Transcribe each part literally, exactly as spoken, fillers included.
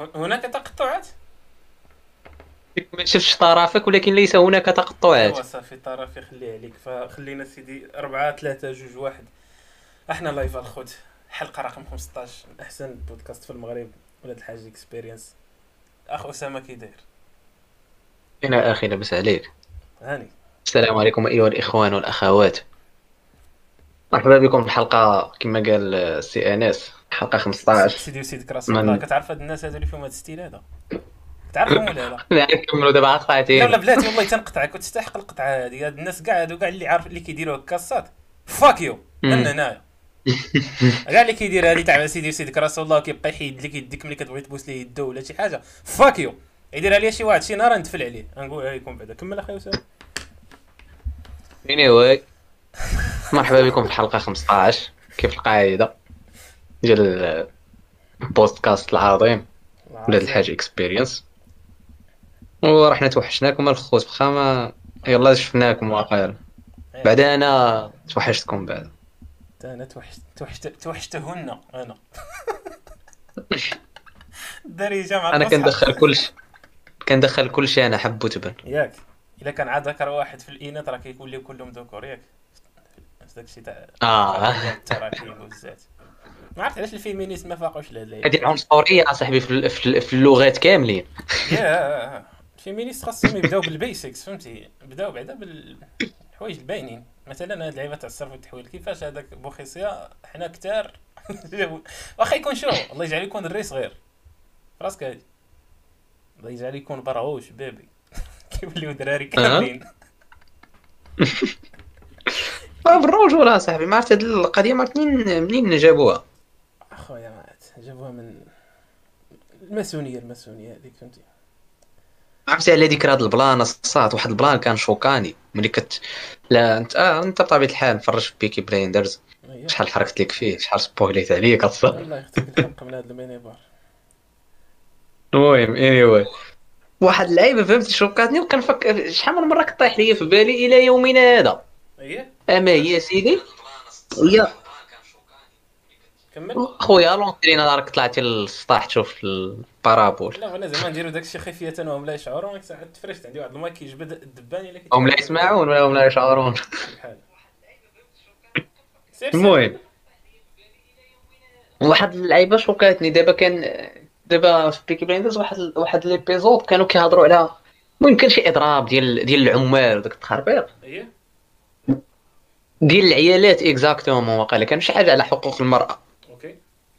هناك تقطعات. ما شفتش طرافك، ولكن ليس هناك تقطعات. ايوا صافي طرفي خليه عليك، فخلينا سيدي أربعة ثلاثة جوج واحد. احنا لايف الخوت، حلقة رقم خمسطاش من احسن بودكاست في المغرب، ولاد الحاج اكسبيرينس. اخ اسامه كي داير؟ انا اخي لاباس عليك. هاني. السلام عليكم ايها الاخوان والاخوات، مرحبا بكم في الحلقه كما قال السي انس، حلقه س- س- خمسطاش سيدي وسيدك رسول الله، من. كتعرف هاد الناس هادو اللي فيهم هاد الستيل هذا؟ تعرفهم ولا لا؟ لا نكملوا دابا لا ولا قطعتين. بلاتي والله تنقطعك وتستحق القطعه هادي. هاد الناس كاع هادو كاع اللي عارف اللي كيديروا هكاصات، فاك يو من هنايا. كاع اللي كيدير هادي تاع سيدي وسيدك رسول الله كيبقى يحيد لك يديك ملي كتبغي تبوس ليه يدو ولا شي حاجه، فاك يو. يديرها ليا شي واحد شي نهار ندفل عليه، نقولها لكم بعدا. كمل اخي اسامه. anyway، مرحبا بكم في الحلقه خمسطاش كيف القاعده ديال البودكاست العظيم ولاد العظيم. الحاج اكسبيرينس. ورحنا توحشناكم الخوت، واخا ما يلا شفناكم واقيلا. ايه بعدا انا توحشتكم بعدا. تا انا توحشت توحشت توحشتهن انا. الدارجه مع انا الفصحى. كندخل كلشي، كندخل كلشي انا حب وتبن. ياك الا كان عاد ذكر واحد في الاناث راه كيكون ليه كلهم ذكور ياك. داكشي تاع اه الفضائيات التراكيب والزات. ما عرفت علاش الفيمينيزم ما فاقوش لهاد هذه اللعيبه. العنصريه اصاحبي في ال- في ال- في اللغات كاملين. يا الفيمينيست خاصهم يبداو بالبيسكس، فهمتي؟ بداو بعدا بالحوايج الباينين. مثلا هاد اللعيبه تاع الصرف والتحويل، كيفاش هذاك بوخيسيا حنا كتار. واخا يكون شو الله يجعل يكون الري صغير راسك هادي، الله يجعل يكون برغوش بيبي. كيوليو دراري اه كاملين. بالرجوله صاحبي، ما عرفت هذه القضيه، ما عرفت منين منين جابوها. اخويا ما عرفت جابوها من الماسونيه، الماسونيه هذيك فهمتي. عرفتي على ذكر هذا البلان الصات، واحد البلان كان شوكاني ملي كت. لا انت اه انت بطبيعه الحال مفرج في بيكي بلايندرز. اييه شحال حركت لك فيه، شحال سبويليت عليك الصاد. الله يختك الحق من هذا الميني بار. المهم anyway، واحد اللعيبه فهمتي شوكاتني، وكنفكر شحال من مره كطيح لي في بالي الى يومنا هذا. اييه اما هي سيدي، هي كمل. خويا لونترين راك طلعتي للسطاح تشوف البارابول. لا انا زعما نديرو داكشي خفيه وهم لا يشعرون. ديك الساعه تفرشت عندي واحد المايك كيجبد الدبان الا هم كيتكلم لا في الودن. يسمعون ولا هم لا يشعرون. بحال سير سير. المهم، واحد اللعيبه شوكاتني دابا كان. دابا في بيكي بلايندرز واحد واحد ليبيزود كانوا كيهضروا على، المهم كان شي اضراب ديال ديال العمال وداك التخربيق اييه ديال العيالات اكزاكتومون. واقيلا كان شي حاجه على حقوق المراه. اوكي.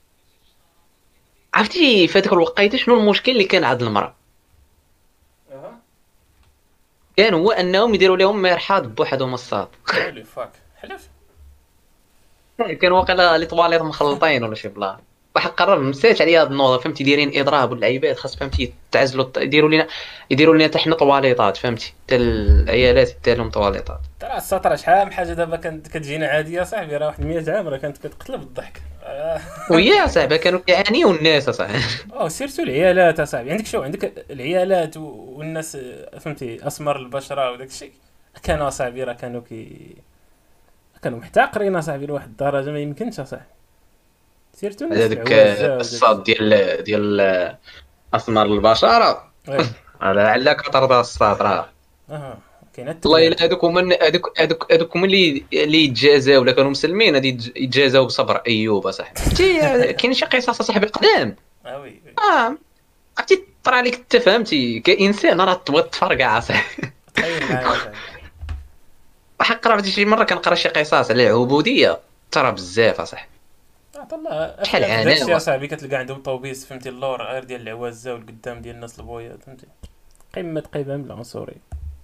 عرفتي في هذيك الوقيته شنو المشكل اللي كان عند المراه؟ اها كان هو انهم يديروا لهم مرحاض بوحدهم الصاد. هولي فاك حلف. كان واقيلا لي طواليط مخلطين ولا شي بلان. واحد قرر مسات عليا هاد النوضه، فهمتي دايرين اضراب والعيبات خاص فهمتي تعزلوا، يديروا لنا يديروا لنا حتى حنا طواليطات، فهمتي حتى العيالات يدير لهم طواليطات. ترى السطر شحال من حاجه دابا كانت كتجينا عاديه صاحبي، راه واحد مية عام راه كانت كتقتل بالضحك. آه. ويا صاحبي كانوا كيعانيوا الناس اصاحبي. اوه سيرتو العيالات اصاحبي، عندك شو عندك العيالات و- والناس آه، فهمتي اسمر البشره وداك الشيء. كانوا اصاحبي راه كانوا كي كانوا محتقرين اصاحبي لواحد الدرجه ما يمكنش اصاحبي. سيرتو الناس هذاك العوازه وداك الصاد الشيء. ديال ديال اسمر البشره. ايه لعلك طرد الصاد راه. اها كاين والله التبلان. الا هذوك هما هذوك هذوك هذوك هما اللي اللي يتجازاو ولا كانوا مسلمين، غادي يتج- يتجازاو بصبر ايوب اصاحبي. عرفتي كاين شي قصص اصاحبي قدام. اه وي وي. اه عرفتي طرا عليك انت، فهمتي كانسان راه تبغي تفرقع اصاحبي. تخيل معايا صاحبي. واحد قرا شي مره كنقرا شي قصص على العبوديه، ترى بزاف اصاحبي. عطا الله شحال افلام في داك الشيء عناوه. اصاحبي كتلقى عندهم طوبيس فهمتي، اللور غير ديال العوازه والقدام ديال الناس البويض فهمتي. قمه قيمه من العنصريه.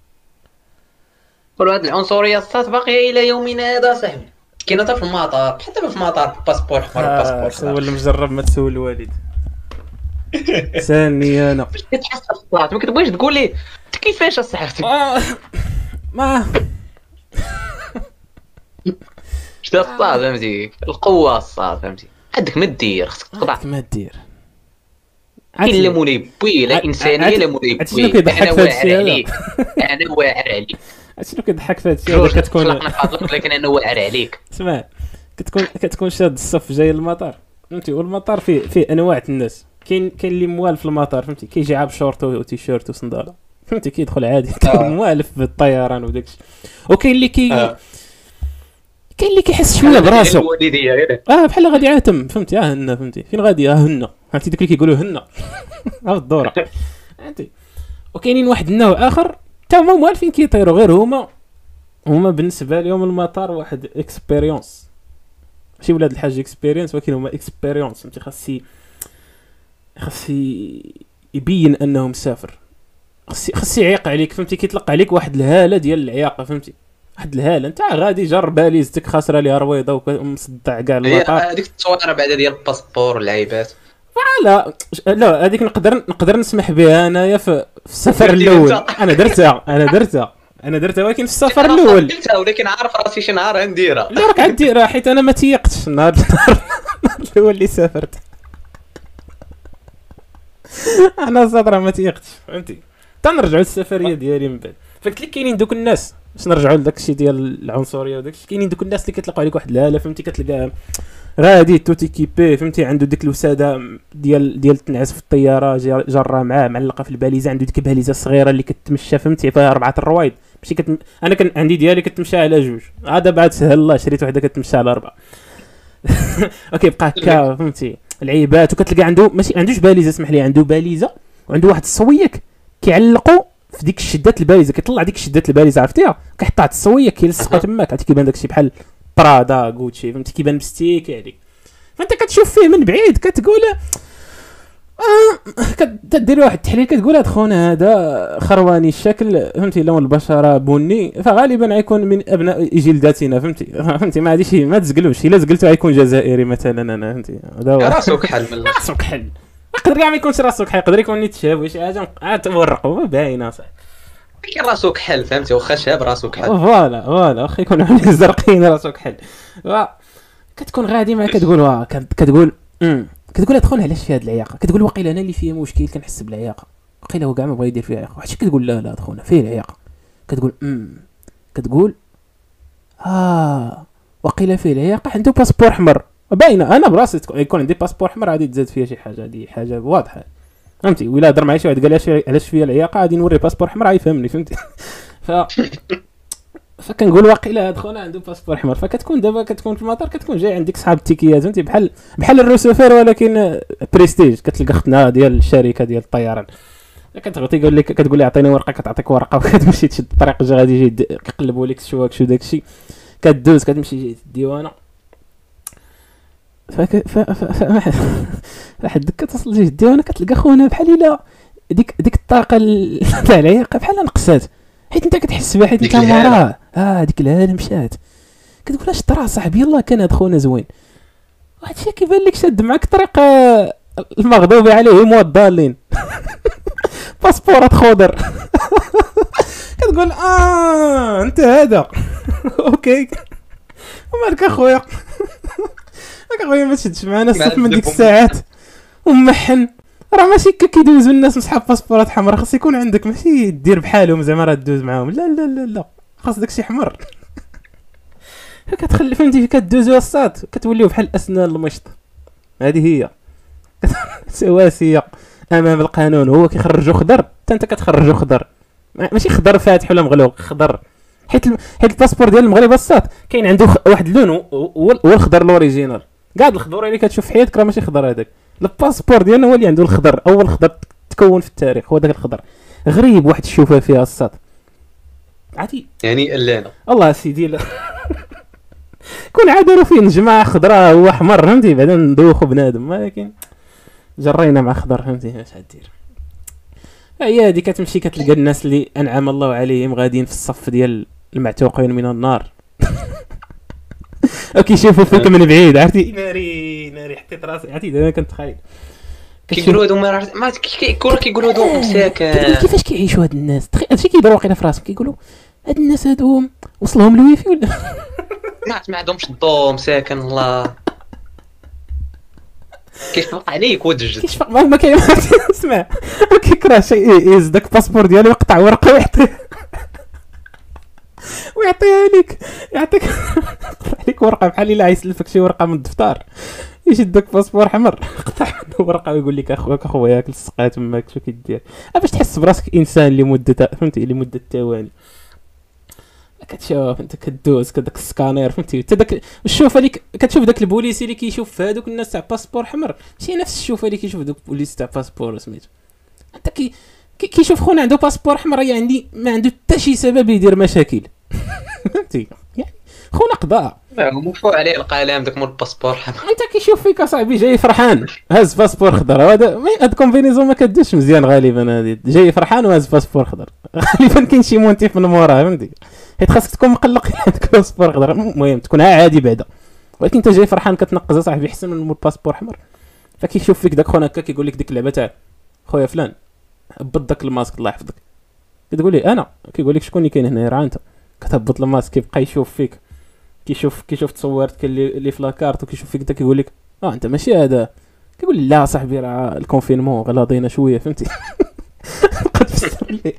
ولو هاد العنصريه الصات باقيه الى يومنا هذا صاحبي. كاينه حتى في المطار، حتى في المطار باسبور احمر ها وباسبور سول خضر. المجرب ما تسول الوالد. سالني انا. كتحس الصات ما كتبغيش تقول لي انت كيفاش اصاحبي. آه، ما شتا الصاد فهمتي، القوه الصاد فهمتي، عندك ما دير خصك تخضع. عندك ما دير. كاين لا عاد مولاي بوي لا انسانيه لا مولاي عاد شنو بوي. كيضحك انا في هاد واعر الشيء هذا؟ عليك، انا واعر عليك. عاد شنو كيضحك في هاد الشيء جوج هذا؟ كتكون تخلقنا فاضلك ولكن انا واعر عليك. اسمع، كتكون كتكون شاد الصف جاي للمطار فهمتي، والمطار فيه فيه انواع الناس كاين كاين اللي موال في المطار فهمتي، كيجي عاب شورت وتيشيرت وصنداله فهمتي، كيدخل عادي آه. موالف بالطيران وداكشي. وكاين اللي كي آه. كاين اللي كيحس شويه براسو الوالديه غير اه بحال غادي عاتم فهمتي، اه هنا فهمتي فين غادي، اه هنا عرفتي داك اللي كيقولوا هنا ها الدوره فهمتي. وكاينين واحد النوع اخر تا هما موالفين كيطيروا، غير هما هما بالنسبه لهم المطار واحد اكسبيريونس، ماشي ولاد الحاج اكسبيريونس ولكن هما اكسبيريونس فهمتي. خاصي خاصي يبين انه مسافر، خاصي خاصي يعيق عليك فهمتي، كيطلق عليك واحد الهاله ديال العياقه فهمتي، واحد الهاله انت غادي جر باليزتك خاسره ليها رويضه ومصدع كاع المطار. هذيك التصويره بعد ديال الباسبور واللعيبات. لا لا هذيك نقدر نقدر نسمح بها انايا في, في السفر الاول، انا درتها انا درتها انا درتها ولكن في السفر الاول درتها، ولكن عارف راسي شي نهار نديرها. لا راك غديرها حيت انا ما تيقتش النهار الاول اللي سافرت انا صدره ما تيقتش فهمتي. تنرجعوا للسفريه ديالي من بعد. فقلت لك كاينين دوك الناس باش نرجعوا لداك الشيء ديال العنصريه وداك الشيء، كاينين دوك الناس اللي كيطلقوا عليك واحد الاله فهمتي، كتلقاه غادي توتي كيبي فهمتي، عنده ديك الوساده ديال ديال التنعس في الطياره جاره معاه معلقه في الباليزه، عنده ديك الباليزه الصغيره اللي كتمشى فهمتي فيها اربعه الروايض ماشي كتم... انا كان عندي ديالي كتمشى على جوج، هذا بعد سهل الله شريت وحده كتمشى على اربعه اوكي بقى هكا فهمتي العيبات. وكتلقى عنده ماشي عندوش باليزه اسمح لي، عنده باليزه وعنده واحد الصويك كيعلقوا في ديك شدات الباليزه، كيطلع ديك شدات الباليزه عرفتيها كيحطها على الصويك كيلصقها تماك، عرفتي كيبان داكشي بحال برادا غوتشي فهمتي، كيبان مستيكي عليك. فانت كتشوف فيه من بعيد كتقول اه كدير واحد التحليل كتقول هاد خونا هذا خرواني الشكل فهمتي، لون البشره بني، فغالبا غيكون من ابناء جلداتنا فهمتي فهمتي ما غاديش ما تزقلوش، الا زقلتو غيكون جزائري مثلا انا فهمتي، هذا هو راسو كحل من راسو كحل، يقدر كاع ما يكونش راسو كحل، يقدر يكون نيت شاب شي حاجه عاد تورقوا باينه صح، كاين راسو كحل فهمتي، واخا شاب راسو كحل فوالا فوالا واخا يكون عامل زرقين راسو كحل. كتكون غادي معاه كتقول واه كتقول امم كتقول ادخل علاش في هاد العياقه، كتقول واقيلا انا اللي فيها مشكل كنحس بالعياقه، واقيلا هو كاع ما بغا يدير فيها عياقه، عرفتي كتقول لا لا ادخلنا فيه العياقه، كتقول امم كتقول اه واقيلا فيه العياقه عنده باسبور احمر باينه، انا براسي يكون عندي باسبور احمر غادي تزاد فيها شي حاجه، هذه حاجه واضحه فهمتي، ولا هضر معايا شي واحد قال لي علاش فيا العياقه غادي نوري باسبور احمر غيفهمني فهمتي ف فكنقول واقيلا هاد خونا عنده باسبور احمر. فكتكون دابا كتكون في المطار كتكون جاي عندك صحاب التيكيات فهمتي، بحال بحال الروسوفير ولكن بريستيج، كتلقى اختنا ديال الشركه ديال الطيران كتغطي يقول لك كتقول لي عطيني ورقه، كتعطيك ورقه وكتمشي تشد الطريق جا غادي يجي كيقلبوا لك شواك شو داكشي، كدوز كتمشي جهه الديوانه فك ف ف واحد ديك كتصل جهه الديوانه كتلقى خونا بحال الا ديك ديك الطاقه تاع العياقه بحال نقصات، حيت انت كتحس بها حيت انت مراه اه ديك الهاله مشات، كتقول اش طرا صاحبي يلاه كان هاد خونا زوين، واحد الشيء كيبان لك شاد معاك طريق المغضوب عليهم والضالين باسبورات خضر كتقول اه انت هذا اوكي ومالك اخويا اخويا ما تشدش معنا صف من ديك الساعات ومحن، راه ماشي كيدوزوا الناس مصحاب باسبورات حمراء، خاص يكون عندك ماشي دير بحالهم زعما راه دوز معاهم، لا لا لا لا خاص داكشي حمر كتخلي فهمتي كدوزوا الصاد كتوليو بحال اسنان المشط، هذه هي سواسيه امام القانون، هو كيخرجوا خضر حتى انت كتخرجوا خضر، ماشي خضر فاتح ولا مغلوق خضر، حيت حيت الباسبور ديال المغرب الصاد كاين عنده واحد اللون هو الخضر الاوريجينال، كاع الخضور اللي كتشوف في حياتك راه ماشي خضر، هذاك الباسبور ديالنا هو اللي عنده الخضر، اول خضر تكون في التاريخ هو داك الخضر، غريب واحد الشوفه فيها الصاد عادي يعني الانا الله سيدي لا كون عادوا فين جماعه خضراء هو احمر فهمتي بعدا ندوخو بنادم، ولكن جرينا مع خضر فهمتي اش غدير. هي هادي كتمشي كتلقى الناس اللي انعم الله عليهم غاديين في الصف ديال المعتوقين من النار اوكي شوفوا فيك من بعيد عرفتي ناري ناري حطيت راسي عرفتي دابا كنتخيل كيقولوا هادو ما ما كيقولوا كيقولوا هادو مساكن كيفاش كيعيشوا هاد الناس، هادشي كيديروا واقيلا في راسهم كيقولوا هاد الناس هادو وصلهم الويفي ولا ما ما عندهمش الضو مساكن الله كيشفق عليك ودجد كيشفق ما ما كاين اسمع ما كيكره شيء يهز داك الباسبور ديالو يقطع ورقه ويعطيه ويعطيها لك يعطيك عليك ورقه بحال الا يسلفك شي ورقه من الدفتر يشدك باسبور احمر قطع منه ورقه ويقول لك اخوك اخويا ياك لصقات تماك شنو كدير. باش تحس براسك انسان لمده فهمتي لمده ثواني. كتشوف انت كدوز كداك السكانير فهمتي حتى داك الشوفه اللي كتشوف داك البوليسي اللي كيشوف في هذوك الناس تاع باسبور احمر ماشي نفس الشوفه اللي كيشوف دوك البوليس تاع باسبور سميتو. انت كي كيشوف خونا عنده باسبور احمر يعني عندي ما عنده حتى شي سبب يدير مشاكل فهمتي يعني خونا قضاء مرفوع عليه القلم داك مول الباسبور حمر. انت كيشوف فيك اصاحبي جاي فرحان هاز باسبور خضر. هذا هاد كومبينيزون ما كديرش مزيان غالبا. هادي جاي فرحان وهاز باسبور خضر غالبا كاين شي مونتيف من موراه فهمتي حيت خاصك تكون مقلق الا عندك باسبور خضر. المهم تكون عادي بعدا ولكن انت جاي فرحان كتنقز اصاحبي احسن من مول باسبور احمر. فكيشوف فيك داك خونا هكا كيقول لك ديك اللعبه تاع خويا فلان هبط داك الماسك الله يحفظك. كتقول لي انا كيقول لك شكون اللي كاين هنا راه انت كتهبط الماسك كيبقى يشوف فيك كيشوف كيشوف تصورت اللي اللي في لاكارت وكيشوف فيك انت كيقول لك اه انت ماشي هذا. كيقول لا صاحبي راه الكونفينمون غلاضينا شويه فهمتي قد فسر لي.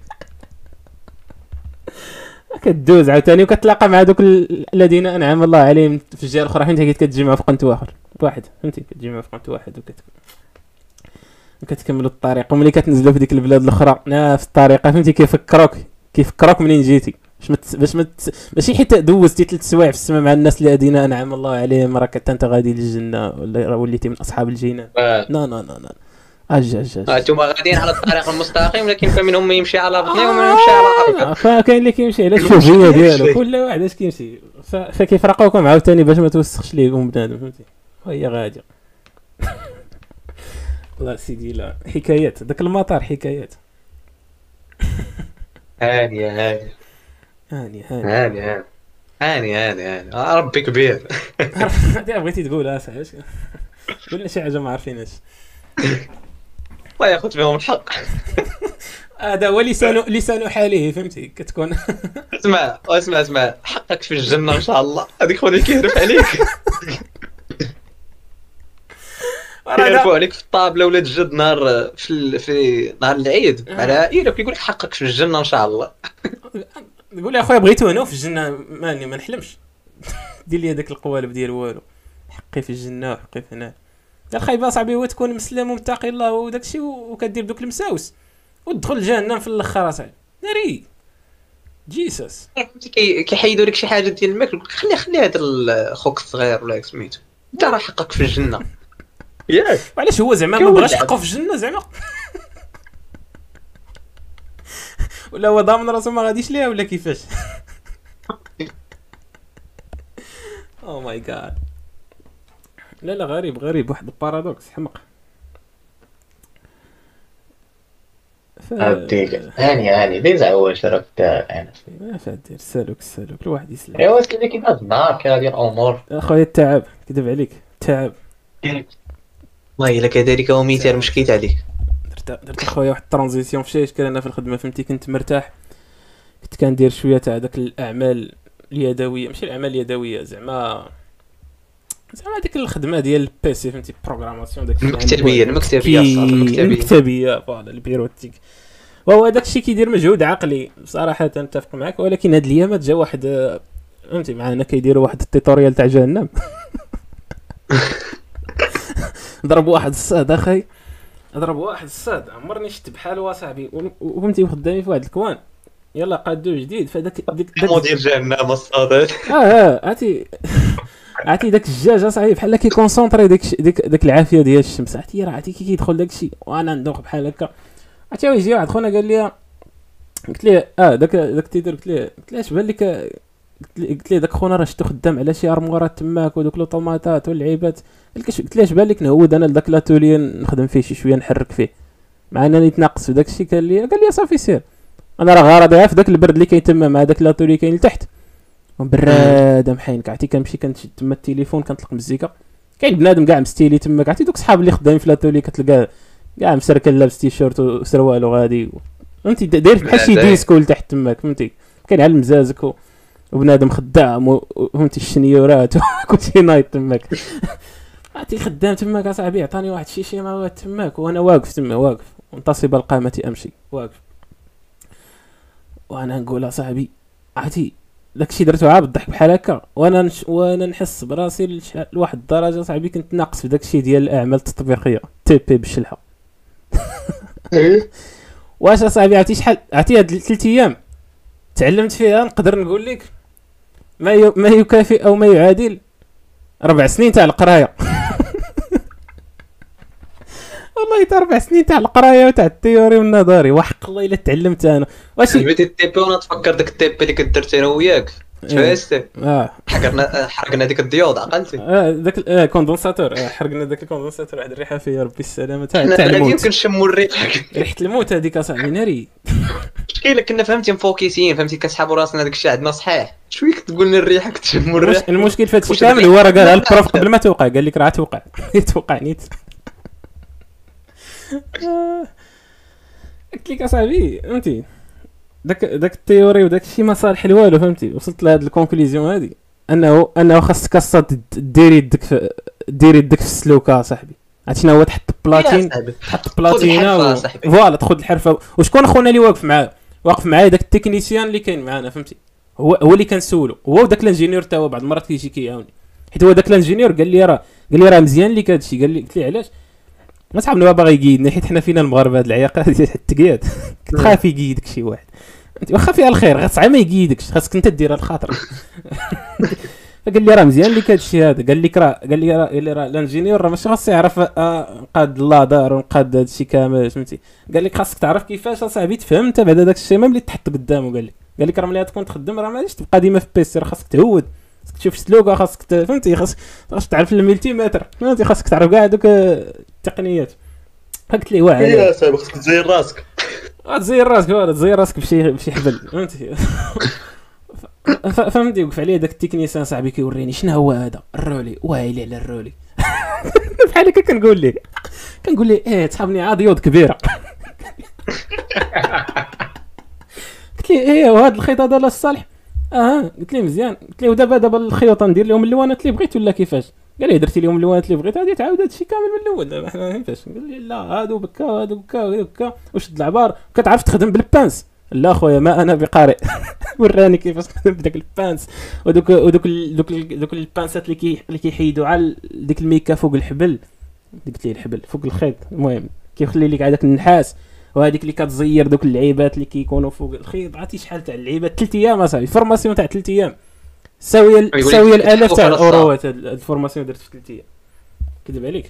كدوز عاوتاني وكتلاقى مع دوك الذين انعم الله عليهم في الجهه الاخرى حيت كتجمعوا في قنت واحد واحد فهمتي كتجمعوا في قنت واحد وكت كتكملوا الطريق وملي كتنزلوا في ديك البلاد الاخرى نفس الطريقه فهمتي كيفكروك كيفكروك منين جيتي باش مت... باش مت... ماشي حيت دوزتي ثلاث سوايع في السماء مع الناس الذين انعم الله عليهم راك حتى انت غادي للجنه ولا وليتي من اصحاب الجنان. لا لا لا لا اجا اجا انتم غاديين على الطريق المستقيم لكن فمنهم من يمشي على بطنه ومن يمشي على ارضه. فكاين اللي كيمشي على الشوفيه ديالو كل واحد اش كيمشي ف... فكيفرقوكم عاوتاني باش ما توسخش ليهم بنادم فهمتي وهي غاديه. الله سيدي لا حكايات داك المطار حكايات. هاني هاني هاني هاني هاني هاني هاني هاني ربي كبير. هادي بغيتي تقولها صاحبي قول شي حاجه ما عارفيناش. الله ياخذ فيهم الحق. هذا هو لسان لسان حاله فهمتي كتكون. اسمع اسمع اسمع حقك في الجنه ان شاء الله. هذيك خويا كيهرب عليك كيهربوا عليك في الطابله ولا تجد نهار في في نهار العيد مع العائله كيقول لك حقك في الجنه ان شاء الله. نقول يا خويا بغيتو هنا في الجنه ماني ما نحلمش دير لي هذاك القوالب ديال والو حقي في الجنه وحقي في هنا. الخايبه صاحبي هو تكون مسلم ومتقي الله وداك الشيء وكدير دوك المساوس وتدخل جهنم في الاخر اصاحبي ناري جيسس. كيحيدوا لك شي حاجه ديال الماكل خلي خلي هذا خوك الصغير ولا سميتو انت راه حقك في الجنه ياك. وعلاش هو زعما ما بغاش حقه في الجنه زعما ولا هو ضامن راسو ما غاديش ليها ولا كيفاش؟ او ماي جاد لا لا غريب غريب واحد البارادوكس حمق. ف... هاني هاني ليه زعواش راك انا ما فادير سالوك سالوك الواحد يسلم. ايوا كذا كيبان النهار كهذه الامور اخويا التعب كذب عليك التعب والله الا كذلك هو مثال مشكيت عليك. درت درت اخويا واحد الترانزيسيون في شي كان انا في الخدمه فهمتي كنت مرتاح كنت كندير شويه تاع داك الاعمال اليدويه ماشي الاعمال اليدويه زعما زعما ديك الخدمه ديال البيسي فهمتي بروغراماسيون داك المكتبيه المكتبيه المكتبيه المكتبيه فوالا البيروتيك وهو داك الشيء كيدير مجهود عقلي بصراحه نتفق معك. ولكن هاد الايامات جا واحد فهمتي معنا كيديروا واحد التيتوريال تاع جهنم ضرب واحد الصاد اخي ضرب واحد الصاد عمرني شفت بحال صاحبي وفهمتي خدامي في واحد الكوان يلا قادو جديد فداك ديك مدير جهنم الصادات اه اه عرفتي عرفتي داك الجاج اصاحبي بحال كيكونسونطري ديك ديك داك العافيه ديال الشمس عرفتي راه عرفتي كي كيدخل داك الشيء وانا ندوق بحال هكا. عرفتي يجي واحد خونا قال لي قلت ليه اه داك داك تيتر قلت ليه قلت ليه اش بان لك قلت ليه داك خونا راه شتو خدام على شي ارمورات تماك ودوك لوطوماطات واللعيبات قلت ليه اش بان لك نهود انا لذاك لاتولي نخدم فيه شي شويه نحرك فيه مع انني نتناقص في داك الشيء. قال لي قال لي صافي سير انا راه غارض في داك البرد اللي كاين تما مع داك لاتولي كاين لتحت براد محينك عرفتي كنمشي كنشد تما التليفون كنطلق مزيكا كاين بنادم كاع مستيلي تما عرفتي دوك صحاب اللي خدامين في لاتولي كتلقاه كاع مسركل لابس تيشيرت وسروال وغادي فهمتي داير بحال شي ديسكو لتحت تماك فهمتي كاين على المزازك و... وبنادم خدام فهمتي الشنيورات كلشي نايط تماك عرفتي خدام تماك اصاحبي عطاني واحد الشيشه ما تماك وانا واقف تما واقف منتصب القامه امشي واقف وانا نقول اصاحبي عرفتي داكشي درتو عا بالضحك بحال هكا، وانا نش... وانا نحس براسي لش... لواحد الدرجه صاحبي كنت ناقص في داكشي ديال الاعمال التطبيقيه تي بي بالشلحه. واش اصاحبي عرفتي شحال، عرفتي هاد ثلاث ايام تعلمت فيها نقدر نقول لك ما ي... ما يكافئ او ما يعادل ربع سنين تاع القرايه. والله تا ربع سنين تاع القرايه وتاع التيوري والنظري، وحق الله الا تعلمت انا. واش سميتي التيبي وانا تفكر داك التيبي اللي كنت درت انا وياك تفاستي اه حرقنا حرقنا ديك الديود عقلتي. اه داك ال- آه كوندنساتور، آه حرقنا داك الكوندنساتور، واحد الريحه فيها ربي السلامه تاع حنا تاع غاديين الموت، كنشموا الريحه. ريحه الموت هذيك اصاحبي ناري. المشكله كنا فهمتي مفوكسين فهمتي كنسحبوا راسنا داك الشيء عندنا صحيح شويه كتقول لنا الريحه كتشموا المش... الريحه. المشكل في هادشي واش كامل الريحة هو راه قالها كاملة البروف عندها؟ قبل ما توقع، قال لك راه توقع. توقع نيت. آه. قلت لك اصاحبي فهمتي داك داك التيوري وداك الشيء ما صالح لوالو فهمتي. وصلت لهاد الكونكليزيون هادي انه انه خاصك اصلا ديري يدك في ديري يدك في السلوكه صاحبي. عرفتي شنو هو؟ تحط بلاتين، تحط بلاتينا الحرفة و... صاحبي. فوالا تاخذ الحرفه. وشكون خونا اللي واقف معاه؟ واقف معايا داك التكنيسيان اللي كاين معانا فهمتي، هو هو اللي كنسولو، هو وداك الانجينيور تا هو بعض المرات كيجي كيعاوني. حيت هو داك الانجينيور قال لي راه قال لي راه مزيان ليك هادشي. قال لي قلت لي علاش؟ ما صاحبنا باغي يقيدني، حيت حنا فينا المغاربه هاد العياقه ديال التقياد. كنت خايف يقيدك شي واحد انت، واخا فيها الخير غير صعيب ما يقيدكش، خاصك انت ديرها الخاطر. فقال لي راه مزيان ليك هادشي هذا. قال لك راه قال لي راه قال لي راه الانجينيور راه ماشي خاصو يعرف آه نقاد اللادار ونقاد هادشي كامل فهمتي. قال لك خاصك تعرف كيفاش اصاحبي تفهم انت بعدا داك الشيء ملي تحط قدامه. قال لك قال لك راه ملي تكون تخدم راه ماغاديش تبقى ديما في بيسي، راه خاصك تعود، خاصك تشوف سلوكه، خاصك ت- فهمتي، خاصك خاصك تعرف الملتي متر فهمتي، خاصك تعرف كاع دوك التقنيات. قلت لي واعر يا صاحبي خصك تزير راسك. تزير راسك، ولا تزير راسك بشي بشي حبل فهمتي. ف- فهمتي. وقف عليه داك التكنيسيان صاحبي كيوريني شنو هو هذا الرولي، وايلي على الرولي. بحال هكا كنقول ليه كنقول ليه ايه تصحابني عاد يود كبيره. قلت لي ايه وهذا الخيط هذا لا الصالح. اه قلت لي مزيان. قلت لي ودابا دابا الخيوطه ندير لهم اللوانات اللي بغيت ولا كيفاش؟ قال لي درتي لهم اللوانات اللي بغيت غادي تعاود هادشي كامل من الاول دابا حنا فهمتاش. قال لي لا هادو بكا هادو بكا هادو بكا وشد العبار. كتعرف تخدم بالبانس؟ لا خويا ما انا بقارئ. وراني كيفاش تخدم بداك البانس ودوك ودوك ال- دوك ال- دوك البانسات اللي كي اللي كيحيدوا على ديك الميكا فوق الحبل. قلت لي الحبل فوق الخيط، المهم كيخلي لك هذاك النحاس. وهذيك اللي كتزير دوك اللعيبات اللي كيكونوا فوق الخيط. عرفتي شحال تاع اللعيبات؟ ثلاث ايام اصاحبي، فورماسيون تاع ثلاث ايام ساويه ال- يقول لك ساويه الالاف تاع تحوفر الاوروات. هاد الفورماسيون درت في ثلاث ايام. كذب عليك.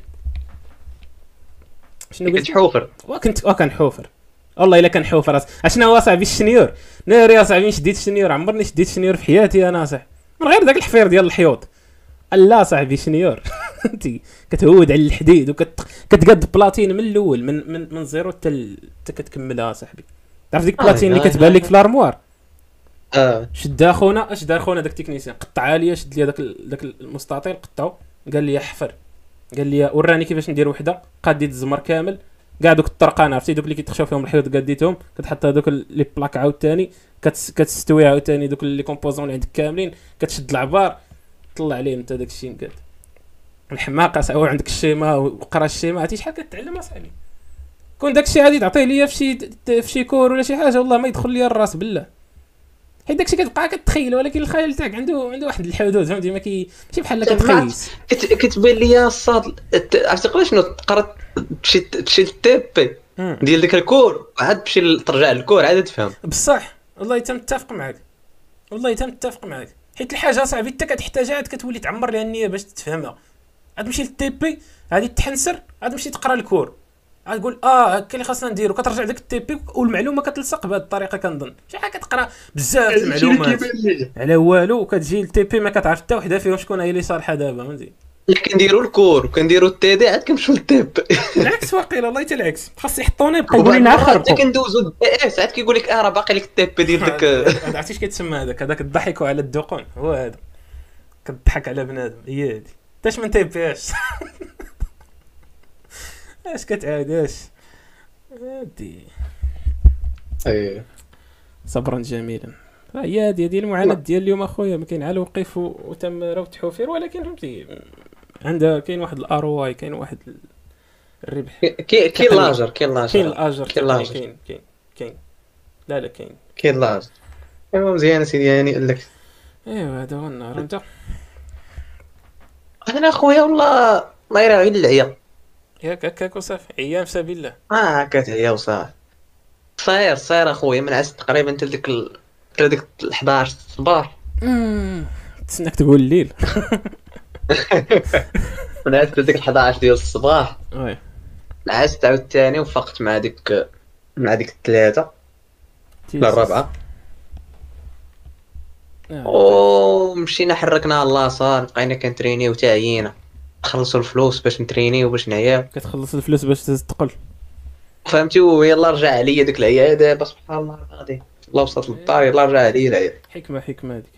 شنو قلت؟ كتحوفر وكنت وكان حوفر والله الا كان حوفر. اشنا هو صاحبي الشنيور ناري يا صاحبي. شديت الشنيور، عمرني شديت الشنيور في حياتي انا صاحبي، من غير داك الحفير ديال الحيوط. لا صاحبي شنيور. انت كتهود على الحديد وكتقاد بلاتين من الاول من من من زيرو حتى ال- حتى كتكملها صاحبي. تعرف ديك آه، بلاتين اللي آه، كتبان لك في الارموار؟ اه شدها خونا. اش دار خونا داك التكنيسيان؟ قطعها ليا، شد ليا داك ال- داك المستطيل قطعو. قال لي حفر، قال لي وراني كيفاش ندير وحده. قاديت الزمر كامل كاع دوك الطرقان عرفتي دوك اللي كيتخشاو فيهم الحيوط قاديتهم. كتحط هذوك لي بلاك عاوتاني كتس كتستوي عاوتاني دوك لي كومبوزون اللي عندك كاملين. كتشد العبار طلع عليه انت داك الشيء نقاد. الحماقه صاحبي عندك الشيما وقرا الشيما. عرفتي شحال كتعلم اصاحبي؟ كون داك الشيء غادي تعطيه ليا في شي في شي كور ولا شي حاجه والله ما يدخل ليا الراس بالله. حيت داكشي كتبقى كتخيل، ولكن الخيال تاعك عنده عنده واحد الحدود فهمتي. ما كي ماشي بحال كتخيس. كت- كتبان لي الصاد الت- عرفتي قبل شنو قرات تمشي تمشي للتيبي مم. ديال ديك الكور عاد تمشي ل- ترجع للكور عاد تفهم. بصح والله حتى متفق معاك، والله حتى متفق معاك. حيت الحاجه صاحبي انت كتحتاجها عاد كتولي تعمر لها النيه باش تفهمها. عاد تمشي للتيبي غادي تحنسر، عاد تمشي تقرا الكور، عاد تقول اه هكا اللي خاصنا نديرو. كترجع داك التيبي والمعلومه كتلصق بهذه الطريقه كنظن. شي حاجه كتقرا بزاف د المعلومات على والو وكتجي للتيبي ما كتعرف حتى وحده فيهم شكون هي اللي صالحه دابا فهمتي. اللي كنديروا الكور وكنديروا التي دي عاد كنمشيو للتيبي. العكس واقيلا والله حتى العكس. خاص يحطونا يبقى يقول لنا خربقوا. حتى كندوزو الدي اس عاد كيقول لك اه راه باقي لك التيبي ديال داك. هذا عرفتي اش كيتسمى هذاك؟ هذاك الضحكوا على الدقون هو هذا. كتضحك على بنادم هي هادي. تاش من تيبياش. اش كتعاداش هادي. اييه صبرا جميلا. هي هادي هادي المعاناه ديال اليوم اخويا. ما كاين على وقف و- وتم راهو تحوفير، ولكن فهمتي عندها كاين واحد الاروواي، كاين واحد ال- الربح، كاين كاين لاجر كاين لاجر كاين الاجر كاين تاعي، لاجر. كاين كاين كاين لا لا كاين. كاين لاجر. ايوا مزيان سيدي يعني قال لك ايوا هذا هو النهار. انت انا اخويا والله الله يراه غير العيا. ياك هكاك وصافي، ايام سبيل الله. اه كتعيا وصافي. صاير صاير اخويا من عشت تقريبا حتى ديك ال... حتى ديك الحداش الصباح. امم تسناك تقول الليل. من عشت ديك الحداش ديال الصباح، وي عشت عاوتاني وفقت مع ديك مع ديك الثلاثة لا الرابعة، ومشينا حركنا لاصال، بقينا كنترينيو حتى عيينا، خلصوا الفلوس باش نترينيو باش نعياو، كتخلص الفلوس باش تقل. فهمتي. ويلا رجع عليا ديك العيا دابا سبحان الله غادي الله وصلت للدار يلا رجع عليا العيا. حكمه حكمه هذيك.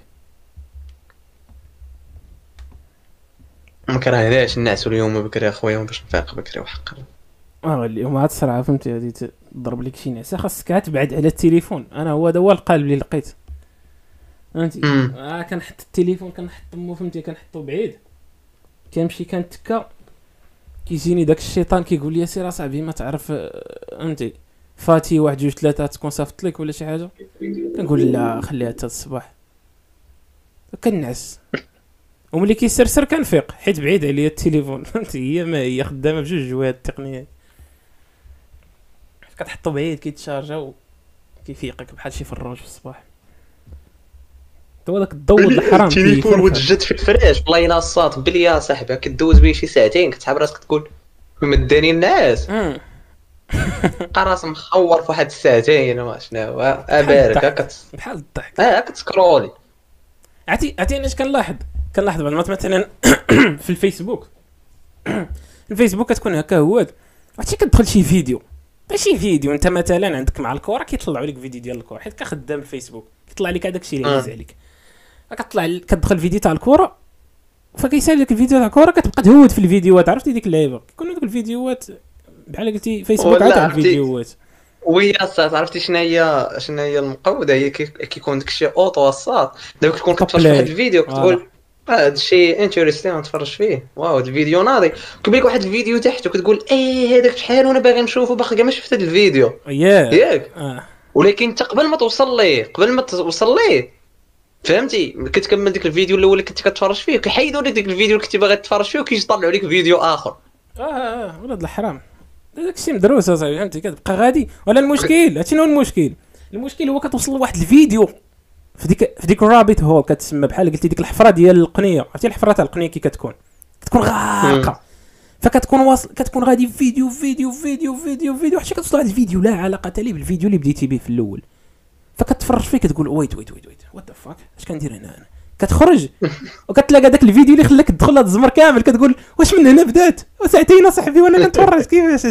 ما كرهناش نعسوا اليوم بكري اخويا باش نفيق بكري وحق. اه اليوم عاد السرعه فهمتي غادي تضرب لك شي نعسه، خاصك عاد تبعد على التليفون. انا هو هذا هو القالب اللي لقيت فهمتي. مم. اه كنحط التليفون كنحطو فهمتي كنحطو بعيد، كنمشي كنتكا كيجيني داك الشيطان كيقول لي سير اصاحبي ما تعرف آه، فهمتي فاتي واحد جوج ثلاثه تكون صافط لك ولا شي حاجه. كنقول لا خليها حتى الصباح، كنعس وملي كيسرسر كنفيق حيت بعيد عليا التليفون فهمتي. هي ما هي خدامه بجوج جوات التقنيات، كتحطو بعيد كيتشارجا وكيفيقك بحال شي فروج في الصباح. تو داك الضوء الحرام التليفون وتجد في الفراش والله الا الصاط بلي يا صاحبي كدوز به شي ساعتين كتحاب راسك تقول مداني الناس امم قراص مخور في واحد الساعتين وما شنو ابارك كت بحال الضحك. اه كتسكرولي. عرفتي عرفتي انا اش كنلاحظ كنلاحظ بعض المرات مثلا في الفيسبوك. الفيسبوك كتكون هكا هواد، عرفتي كتدخل شي فيديو ماشي فيديو، انت مثلا عندك مع الكره كيطلعوا لك فيديو ديال الكره حيت كخدام الفيسبوك كيطلع لك هذاك الشيء اللي عزيز عليك. كتطلع كتدخل فيديو تاع الكره فكيسال لك الفيديو تاع الكره كتبقى تهود في الفيديوهات. عرفتي ديك اللعيبه كيكونوا دوك الفيديوهات بحال قلتي فيسبوك عاد تاع الفيديوهات. ويا صاط عرفتي شنو هي شنو هي المقوده هي كيكون داك الشيء اوطو الصاط دابا كتكون كتفرج في واحد الفيديو كتقول هذا الشيء انتريستين نتفرج فيه واو هذا الفيديو ناضي كيبان لك واحد الفيديو تحت وكتقول ايه هذاك شحال وانا باغي نشوفه باقي كاع ما شفت هذا الفيديو ياك. ولكن انت قبل ما توصل ليه قبل ما توصل ليه فهمتي كتكمل ديك الفيديو الاول اللي كنت كتفرج فيه كيحيدوا لك ديك الفيديو اللي كنتي باغي تتفرج فيه وكيجي يطلعوا لك فيديو اخر. اه اه ولاد الحرام داك الشيء مدروس اصاحبي فهمتي. كتبقى غادي ولا المشكل هادشي شنو المشكل؟ المشكل هو كتوصل لواحد الفيديو في ديك في ديك الرابط هو كتسمى بحال قلتي ديك الحفره ديال القنيه. عرفتي الحفره تاع القنيه كي كتكون كتكون غارقه فكتكون واصل كتكون غادي فيديو فيديو فيديو فيديو فيديو حتى كتوصل لواحد الفيديو لا علاقه ليه بالفيديو اللي بديتي به في الاول. فكتفرج فيه كتقول ويت ويت ويت ويت وات ذا فاك اش كندير هنا انا. كتخرج وكتلاقى داك الفيديو اللي خلاك تدخل هاد الزمر كامل كتقول واش من هنا بدات وساعتين صاحبي وانا كنتفرج كيفاش.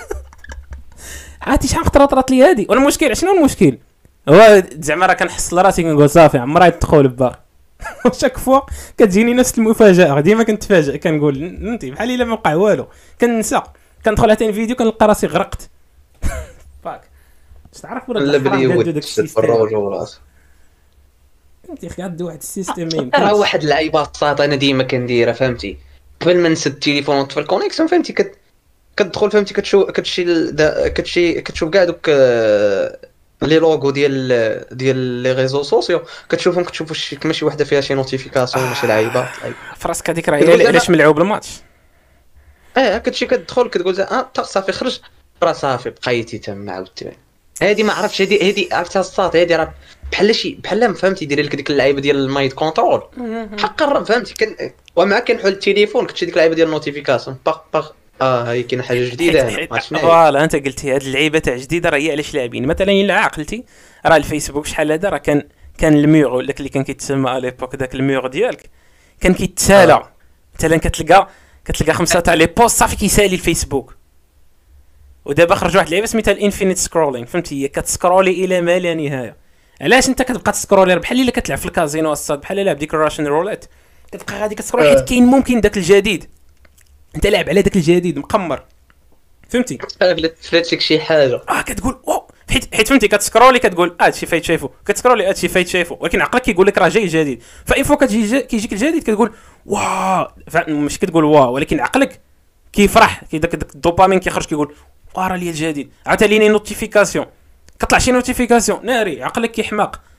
عرفتي شحال خطره طرات لي هادي. والمشكل شنو المشكل هو زعما راه كنحصل راسي كنقول صافي عمرها يدخل باقي. وشاك فوا كتجيني نفس المفاجاه ديما كنتفاجئ كنقول انت بحال الا ما وقع والو كننسى كندخل عتاني فيديو كنلقى راسي غرقت. فاك تعرف ولا الحرام داك السيستم انت خداد واحد السيستم ما يمكنش راه واحد اللعيبه صاط انا ديما كنديرها فهمتي. قبل ما نسد التليفون ونطفي الكونيكسيون فهمتي كت... كتدخل فهمتي كتشوف كتشي دا... كتشي كتشوف كاع دوك لي لوغو ديال ديال لي ريزو سوسيو كتشوفهم كتشوف شي كما شي وحده فيها شي نوتيفيكاسيون ولا شي لعيبه فراسك هذيك راه هي علاش ملعوب الماتش. اه كتمشي كتدخل كتقول اه صافي خرج راه صافي بقيتي تما عاودتي. هادي ما عرفتش هادي هادي عرفتها الصاط هادي راه بحال شي بحال ما فهمتي دير لك ديك اللعيبه ديال المايند كونترول حق الرب فهمتي كن ومع كنحل التليفون كتشي ديك اللعيبه ديال النوتيفيكاسيون باغ باغ اه هاي كاينه حاجه جديده هنا ما عرفتش فوالا انت قلتي هاد اللعيبه تاع جديده راه هي علاش لاعبين. مثلا الا عقلتي راه الفيسبوك شحال هذا راه كان كان الميغ ولا اللي كان كيتسمى اليبوك داك الميغ ديالك كان كيتسالى آه. مثلا كتلقى كتلقى خمسه تاع لي بوست صافي كيسالي الفيسبوك. ودابا خرج واحد اللعيبه سميتها الانفينيت سكرولينغ فهمتي هي كتسكرولي الى ما لا نهايه. علاش انت كتبقى تسكرولي بحال الا كتلعب في الكازينو الصاد بحال لعب ديك الراشن روليت كتبقى غادي كتسكرول حيت كاين ممكن داك الجديد انت لاعب على داك الجديد مقمر فهمتي. فلاتك شي حاجه اه كتقول او حيت حيت فهمتي كتسكرولي كتقول هادشي فايت شايفو كتسكرولي هادشي فايت شايفو ولكن عقلك كيقول لك راه جاي جديد. فاين فوا كتجي كيجيك الجديد كتقول واو ماشي كتقول واو ولكن عقلك كيفرح كي داك الدوبامين كيخرج كيقول راه لي الجديد. عاد ليني نوتيفيكاسيون كطلع شي نوتيفيكاسيون ناري عقلك كيحماق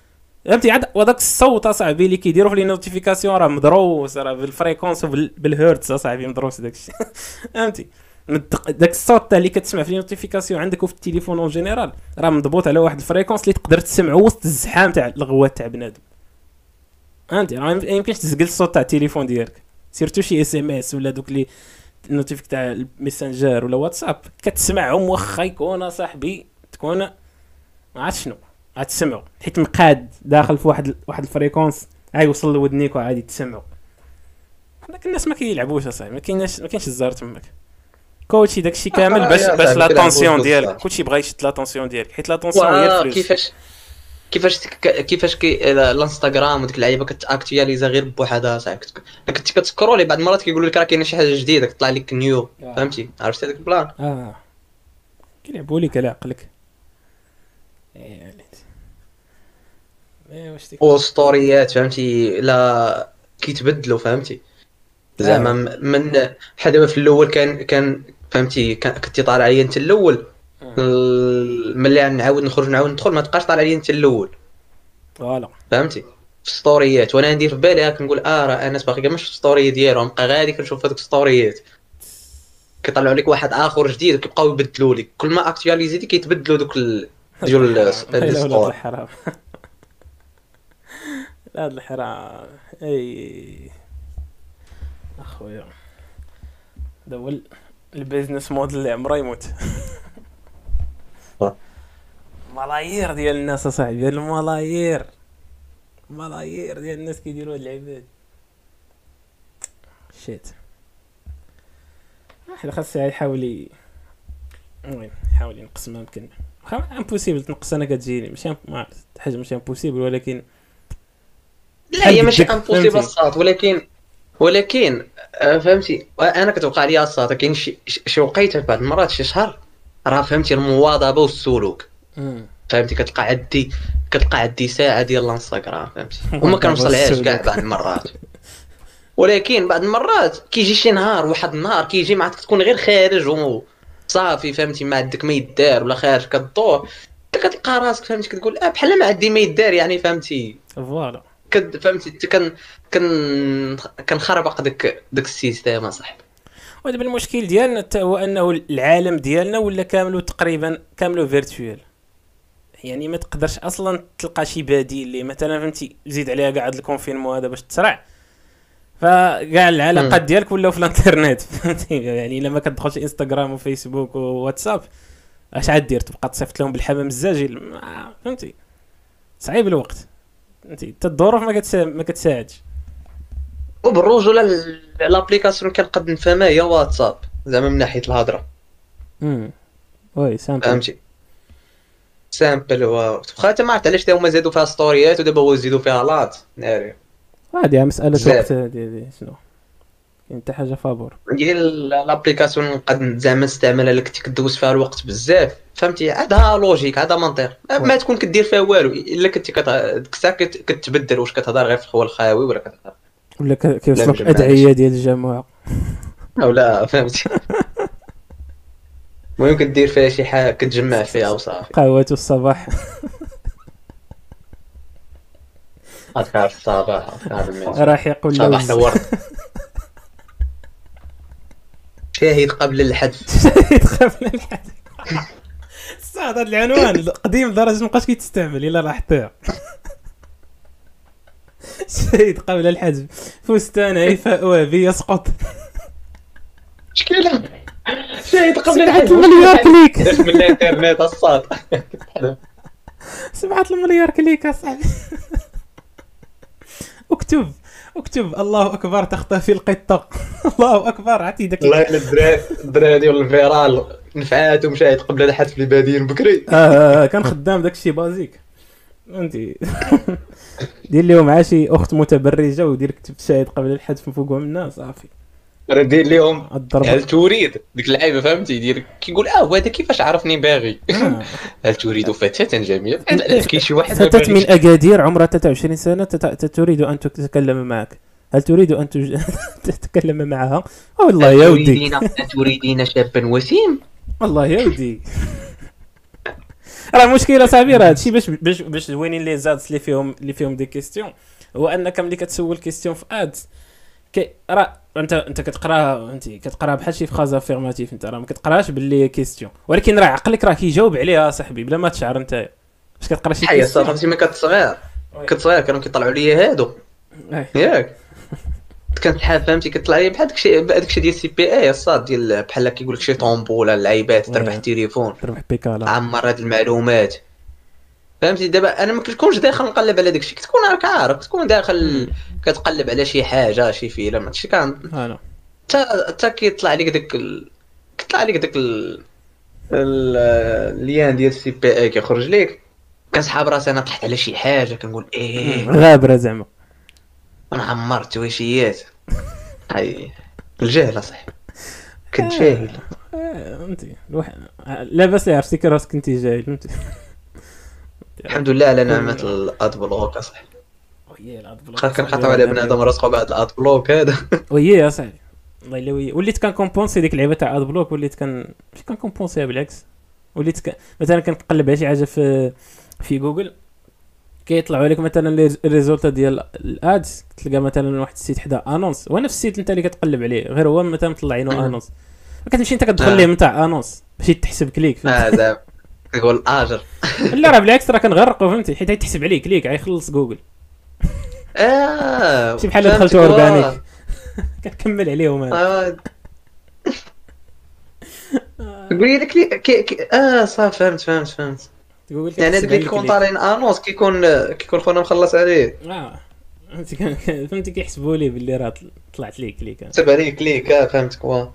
فهمتي عاد وداك الصوت اصاحبي اللي كيديروا في لي نوتيفيكاسيون راه مدروس راه بالفريكونس وبالهيرتز اصاحبي مدروس داكشي فهمتي مد- داك الصوت تاع اللي كتسمع في لي نوتيفيكاسيون عندك وفي التليفون اون جينيرال راه مضبوط على واحد الفريكونس اللي تقدر تسمعه وسط الزحام تاع الغوات تاع بنادم فهمتي راه ما يمكنش تسجل الصوت تاع التليفون ديالك سيرتو شي اس ام اس ولا دوك لي النوتيفيك تاع الميسنجر ولا واتساب كتسمعهم واخا يكون صاحبي تكون ما عرفت شنو غتسمعوا حيت مقاد داخل في واحد واحد الفريكونس غيوصل لودنيك وعادي تسمعوا. لكن الناس ما كيلعبوش اصاحبي ما كايناش ما كاينش الزهر تماك كلشي داكشي كامل آه، باش يا باش صاحبي لاتونسيون كيلعبوش ديالك بزاف. كلشي بغا يشد لاتونسيون ديالك حيت لاتونسيون هي واه الفلوس. كيفاش كيفاش تك- كيفاش كي الانستغرام وديك اللعيبه كتاكتواليزا غير بوحدها صاحبي كت- كنت كتسكرولي بعض المرات كيقولوا لك راه كاينه شي حاجه جديده كطلع لك نيو آه. فهمتي عرفتي هذاك البلان. اه كيلعبوا لك على عقلك يعني ايه واش ديك وستوريات فهمتي لا كيتبدلوا فهمتي زعما آه. م- من بحال دابا في الاول كان كان فهمتي كان- كنتي طالع عليا انت الاول آه. ال- ملي نعاود نخرج نعاود ندخل ما تبقاش طالع عليا انت الاول فوالا فهمتي في ستوريات وانا ندير في بالي هاك نقول اه راه انس باقي كاع مش في ستوري ديالهم بقى غادي كنشوف هذوك ستوريات كيطلعوا لك واحد اخر جديد وكيبقاو يبدلوا لك كل ما اكتواليزيتي كيتبدلوا دوك ال... ديال لا لا الستور. الحرام لا هاد الحرام اي اخويا هذا هو ال- البيزنس موديل اللي عمره يموت آه. ملايير ديال الناس اصاحبي ديال الملايير ملايير ديال الناس كيديروا هاد العباد شيت واحد خاص يحاول ي- المهم يحاول ينقص ما يمكن واخا امبوسيبل تنقص انا كتجيني ماشي أم- ما عرفت حاجه ماشي امبوسيبل ولكن لا هي ماشي بدك، امبوسيبل فهمتي؟ الصاد ولكن ولكن آه، فهمتي انا كتوقع لي الصاد كاين شي شي وقيته بعض المرات شي شهر راه فهمتي المواظبه والسلوك مم. فهمتي كتلقى عندي كتلقى عندي ساعه ديال الانستغرام فهمتي وما كنوصلهاش كاع بعض المرات ولكن بعض المرات كيجي شي نهار واحد النهار كيجي معك تكون غير خارج وصافي فهمتي ما عندك ما يدار ولا خارج كدور انت كتلقى راسك فهمتي كتقول اه بحال ما عندي ما يدار يعني فهمتي فوالا كد فهمتي انت كان كان كنخربق داك داك السيستم اصاحبي. ودابا المشكل ديالنا حتى هو انه العالم ديالنا ولا كامل تقريبا كامل فيرتوال يعني ما تقدرش اصلا تلقى شي بديل اللي مثلا فهمتي زيد عليها كاع هاد الكونفينمون هذا باش تسرع فكاع العلاقات مم. ديالك ولاو في الانترنت فهمتي يعني الا ما كتدخلش انستغرام وفيسبوك وواتساب اش عاد دير تبقى تصيفط لهم بالحمام الزاجل ما- فهمتي صعيب الوقت فهمتي حتى الظروف ما كتسا... ما كتساعدش وبالرجوله ال- الابليكاسيون كنقد نفهمها هي واتساب زعما من ناحيه الهضره امم وي سامبل فهمتي سامبل و واخا حتى ما عرفت علاش تا هما زادوا فيها ستوريات ودابا هو زيدوا فيها لات ناري هادي مساله بزاف. وقت هادي هادي شنو كاين حتى حاجه فابور ديال الابليكاسيون نقد زعما نستعملها لك كدوز فيها الوقت بزاف فهمتي عندها لوجيك عندها منطق ما تكون كدير فيها والو الا كنتي كت- ديك الساعه كت- كتبدل واش كتهضر غير في الخوال الخاوي ولا كتهضر ولا ك- كيوصلوك بجماعة. ادعيه ديال الجماعه او لا فهمتي المهم كدير فيها شي حاجه كتجمع فيها وصافي قهوه الصباح اذكار الصباح اذكار المساء راح يقول صباح لوز الورد شاهد قبل الحذف قبل الحدث هذا العنوان القديم لدرجه ما بقاش كيتستعمل الا راح طير شهيد قبل الحجب فستان عفاء وهبي يسقط مشكلة شاهد قبل سبعة الحذف المليار كليك درت من الانترنت الصاد سبعة المليار كليك اصاحبي اكتب اكتب الله اكبر تختفي القطه الله اكبر عرفتي داك والله الا الدراري الدراري ديال الفيرال نفعات ومشاهد قبل الحذف اللي بادين بكري آه، آه، كان خدام داك الشيء بازيك فهمتي دير لهم مع شي اخت متبرجه ودير كتب شاهد قبل الحذف من فوقهم الناس صافي راه دير لهم الضربه هل تريد ديك اللعيبه فهمتي يدير كيقول اه هذا كيفاش عرفني باغي آه. هل تريد فتاة جميلة كاين شي واحد فتاة من أكادير عمرها ثلاثة وعشرين سنة تت- تريد أن تتكلم معك هل تريد أن تج... تتكلم معها؟ والله يا ودي تريدين تريدين شابا وسيم والله يا ودي راه مشكله صاحبي، راه هادشي باش باش باش زوينين لي زادس اللي فيهم اللي فيهم دي كيستيون، هو انك ملي كتسول كيستيون في ادز كي راه انت انت كتقراها انت كتقراها بحال شي فراز افيرماتيف، انت راه ما كتقراهاش باللي كيستيون، ولكن راه عقلك راه كيجاوب عليها صاحبي بلا ما تشعر انت باش كتقرا شي حيا صافي. كيستيون. فهمتي ملي كنت صغير كنت صغير كانوا كيطلعوا لي هادو أي. ياك، كانت حال فهمتي كيطلع لي بحال داكشي داكشي ديال سي بي اي الصاد ديال بحال كيقول لك شي طومبوله اللعيبات تربح وي. التليفون تربح بيكالا. عمر هاد المعلومات فهمتي. دابا انا ما كنتكونش داخل نقلب على داكشي، كتكون راك عارف كتكون داخل كتقلب على شي حاجه شي فيلم هادشي كان انا حتى حتى كيطلع لك داك ال... كيطلع لك داك ال... ال... الليان ديال سي بي اي كيخرج لك، كنسحاب راسي انا طلعت على شي حاجه كنقول ايه غابره زعما. انا عمرت تويشيات. هاي الجهل اصاحبي، كنت جاهل. فهمتي الواحد لاباس لي عرفتي راسك كنتي جاهل فهمتي. الحمد لله على نعمه الاد بلوك اصاحبي، وي الاد بلوك خا كنقطعوا على بنادم راسخو بعد الاد بلوك هذا. وي يا صاحبي والله الا وي وليت كان كومبونسي ديك اللعبه تاع اد بلوك، وليت كان ماشي كان كومبونسيها بالعكس، وليت ك... مثلا كنقلب على شي حاجه في في جوجل كيطلعوا لك مثلا لي ريزولتا ديال الادز، تلقى مثلا واحد السيت حدا انونس، هو نفس السيت انت اللي كتقلب عليه غير هو مثلا مطلعينو انونس، كتمشي انت كتدخل ليه نتاع انونس باش يتحسب كليك فهمت. هذا يقول اجر. لا راه بالعكس راه كنغرقوا فهمتي، حيت يتحسب عليه كليك غيخلص جوجل اه شي بحال دخلتو اورغانيك كنكمل عليهم هذا. قولي لك لي كي كي اه صافي فهمت فهمت فهمت تقول لك يعني هذاك اللي كيكون طالعين انونس كيكون كيكون خونا مخلص عليه اه فهمتي كان- فهمتي كيحسبوا لي باللي راه طل- طلعت لي كليك كتب عليه كليك اه فهمتك واه.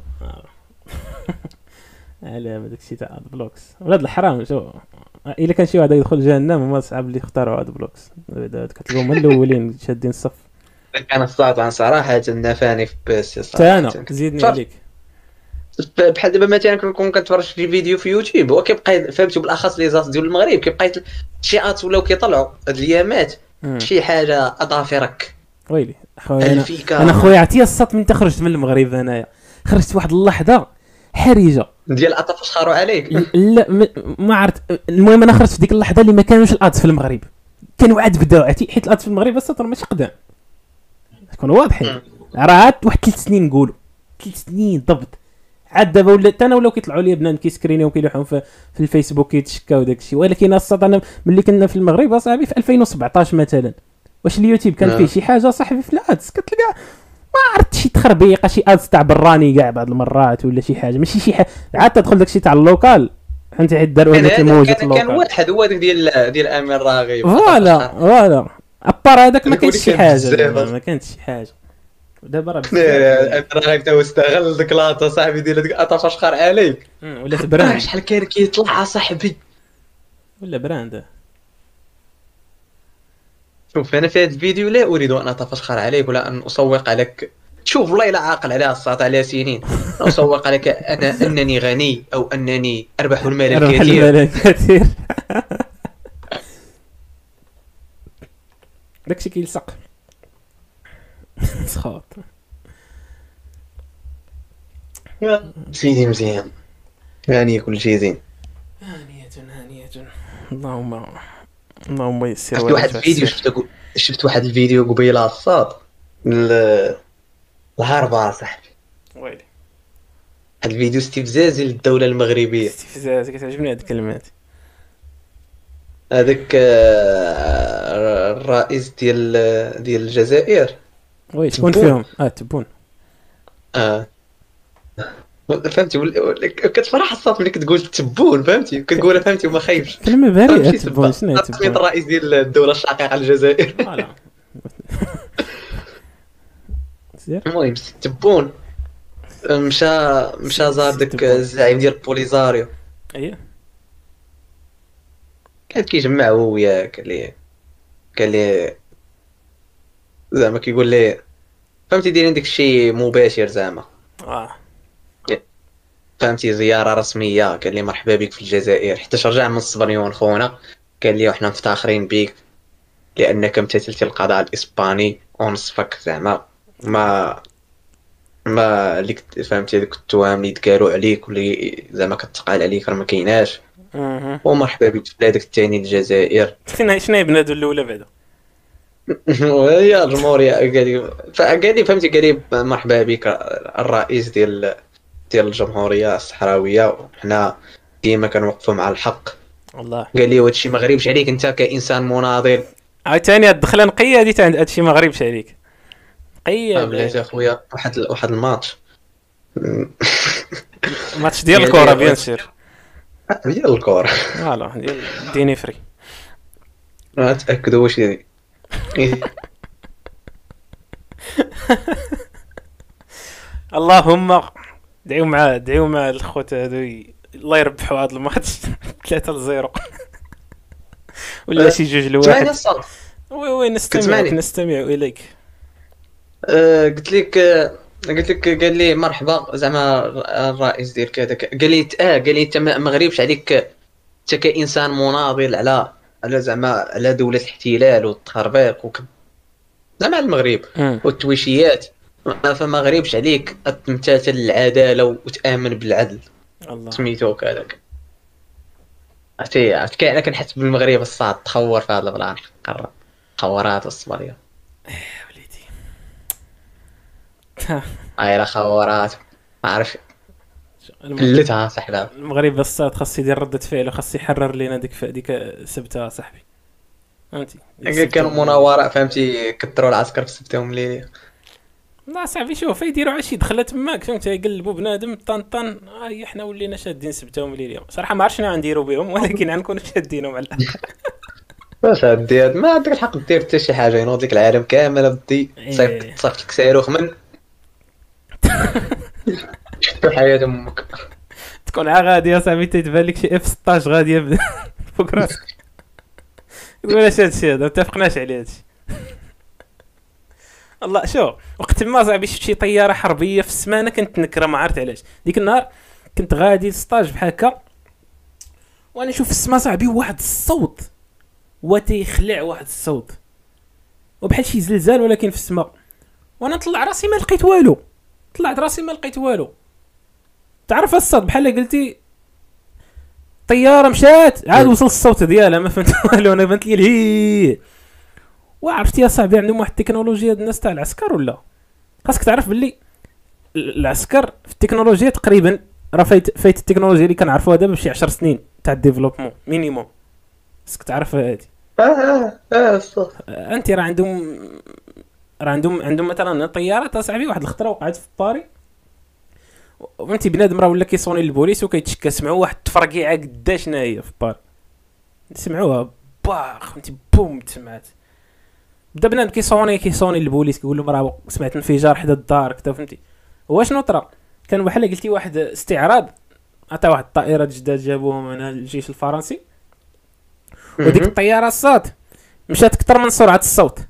على هذاك الشيء تاع اد بلوكس ولاد الحرام. شو الا كان شي واحد يدخل جهنم هما صعب اللي اختاروا اد بلوكس، كتلقاهم هما الاولين شادين الصف. كان الساطع صراحه نفاني في بيس حتى انا زيدني عليك بحال دابا مثلا كنكون كنتفرج في فيديو في يوتيوب وكيبقى فهمتي بالاخص لي زاس ديال المغرب كيبقى شي ات ولاو كيطلعوا هاد الايامات مم. شي حاجه اظافرك ويلي خويا انا الفيكا انا خويا عطيه الصط من تخرجت من المغرب انايا خرجت واحد اللحظه حرجه ديال اتا فشخروا عليك. لا م- ما عرفت. المهم انا خرجت في ديك اللحظه اللي ما كانوش الادز في المغرب، كانوا عاد بداو عرفتي حيت الادز في المغرب السطر ماشي قدام كانوا واضحين، راه عاد واحد ثلاث سنين نقولوا ثلاث سنين ضبط. عاد دابا ولا انا ولاو كيطلعوا لي بنان كيسكرينيو وكيلوحوا في, في الفيسبوك كيتشكاو داك الشيء، ولكن الصاد انا ملي كنا في المغرب اصاحبي في ألفين وسبعطاش مثلا واش اليوتيوب كان فيه شي حاجه صاحبي في الادز كتلقى ما عرفت شي تخربيقه شي ادز تاع براني كاع بعض المرات ولا شي حاجه ماشي شي حاجه عاد تدخل داك الشيء تاع اللوكال فهمتي حيت داروا هذاك الموجه كان, كان واحد هو داك ديال ديال امير راغب فوالا فوالا ابار هذاك ما اللي كانش شي كان حاجه بزاف دابا، أصلاً. ما كانتش شي حاجه دابا راه بزاف. امير راغب تا هو استغل ديك لاطا صاحبي ديال ديك اتا فشخر عليك مم، ولا براند شحال كان كيطلع صاحبي. ولا براند. شوف انا في هذا الفيديو لا اريد ان اتفشخر عليك ولا ان اسوق عليك، شوف والله الا عاقل عليها الساط عليها سنين اسوق عليك انا انني غني او انني اربح المال أربح الكثير. المال الكثير داكشي كيلصق سخاط. سيدي مزيان يعني كل شيء زين. هانية هانية اللهم اللهم يسر شفت ولا واحد الفيديو شفت شفت واحد الفيديو قبيله الصاد الهربه صاحبي. ويلي هاد الفيديو استفزازي للدوله المغربيه. استفزاز كتعجبني هاد الكلمات. هذاك آه، الرئيس ديال ديال الجزائر وي شكون تبون. فيهم؟ اه تبون اه فهمتي ولا- ولا- كتفرح الصوت ملي كتقول تبون فهمتي كتقولها فهمتي وما خايفش. كلمة بريئة فهمتي تبون شنو هي تسميت تبون؟ الرئيس ديال الدوله الشقيقه الجزائر. فوالا سير المهم تبون مشى مشى زار داك تبون. الزعيم ديال بوليزاريو اييه كان كيجمع هو وياه قال ليه قال ليه زعما كيقول ليه فهمتي دايرين داك الشيء مباشر زعما اه فهمتي زياره رسميه قال لي مرحبا بك في الجزائر حتى رجع من الصبريون خونا قال لي وحنا مفتخرين بك لانك امتثلت القضاء الاسباني ونصفك زعما ما ما اللي كت- فهمتي هذوك التهم اللي تقالوا عليك واللي زعما كتقال عليك راه ما كايناش اها. ومرحبا بك في بلادك الثاني الجزائر. فين شنو هي بنادو الاولى بعدا؟ وهي الجمهوريه قال لي فقال لي فهمتي قال لي مرحبا بك الرئيس ديال ديال الجمهوريه الصحراويه، وحنا ديما كنوقفوا مع الحق. والله قال لي وهادشي ما غريبش عليك انت كانسان مناضل. عاوتاني هاد الدخله نقيه هادي تاع هادشي ما غريبش عليك نقيه. بلاتي اخويا واحد واحد الماتش ماتش ديال الكره بيان سير، ديال الكره فوالا ديال ديني فري. ما تاكدوا واش اللهم دعيو مع دعيو مع الخوت هادو ي- الله يربحوا هذا الماتش ثلاثة لصفر ولا شي جوج سمعني لواحد. الصوت. وي وي نستمع كتسمعني؟ نستمع اليك. آه، قلت لك آه، قلت لك قال لي مرحبا زعما الرئيس ديال كذا ك- قال لي اه قال لي انت ما ما غريبش عليك انت كانسان مناضل على على زعما على دوله الاحتلال والتخربيق وك زعما على المغرب أمم. والتويشيات، فما غريبش عليك تمتثل للعداله وتامن بالعدل. الله سميتو كذاك عرفتي عرفت كاع انا كنحس بالمغرب الصاد تخور في هذا البلان قرب خورات الصبريه وليدي. هاي لا خورات ما عرف الم- قلتها صاحبها. المغرب الصاد خاص يدير ردة فعل وخاص يحرر لينا ديك ف- ديك سبتة صاحبي، فهمتي ديك السبتة. كانوا مناورة فهمتي كثروا العسكر في سبتهم الليلية. لا صاحبي شوف يديروا عشي دخله تماك فهمتي يقلبوا بنادم طن طن هاي حنا ولينا شادين سبتهم اليوم. صراحه ما عرفتش شنو غنديروا بهم ولكن غنكونوا شادينهم على الاقل. واش هادي هاد ما عندك الحق دير حتى شي حاجة، ينوض لك العالم كامل بدي إيه. صيفط تصيفط لك صاروخ من شفتو حياة امك. تكون عا غادي يا صاحبي تيتبان لك شي اف ستطاش غادي يبدا فوق راسك. تقول اش هادشي هذا متفقناش عليه هادشي. الله شوف وقت ما صاحبي شفت شي طياره حربيه في السمانه كنت نكره ما عرفت علاش. ديك النهار كنت غادي للسطاج بحال هكا وانا نشوف في السما صاحبي واحد الصوت وتيخلع واحد الصوت وبحال شي زلزال ولكن في السماء، وانا طلع راسي ما لقيت والو. طلعت راسي ما لقيت والو. تعرف الصوت بحال قلتي طياره مشات عاد وصل الصوت ديالها ما فهمت والو. انا بانت لي الهي. وعرفتي يا صاحبي عندهم واحد التكنولوجيا هاد الناس تاع العسكر ولا خاصك تعرف باللي ال- العسكر في التكنولوجيا تقريبا راه فايت فايت التكنولوجيا اللي كنعرفوها دابا بشي عشر سنين تاع الديفلوبمون مينيموم. خاصك تعرف هادي. اه اه اه الصوت. آه، انت راه عندهم راه عندهم عندهم مثلا طيارات صاحبي واحد الخطره وقعت في باري فهمتي بنادم راه ولا كيصوني للبوليس وكيتشكى سمعوا واحد التفرقيعه قداش ناهيه في باري سمعوها باخ فهمتي بوم تسمعات. بدا بنادم كيصوني كيصوني للبوليس كيقول لهم راه سمعت انفجار حدا الدار كذا فهمتي. هو شنو طرا كان بحال قلتي واحد استعراض عطا واحد الطائره جداد جابوهم من الجيش الفرنسي وديك الطياره الصاد مشات اكثر من سرعه الصوت.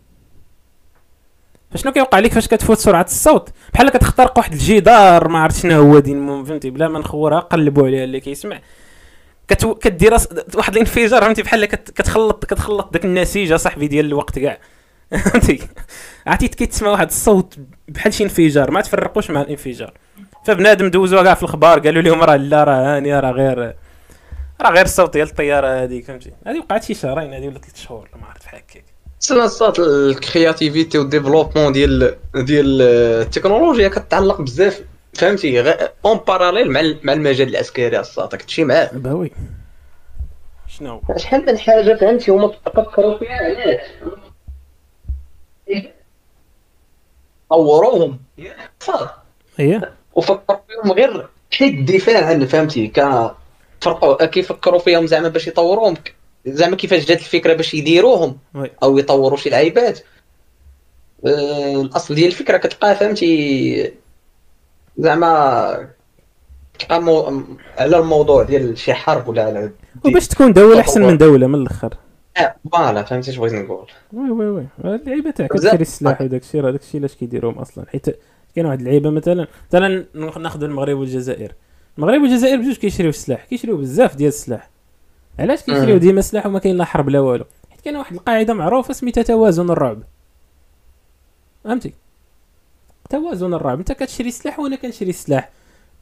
فشنو كيوقع لك فاش كتفوت سرعه الصوت بحال كتخترق واحد الجدار ما عرفت شنو هو دين فهمتي بلا ما نخورها قلبوا عليها اللي كيسمع كتو... كدير راس- واحد الانفجار فهمتي بحال كت... كتخلط كتخلط داك النسيج صاحبي ديال الوقت كاع فهمتي. عرفتي كيتسمع واحد الصوت بحال شي انفجار ما تفرقوش مع الانفجار. فبنادم دوزوها كاع في الاخبار قالوا لهم راه لا راه هانيه راه غير راه غير الصوت ديال الطياره هذيك فهمتي. هذه وقعت شي شهرين هذه ولا ثلاث شهور ما عرفت بحال هكاك. سنا الصوت الكرياتيفيتي والديفلوبمون ديال ديال التكنولوجيا كتعلق بزاف فهمتي اون باراليل مع ال- مع المجال العسكري الصاد كتمشي معاه. باوي شنو شحال من حاجه فهمتي هما فكروا فيها علاش طوروهم صاد هي وفكروا فيهم غير حيت الدفاع عن فهمتي ك فرقوا كيفكروا فيهم زعما باش يطوروهم ك- زعما كيفاش جات الفكره باش يديروهم وي او يطوروا شي لعيبات. آه، الاصل ديال الفكره كتلقى فهمتي زعما تلقى مو... على الموضوع ديال شي حرب ولا على وباش تكون دوله احسن من دوله من الاخر. اه فوالا فهمتي اش بغيت نقول. وي وي وي اللعيبه تاع بزاف. كتشري السلاح وداك الشيء راه داك الشيء علاش كيديروهم اصلا حيت كاين واحد اللعيبه مثلا مثلا ناخذ المغرب والجزائر. المغرب والجزائر بجوج كيشريو السلاح كيشريو بزاف ديال السلاح. علاش كيشريو مم. ديما سلاح وما كاين لا حرب لا والو حيت كاين واحد القاعده معروفه سميتها توازن الرعب فهمتي. توازن الرعب انت كتشري سلاح وانا كنشري سلاح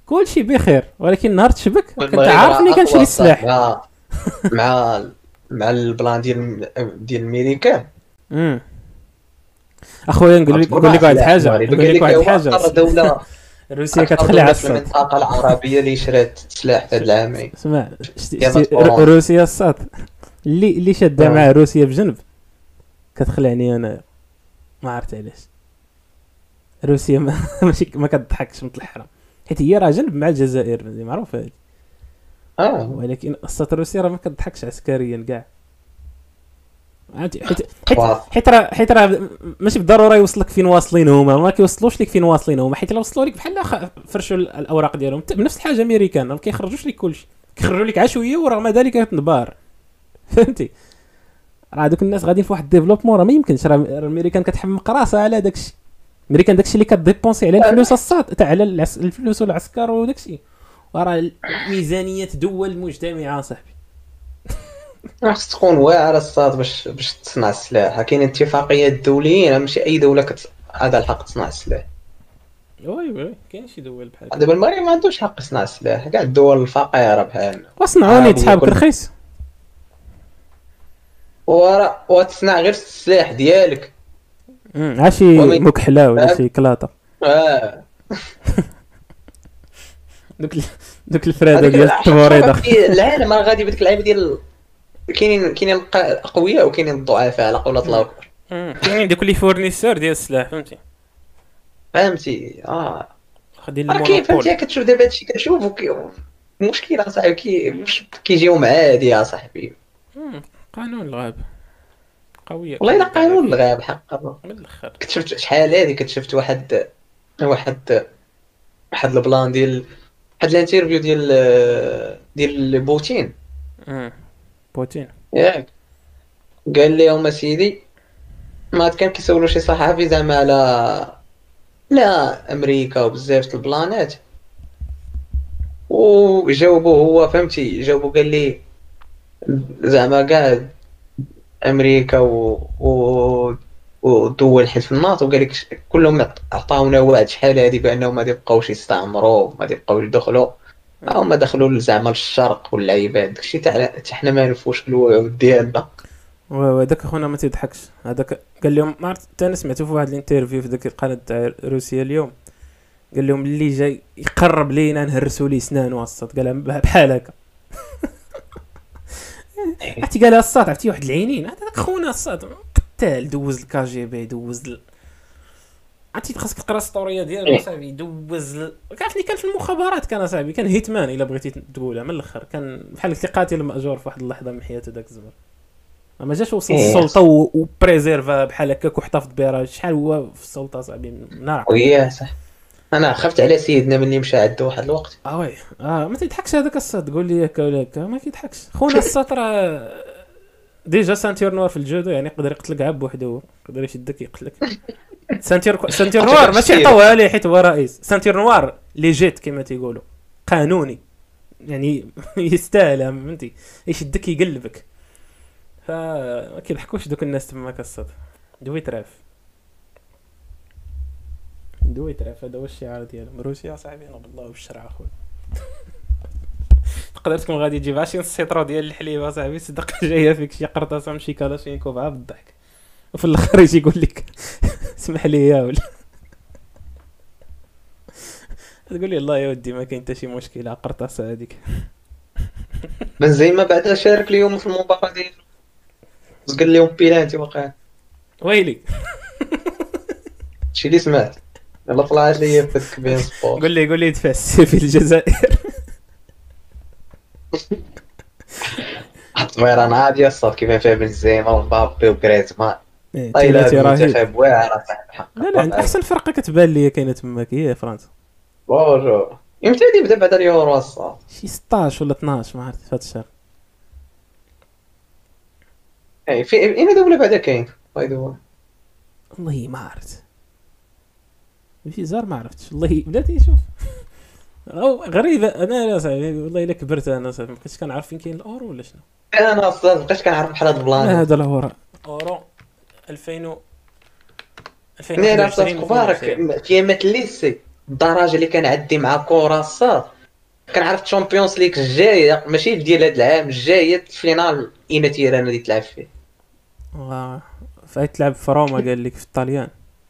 كلشي بخير، ولكن نهار تشبك كنت والمغرب عارف راه ملي أقوى كنشري الصاد السلاح. مع مع مع البلان ديال ديال الميريكان. امم اخويا نقول لك نقول غتبرع لك واحد سلاح الحاجه، المغرب، نقول قال لك لك واحد هو الحاجه. اكثر دوله روسيا اكثر كتخلع دوله على في الصاد. المنطقه العربيه اللي شرات السلاح هاد العامين اسمع، شتي هي شتي ماسبورون. روسيا الصاد اللي اللي شاده آه. مع روسيا بجنب كتخلعني انا، ما عرفت علاش. روسيا ما ماشي ما كتضحكش متلحره، حيت هي راه جنب مع الجزائر معروفه هذه، اه ولكن الصاد روسيا راه ما كتضحكش عسكريا كاع. عرفتي حيت حيت واضح. حيت راه حيت راه ماشي بالضروره يوصلك فين واصلين هما، ما كيوصلوش لك فين واصلين هما، حيت لو وصلوا لك بحال خ- فرشوا ال- الاوراق ديالهم ت- بنفس الحاجه امريكان، ما كيخرجوش لك كلشي، كيخرجوا لك عشويه ورغم ذلك كتنبار. فهمتي؟ راه دوك الناس غاديين في واحد الديفلوبمون، راه ما يمكنش، راه الامريكان كتحمق راسها على داكشي. الامريكان داكشي اللي كديبونسي على الفلوس الصاد تاع على العس... الفلوس والعسكر وداكشي، وراه ميزانيه دول مجتمعه صاحبي. خاص تكون واعره الصاد باش باش تصنع السلاح. كاين اتفاقيات دوليين، ماشي اي دوله كت هذا الحق تصنع السلاح. وي وي كاين شي دول بحال دابا المغرب ما عندوش حق يصنع السلاح، كاع الدول الفقيره بحالنا وصنعوني عربية تحابك كل- رخيص. ورا وتصنع غير السلاح ديالك. امم عاشي ومن- مكحله ولا شي كلاطه، اه دوك ال- دوك الفراده هذيك ديال التمريضه. في العالم راه غادي بديك اللعيبه ديال كاينين كاينين الق- الاقوياء وكاينين الضعفاء على قولة الله اكبر. كاينين دوك لي فورنيسور ديال السلاح، فهمتي؟ فهمتي؟ اه خدين راه كاين، فهمتي؟ المونوبول. كتشوف دابا هادشي كتشوف وكي- المشكل اصاحبي كي مش كيجيو عادي يا صاحبي. مم، قانون الغاب قويه والله الا قانون الغاب حقا. من الاخر. كنت شفت شحال هادي، كنت شفت واحد واحد واحد البلان ديال واحد الانترفيو ديال ديال بوتين امم بوتين. ياك. قال لهم اسيدي ما كان كيسولوا شي صحافي زعما على لا امريكا وبزاف د البلانات، وجاوبوه هو، فهمتي؟ جاوبو قال لي زعما كاع امريكا و و ودول حلف الناطو قال لك كلهم عطاونا وعد شحال هادي بانهم ما يبقاوش يستعمروا، ما يبقاوش يدخلوا، هما دخلوا زعما للشرق واللعيبات داكشي تاع حتى حنا ما نعرفوش الوعود ديالنا. وهذاك اخونا ما تيضحكش، هذاك قال لهم، ما عرفت حتى انا سمعته في واحد الانترفيو في ذاك القناه تاع روسيا اليوم، قال لهم اللي جاي يقرب لينا نهرسوا ليه سنانو الصاد، قالها بحال هكا. عرفتي قالها الصاد، عرفتي واحد العينين، هذا داك خونا الصاد قتال، دوز الكا جي بي، دوز ال... عرفتي خاصك تقرا السطوريه ديالو صاحبي، دوز ال... عرفتني كان في المخابرات، كان صاحبي كان هيتمان الا بغيتي تقولها من الاخر، كان بحال قلتي قاتل ماجور في واحد اللحظه من حياته داك الزمر، ما جاش وصل إيه. السلطه و- وبريزيرفا بحال هكاك واحتفظ بها، راه شحال هو في السلطه صاحبي من نار. وياه صح، انا خفت على سيدنا ملي مشى عنده واحد الوقت. اه وي اه ما تضحكش هذاك الصاد، تقول لي هكا ولا هكا، ما كيضحكش خونا الصاد، راه ديجا سانتير نوار في الجودو، يعني يقدر يقتلك عا بوحدو، يقدر يشدك يقتلك. سانتير سانتير نوار ماشي عطاوها ليه حيت هو رئيس، سانتير نوار ليجيت كما تيقولوا، قانوني يعني يستاهل، فهمتي؟ يشدك يقلبك، فما كيضحكوش دوك الناس تماك الصاد. دوي تراف دوي تراف، هذا هو الشعار ديالهم. روسيا صاحبي انا بالله بالشرع اخويا. تقدر تكون غادي تجيب عشرين سيطرو ديال الحليب اصاحبي، صدق جايه فيك شي قرطاسه من شي كلاشينكوف عا بالضحك، وفي الاخر يجي يقول لك اسمح لي يا ولد، تقول لي الله يا ودي ما كاين حتى شي مشكله، قرطاسه هذيك. بنزيما بعدا شارك اليوم في المباراه ديالو، قال لهم بيلانتي وقع ويلي شي اللي سمعت. يلا طلعت لي في ديك بين سبور. قول لي قول لي دفع السي في الجزائر. الطويره ناضيه الصاد كيف فيها بنزيما ومبابي وغريزمان. إيه، طيب تيلاتي رهيب. المنتخب واعر صاحب حق. لا لا عند احسن فرقه كتبان لي كاينه تماك هي فرنسا، بونجو يمتى غادي يبدا بعد اليورو الصاد؟ شي ستطاش ولا اثناش ما عرفت في هذا الشهر. اي في اين دوله بعدا كاين باي ذا واي؟ والله ما عرفت في زار، ما عرفتش والله بلاتي. شوف او غريبه انا لا صاحبي والله الا كبرت انا صاحبي، ما كنتش كنعرف فين كاين الاورو ولا شنو. انا الصاد مابقيتش كنعرف بحال هاد ما البلان. هذا الاورو اورو ألفين و انا عرفت اخبارك في ايامات الليسي الدرجه اللي كنعدي مع كره الصاد كنعرف الشامبيونز ليغ الجايه ماشي ديال هذا العام الجايه الفينال اين تيران غادي تلعب فيه. آه، فايت تلعب في روما قال لك في الطليان.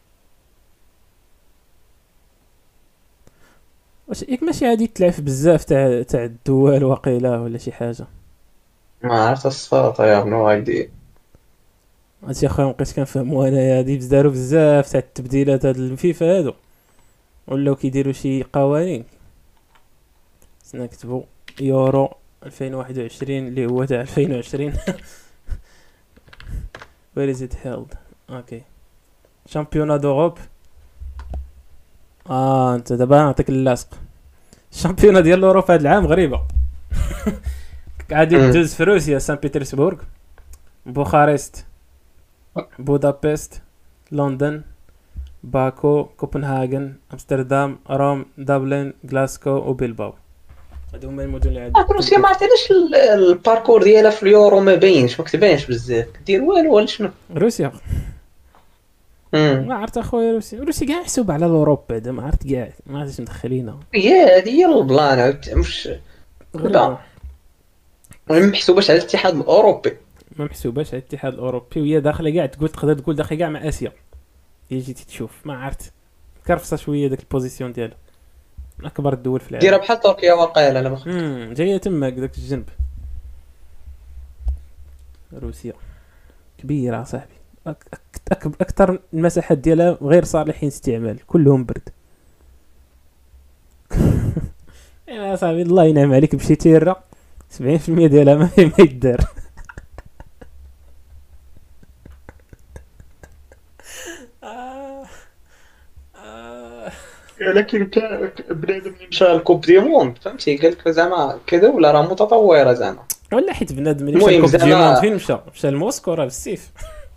واش ياك ماشي عادي تلعب في بزاف تاع تاع الدول وقيله ولا شي حاجه؟ ما عرفت الصفات يا نو ايدي. هادشي اخويا مبقيتش كنفهمو انايا، هادي داروا بزاف تاع التبديلات هاد الفيفا هادو، ولاو كيديروا شي قوانين. نكتبوا يورو ألفين وواحد وعشرين اللي هو تاع ألفين وعشرين. where is it held؟ اوكي شامبيونا دوروب. اه انت دابا نعطيك اللاصق. الشامبيونا ديال اوروبا هاد العام غريبه. غادي مم. تدوز في روسيا، سان بيترسبورغ، بوخارست، بودابست، لندن، باكو، كوبنهاغن، امستردام، روم، دبلن، غلاسكو وبيلباو. هادو هما المدن اللي عاد روسيا ما عرفت علاش ال- الباركور ديالها في اليورو ما باينش ما كتبانش بزاف دير والو ولا شنو. روسيا امم ما عرفت اخويا. روسيا روسيا كاع محسوب على الاوروب بعدا، ما عرفت كاع ما عرفتش مدخلينها. هي هذه هي البلان عاود- مش غريبة. ما محسوباش على الاتحاد الاوروبي. ما محسوباش على الاتحاد الاوروبي، وهي داخله كاع تقول تقدر تقول داخله كاع مع اسيا. هي جيتي تشوف ما عرفت كرفصه شويه داك البوزيسيون ديالها، من اكبر الدول في العالم. دايره بحال تركيا واقيلا لا ما خ- امم جايه تماك داك الجنب. روسيا كبيره صاحبي، أك... أك... اكثر المساحات ديالها غير صالحين استعمال، كلهم برد. يا صاحبي الله ينعم عليك بشي تيرا سبعين في المية ديالها ما ما يدار. آه. آه. لكن كان بنادم اللي مشى لكوب دي موند فهمتي قال لك زعما كذا ولا راه متطوره زعما. ولا حيت بنادم اللي المهم مشى كوب دي زعما- موند فين مشى؟ مشى لموسكو راه بالسيف.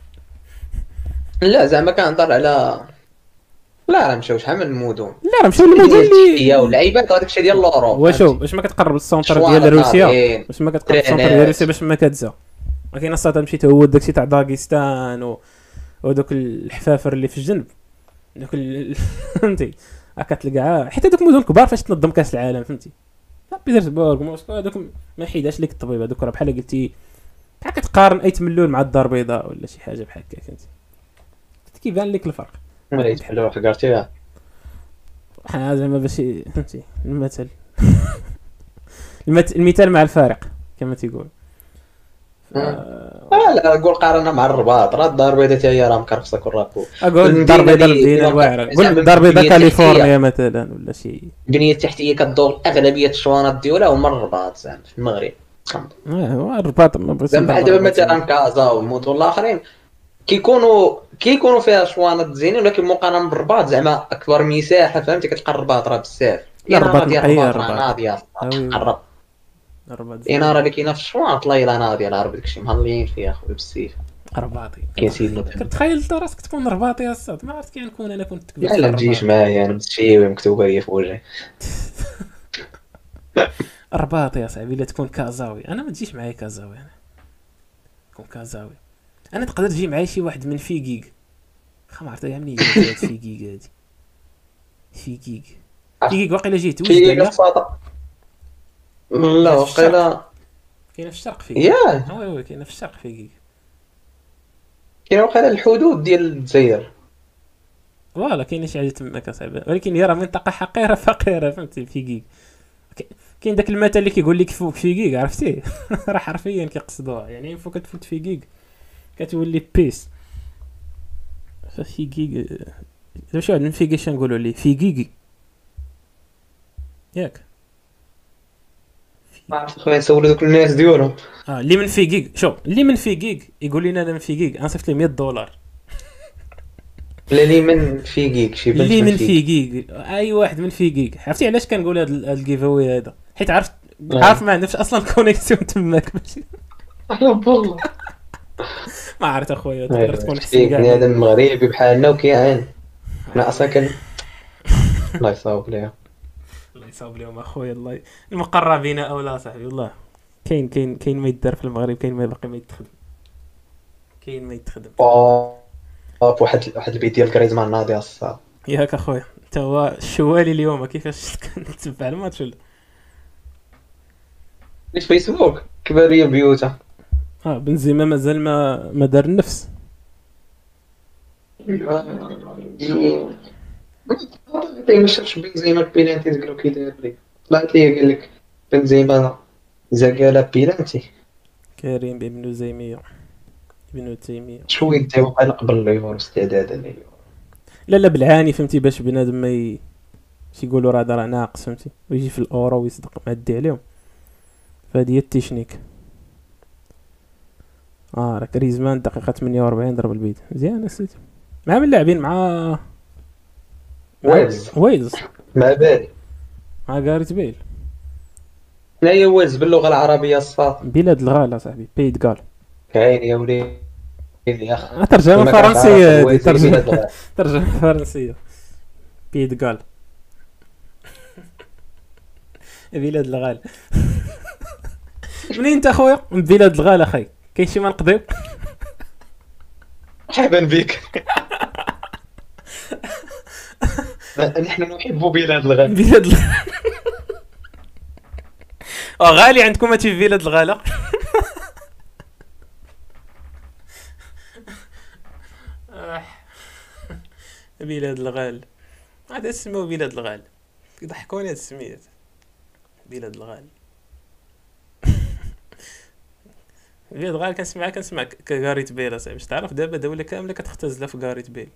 لا زعما كنهضر على لا راه مشاو شحال من المدن. لا راه مشاو للمدن هي اللي واللعيبات هذاك الشيء ديال الاوروب. واشو باش ما كتقرب للسونتر شوارع ديال روسيا، ناضيين، باش ما كتقرب للسونتر ديال ترينات. روسيا باش ما كتزا. ما كاين الصاد مشيت هو داكشي تاع داغستان و ودوك الحفافر اللي في الجنب دوك ال- فهمتي هكا تلقى حتى دوك المدن كبار فاش تنظم كاس العالم فهمتي. لا بيترسبورغ موسكو هذوك ما يحيدهاش لك الطبيب، هذوك راه بحال قلتي بحال كتقارن اي تملول مع الدار البيضاء ولا شي حاجه بحال هكا فهمتي، كيبان لك الفرق. ولا يتحلوا فكرتيها. ها زعما باش ي- فهمتي المثل. المت- المثال مع الفارق كما تيقول. آه، لا لا قول قارنا مع الرباط راه الدار البيضاء حتى هي راه مكرفسه كل راكو. اقول المدينة دار بيضاء اللي- المدينه اللي الواعره، زعما قول دار بيضاء البنية كاليفورنيا مثلا ولا شي. البنيه التحتيه كدور اغلبيه الشوانط ديالها هما الرباط زعما في المغرب. آه، هو الرباط ما بغيتش زعما بحال نضرب دابا الرباط. مثلا كازا والمدن الاخرين كيكونوا كيكونوا فيها شوانط زينين ولكن مقارنه بالرباط زعما اكبر مساحه فهمتي كتلقى الرباط راه بزاف. لا، الرباط ديال نقية، الرباط راه الرباط. ناضيه أوي. قرب. الرباط الاناره اللي كاينه في الشوانط لا الا ناضيه لا راه داكشي مهليين فيها خويا بالسيف. رباطي. كاين سيدي كتخيل انت راسك تكون رباطي يا استاذ؟ ما عرفت كي نكون انا كنت كبرت لا في لا تجيش الرباط. معايا انا مستشي مكتوبه لي في وجهي. رباطي يا صاحبي لا تكون كازاوي، انا ما تجيش معايا كازاوي، انا كون كازاوي. انا تقدر تجي معايا شي واحد من فيكيك، خا ما عرفت كاع منين جات هاد فيكيك هادي. فيكيك فيكيك واقيلا جيت وجد في لا الصاطا لا وقيلا كاينه في الشرق فيكيك. ياه وي وي كاينه في الشرق فيكيك. كاين وقيلا الحدود ديال الجزائر. فوالا كاينه شي حاجه تماك اصاحبي، ولكن هي راه منطقه حقيره فقيره فهمتي. فيكيك كاين داك المثل اللي كيقول لك فوق فيكيك عرفتيه. راه حرفيا كيقصدوها، يعني فوق كتفوت فيكيك كتولي بيس. فيكيك دابا شي واحد من فيكيك شنقولوا ليه فيكيكي ياك. ما عرفت خويا نسولو دوك الناس ديالهم. اه اللي من فيكيك شوف اللي من فيكيك يقول لنا انا من فيكيك انصيفط ليه مية دولار. لا لي من فيكيك شي بنت اللي من فيكيك. فيكيك اي واحد من فيكيك. عرفتي علاش كنقول هذا الجيفاوي هذا؟ حيت عرفت آه. عارف ما عندهمش اصلا كونيكسيون تماك. ماشي والله ما عرفت اخويا تقدر تكون فيك حسن كاع. بنادم مغربي بحالنا وكيعاني انا اصلا كان الله يصاوب ليها. الله يصاوب لهم اخويا. الله المقربين او لا صاحبي والله كاين كاين كاين ما يدار في المغرب، كاين ما باقي ما يتخدم، كاين ما يتخدم. اوه واحد واحد البيت ديال كريزمان ناضي الصاد ياك اخويا انت هو الشوالي اليوم كيفاش كنتبع الماتش ولا؟ في فيسبوك كباريه بيوتا. اه بنزيما مازال ما ما دار النفس. ما شافش بنزيما بيلانتي تقولوا كي داير لي، طلعت لي قال لك بنزيما زقاله بيلانتي. كريم ابن زيمية ابن تيمية. شوي انت وقع قبل اليورو استعدادا لليورو. لا لا بالعاني فهمتي باش بنادم ما ي... شي يقولوا راه هذا راه ناقص فهمتي ويجي في الاورو ويصدق معدي عليهم. فهادي هي التكنيك. اه راه كريزمان دقيقة ثمانية وأربعين ضرب البيت مزيان اسيدي. مع من اللاعبين مع مع ويلز ويلز مع بالي. مع غاريت بيل. لا هي ويلز باللغه العربيه الصاط. بلاد الغالة صاحبي بيت قال. كاين يا وليدي يا اخي. ترجمة ما كانش فرنسية عارف هادي الويلز هي بلاد ترجمة الغرب. ترجمة فرنسية. بيت قال. بلاد الغالة. منين انت اخويا؟ من بلاد الغالة اخي. كاين شي ما نقضيو؟ مرحبا بك. نحن نحب بلاد الغرب. بلاد الغالة. اه غالي عندكم هاتي في بلاد الغالة. آه. بلاد الغال هذا اسمه بلاد الغال. يضحكوني هاد السميات بلاد الغال. بلاد الغال كنسمعها كنسمع كغاريت بيل اصاحبي باش تعرف دابا دولة كاملة كتختزل في غاريت بيل.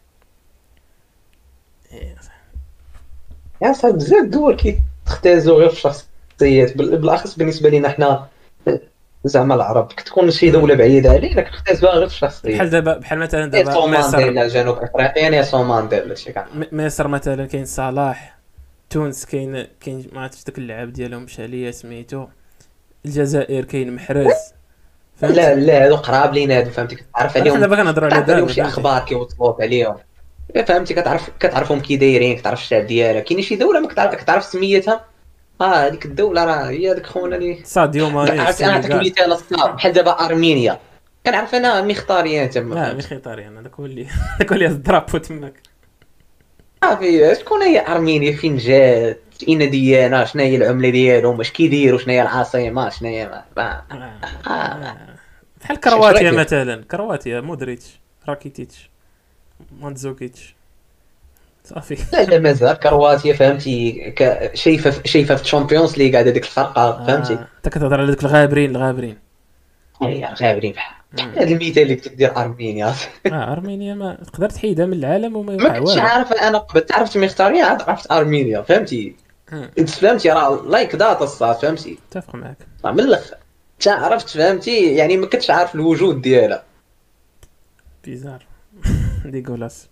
إيه. يا صاحبي بزاف الدول كيتختازوا غير في الشخصيات، بال- بالاخص بالنسبه لينا حنا زعما العرب، كتكون شي دوله بعيده علينا كنختازوها غير في بحال الشخصيات. دابا بحال مثلا دابا نيلسون مصر. مانديلا جنوب افريقيا، نيلسون مانديلا هادشي كاع. م- مصر مثلا كاين صلاح. تونس كاين كاين ما عرفتش داك اللعاب ديالهم مشى ليا سميتو. الجزائر كاين محرز. فهمت؟ لا لا هادو قراب لينا هادو، فهمتي كتعرف حنا عليهم، دابا كنهضروا على كتعرف عليهم دابا شي فهمتي. اخبار كيوصلوك عليهم، فهمتي كتعرف كتعرفهم كي دايرين، كتعرف الشعب ديالها. كاين شي دوله ما كتعرف كتعرف سميتها، اه هذيك الدوله راه هي هذاك خونا اللي ساديو ماني عرفت. انا نعطيك السنغال. مثال الصعب بحال دابا ارمينيا، كنعرف انا مختاريان تما، لا فهمتي. ماشي طاري داك هو اللي داك هو اللي الدرابو تماك. صافي شكون هي ارمينيا، فين جات، اين ديانه، شنو هي العمله ديالهم، اش كيديروا، شنو هي العاصمه، شنو هي ما ما- آه. آه. آه. بحال اش كرواتيا رايك؟ مثلا كرواتيا مودريتش راكيتيتش مانزوكيتش صافي. لا لا مازال كرواتيا فهمتي ك- شايفه شايفه في الشامبيونز ليغ هذا ديك الفرقه، فهمتي. اه انت كتهضر على دوك الغابرين الغابرين. هي غابرين بحال مم. هذا المثال اللي كنت دير ارمينيا. اه ارمينيا ما تقدر تحيدها من العالم وما ما يوقع كنتش والو. عارف انا قبل، تعرفت مختاريا عاد عرفت ارمينيا، فهمتي. مم. فهمتي راه لايك داتا الصاد، فهمتي. اتفق معك. راه من الاخر تا عرفت، فهمتي يعني ما كنتش عارف الوجود ديالها. بيزار. ديغولاس.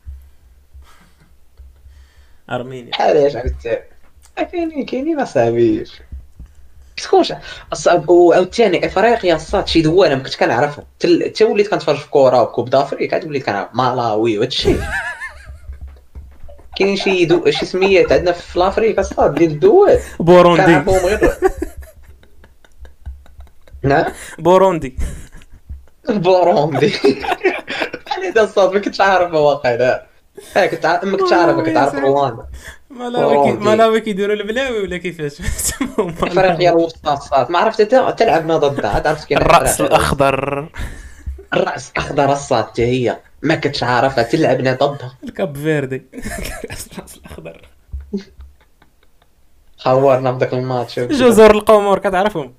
ارمينيا. بحال اش عرفت. كاينين كاينين اصاحبي شكونش الصعب. وعاوتاني افريقيا الصاد شي دوله ما كنت كنعرفها، تل- تا وليت كنتفرج في كره وكوب دافريك عاد وليت كنعرف مالاوي وهادشي. كاين شي دو... شي سميات عندنا في لافريكا الصاد ديال الدول بوروندي. كنعرفهم غير. نعم بوروندي. بوروندي. بحال هذا الصاد ما كنتش عارفها واقيلا. اه كنت عارف، ما كنتش عارفها، كنت عارف رواندا. ملاوي كي بوروندي. ملاوي كيديروا البلاوي ولا كيفاش؟ افريقيا الوسطى الصاد ما عرفت حتى تلعبنا ضدها، عاد عرفت كاين الرأس أفريقيا. الأخضر. الراس اخضر الصاد حتى هي ما كنتش عارفها، تلعبنا ضدها. الكاب فيردي. الرأس الأخضر. خورنا بداك الماتش. جزر القمر كتعرفهم؟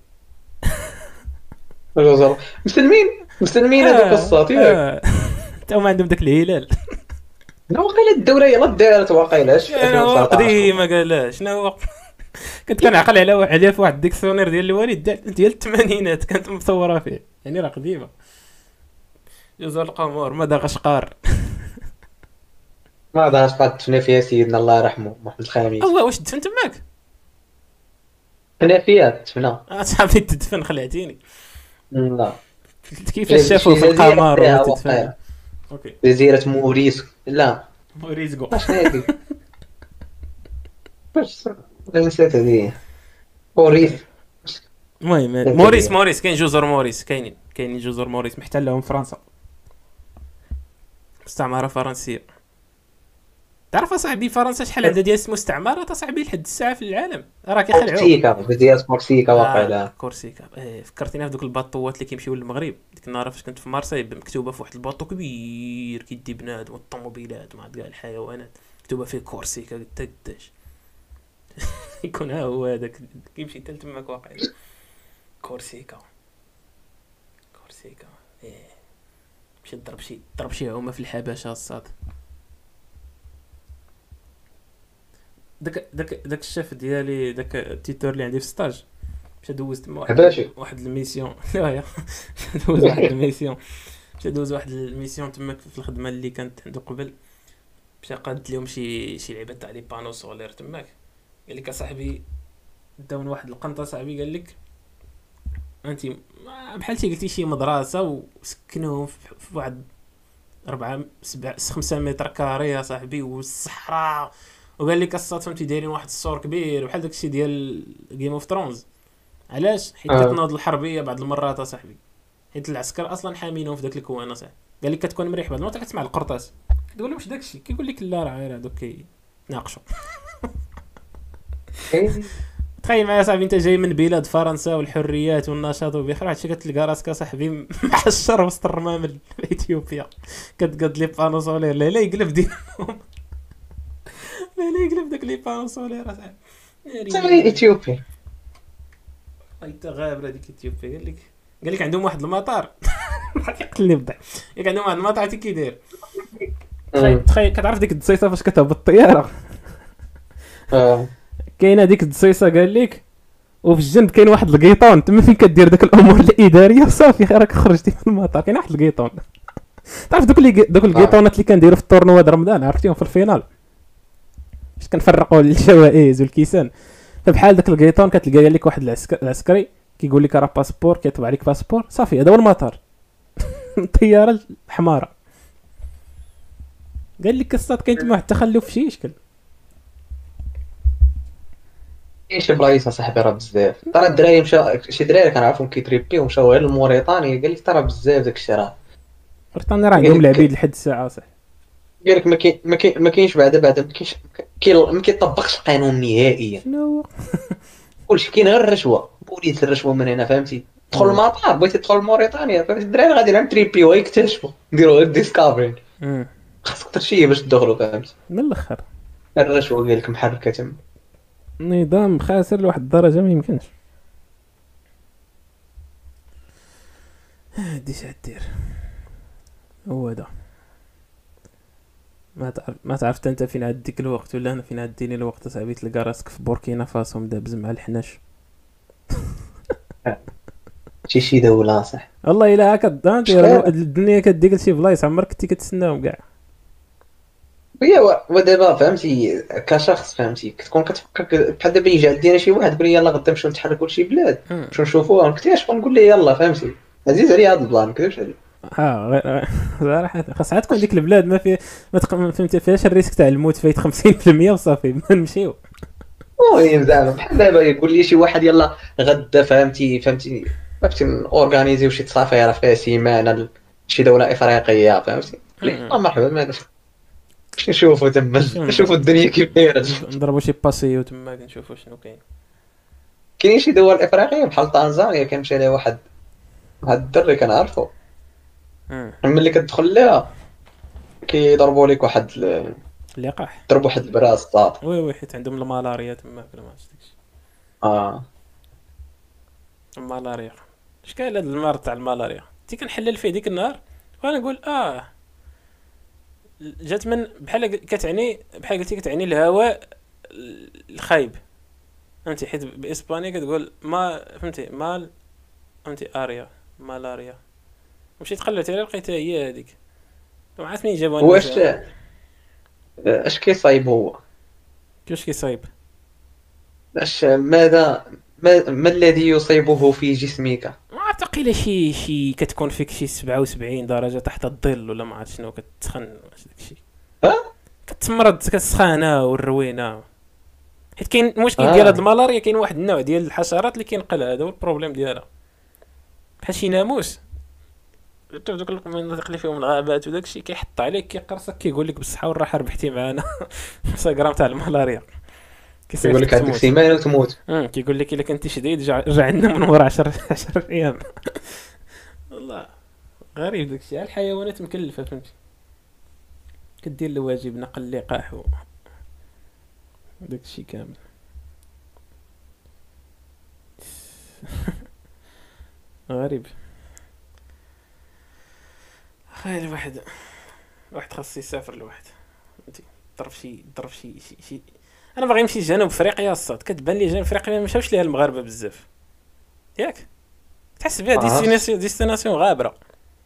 جزر مسلمين مسلمين هذوك الصاد ياك. تا هما عندهم داك الهلال. لا واقيلا الدوله يلا دارت واقيلا اش انا هو قديمه قال شنو هو. كنت كنعقل على واحد عليها في واحد الديكسيونير ديال الوالد ديال ديال الثمانينات كانت مصوره فيه يعني راه قديمه. جزر القمر مدغشقر. ما دارش قد دفنا فيها سيدنا الله يرحمه محمد الخامس. الله واش دفن تماك؟ دفنا فيها دفنا. اه صاحبي تدفن خلعتيني. لا كيفاش شافوا في القمر وتدفن. وتدفن اوكي جزيره موريس. لا موريزكو. اش هادي باش لا نسيت هذه موريس. المهم موريس موريس كاين جزر موريس كاينين كاينين جزر موريس محتلهم فرنسا مستعمره فرنسيه تعرف اصاحبي فرنسا شحال عندها ديال المستعمرات اصاحبي لحد الساعه في العالم، راه كيخلعوا. كورسيكا بديات كورسيكا واقيلا. آه كورسيكا. آه فكرتينا في دوك الباطوات اللي كيمشيو للمغرب ديك النهار فاش كنت في مارسي، مكتوبه في واحد الباطو كبير كيدي بنادم والطوموبيلات مع كاع الحيوانات، مكتوبه فيه كورسيكا. قلت قداش يكون ها هو هذاك كيمشي حتى تماك واقيلا. كورسيكا كورسيكا ايه. مشي ضرب شي ضرب شي عومه في الحبشه الصاد. داك داك داك الشيف ديالي داك التيتور اللي عندي في ستاج، مشى دوز تما واحد حباشي. واحد الميسيون. لا يا دوز واحد الميسيون، مشى دوز واحد الميسيون تما في الخدمه اللي كانت عنده قبل. مشى قاد لهم شي شي لعبه تاع لي بانو سولير تماك. قال لك اصاحبي داو من واحد القنطه صاحبي، قال لك انت بحال تي قلتي شي مدرسه وسكنوهم في واحد أربعة سبعة خمسة متر كاري يا صاحبي والصحراء، وقال لك الصاد فهمتي دايرين واحد السور كبير بحال داكشي ديال جيم اوف ثرونز. علاش؟ حيت آه. كتنوض الحربيه بعض المرات اصاحبي، حيت العسكر اصلا حامينهم في داك الكوان اصاحبي. قال لك كتكون مريح بعض المرات كتسمع القرطاس، تقول له واش داكشي، كيقول لك لا راه غير هذوك كيتناقشوا. تخيل معايا صاحبي انت جاي من بلاد فرنسا والحريات والنشاط وبخير، هادشي كتلقى راسك صاحبي محشر وسط الرمامل في اثيوبيا كتقاد لي بانو سولير. لا لا يقلب ديالهم، لا لا يقلب داك لي بانو سولير اصاحبي. تمرين اثيوبي انت غابر هذيك اثيوبيا. قال لك قال لك عندهم واحد المطار بقى كيقتلني بالضحك. ياك عندهم واحد المطار عرفتي كي داير. تخيل تخيل كتعرف ديك الدصيصه فاش كتهبط الطياره، اه كاينه ديك الدصيصه قال لك، وفي الجنب كاين واحد القيطون تما فين كدير داك الامور الاداريه وصافي راك خرجتي من المطار. كاين واحد القيطون، تعرف دوك اللي دوك القيطونات اللي كنديروا في التورنوا د رمضان عرفتيهم في الفينال باش كنفرقوا الجوائز والكيسان. فبحال داك القيطون كتلقى قال لك واحد العسكري العسكري كيقول لك راه باسبور، كيطبع عليك باسبور صافي هذا هو المطار. الطياره الحمراء. قال لك الصاد كاين تما واحد التخلف شي اشكال. كاين شي بلايص اصاحبي راه بزاف. ترى الدراري مشى شي دراري كنعرفهم كيتريبيو مشاو غير لموريتانيا، قال لك ترى بزاف داك الشيء راه. بريطانيا راه عندهم العبيد لحد الساعه صح. قال لك ما كاين ما كاين ما كاينش بعدا بعدا ما كاينش كاين ما كيطبقش القانون نهائيا. شنو هو؟ كلشي كاين غير الرشوه، بوليس الرشوه من هنا فهمتي. تدخل المطار بغيتي تدخل لموريتانيا فهمتي، الدراري غادي نعم تريبيو يكتشفوا نديروا غير ديسكافري، امم خاصك ترشيه باش تدخلوا فهمتي. من الاخر الرشوه قال لك محركه تما. نظام خاسر لواحد الدرجه ما يمكنش. هادي دير هو هذا. ما تعرف ما تعرف انت فين عاد ديك الوقت ولا انا فين عديني الوقت صاحبي، تلقى راسك في بوركينا فاسو مدابز مع الحناش. شي شي دوله صح والله الا هكا دير الدنيا كديك لشي بلايص عمرك كنتي كتسناهم كاع. هي ودابا فهمتي كشخص فهمتي كتكون كتفكر بحال دابا يجي عندنا شي واحد يقول لي يلاه غدا نمشيو نتحركوا لشي بلاد نمشيو نشوفوها، نكتشف نقول ليه يلاه فهمتي عزيز عليا هذا البلان كيفاش عليه. ها غير صراحه خاصها تكون ديك البلاد ما في ما تق... فهمتي فيهاش الريسك تاع الموت فايت خمسين بالمية وصافي نمشيو. المهم زعما بحال دابا يقول لي شي واحد يلاه غدا فهمتي فهمتي فهمتي اورغانيزيو شي تصافيره فيها سيمانه شي دوله افريقيه فهمتي. لا مرحبا ما باش نشوفوا تما نشوفوا الدنيا كيف دايره، نضربوا شي باسيو تما نشوفوا شنو كاين. كاين شي دول افريقيه بحال طنزانيا كنمشي لها واحد واحد الدري كنعرفو ملي كتدخل ليها كيضربوا لك واحد اللقاح، ضربوا واحد البراس صاط. وي وي حيت عندهم الملاريا تما كلا ما عرفتش داكشي. اه الملاريا اش كاين هاد المرض تاع الملاريا تي كنحلل فيه ديك النهار وانا نقول اه جات من بحال كتعني بحال قلتي كتعني الهواء الخايب فهمتي، حيت باسبانيا كتقول ما فهمتي مال فهمتي اريا مالاريا. مشيت قلت عليها لقيتها هي هذيك. ما عرفت منين جابوها. واش اش كيصايب هو كيفاش كيصايب؟ اش ماذا ما, ما الذي يصيبه في جسمك؟ ما عرفت قيله شي شي كتكون فيك شي سبعة وسبعين درجه تحت الظل ولا ما عرفت شنو كتسخن واش داكشي ها كتمرض كتسخانه والروينه. حيت كاين مشكل آه. ديال هاد الملاريا كاين واحد النوع ديال الحشرات اللي كينقل هذا هو البروبليم ديالها بحال شي ناموس شوف دوك المناطق اللي فيهم الغابات وداك الشيء كيحط عليك كيقرصك كيقول لك بالصحه والراحه ربحتي معانا غرام تاع الملاريا يقول لك عندك سيمانه وتموت. امم كيقول لك الا كنتي شديد رجع عندنا من ورا عشرة عشرة ايام. والله غريب داك الشيء. الحيوانات مكلفه فهمتي كدير الواجب نقل لقاح و داك الشيء كامل. غريب خايل الواحد واحد خاص يسافر لواحد فهمتي ضرب شي ضرب شي شي شي انا باغي نمشي جنوب افريقيا الصاد كتبان لي جنوب افريقيا ما مشاوش ليها المغاربه بزاف ياك تحس بها ديستيناسيون ديستيناسيون غابره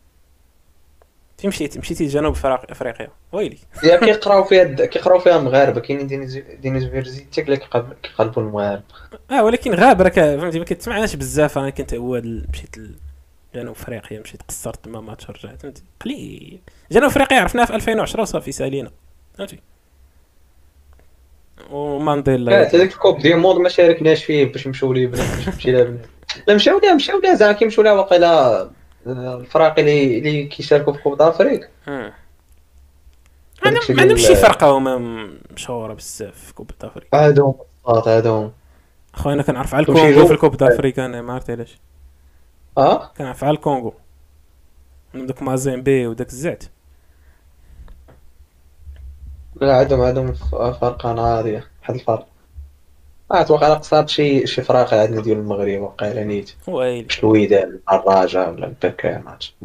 تمشي مشيتي لجنوب افريقيا ويلي يا كيقراو فيها د... كيقراو فيها مغاربه كاينين دينيفرسيتي اللي كيقلبوا المغاربه اه ولكن غابره فهمتي ما كتسمعناش بزاف. انا كنت هو مشيت جنوب افريقيا مشيت قصرت تما ماتش رجعت فهمتي قليل. جنوب افريقيا عرفناها في ألفين وعشرة وصافي سالينا فهمتي ومانديلا لا هذاك الكوب ديال مود ما شاركناش فيه باش نمشيو ليه باش نمشي لها لا مشاو لها مشاو لها زعما كيمشيو لها واقيلا الفراقي اللي اللي كيشاركوا في كوب افريقيا. انا ما عندهمش شي فرقه هما مشهوره بزاف في كوب افريقيا هادو هادو اخويا. انا كنعرف على الكونغو في الكوب افريقيا انا ما عرفت علاش اه كنعرف على الكونغو من داك مازيمبي وداك الزعت. لا عندهم عندهم فرقه ناضيه واحد الفرق اه توقع قصاد شي شي فراقي عندنا ديال المغرب وقيلا نيت ويلي الوداد الدراجه ولا البكا ما عرفتش.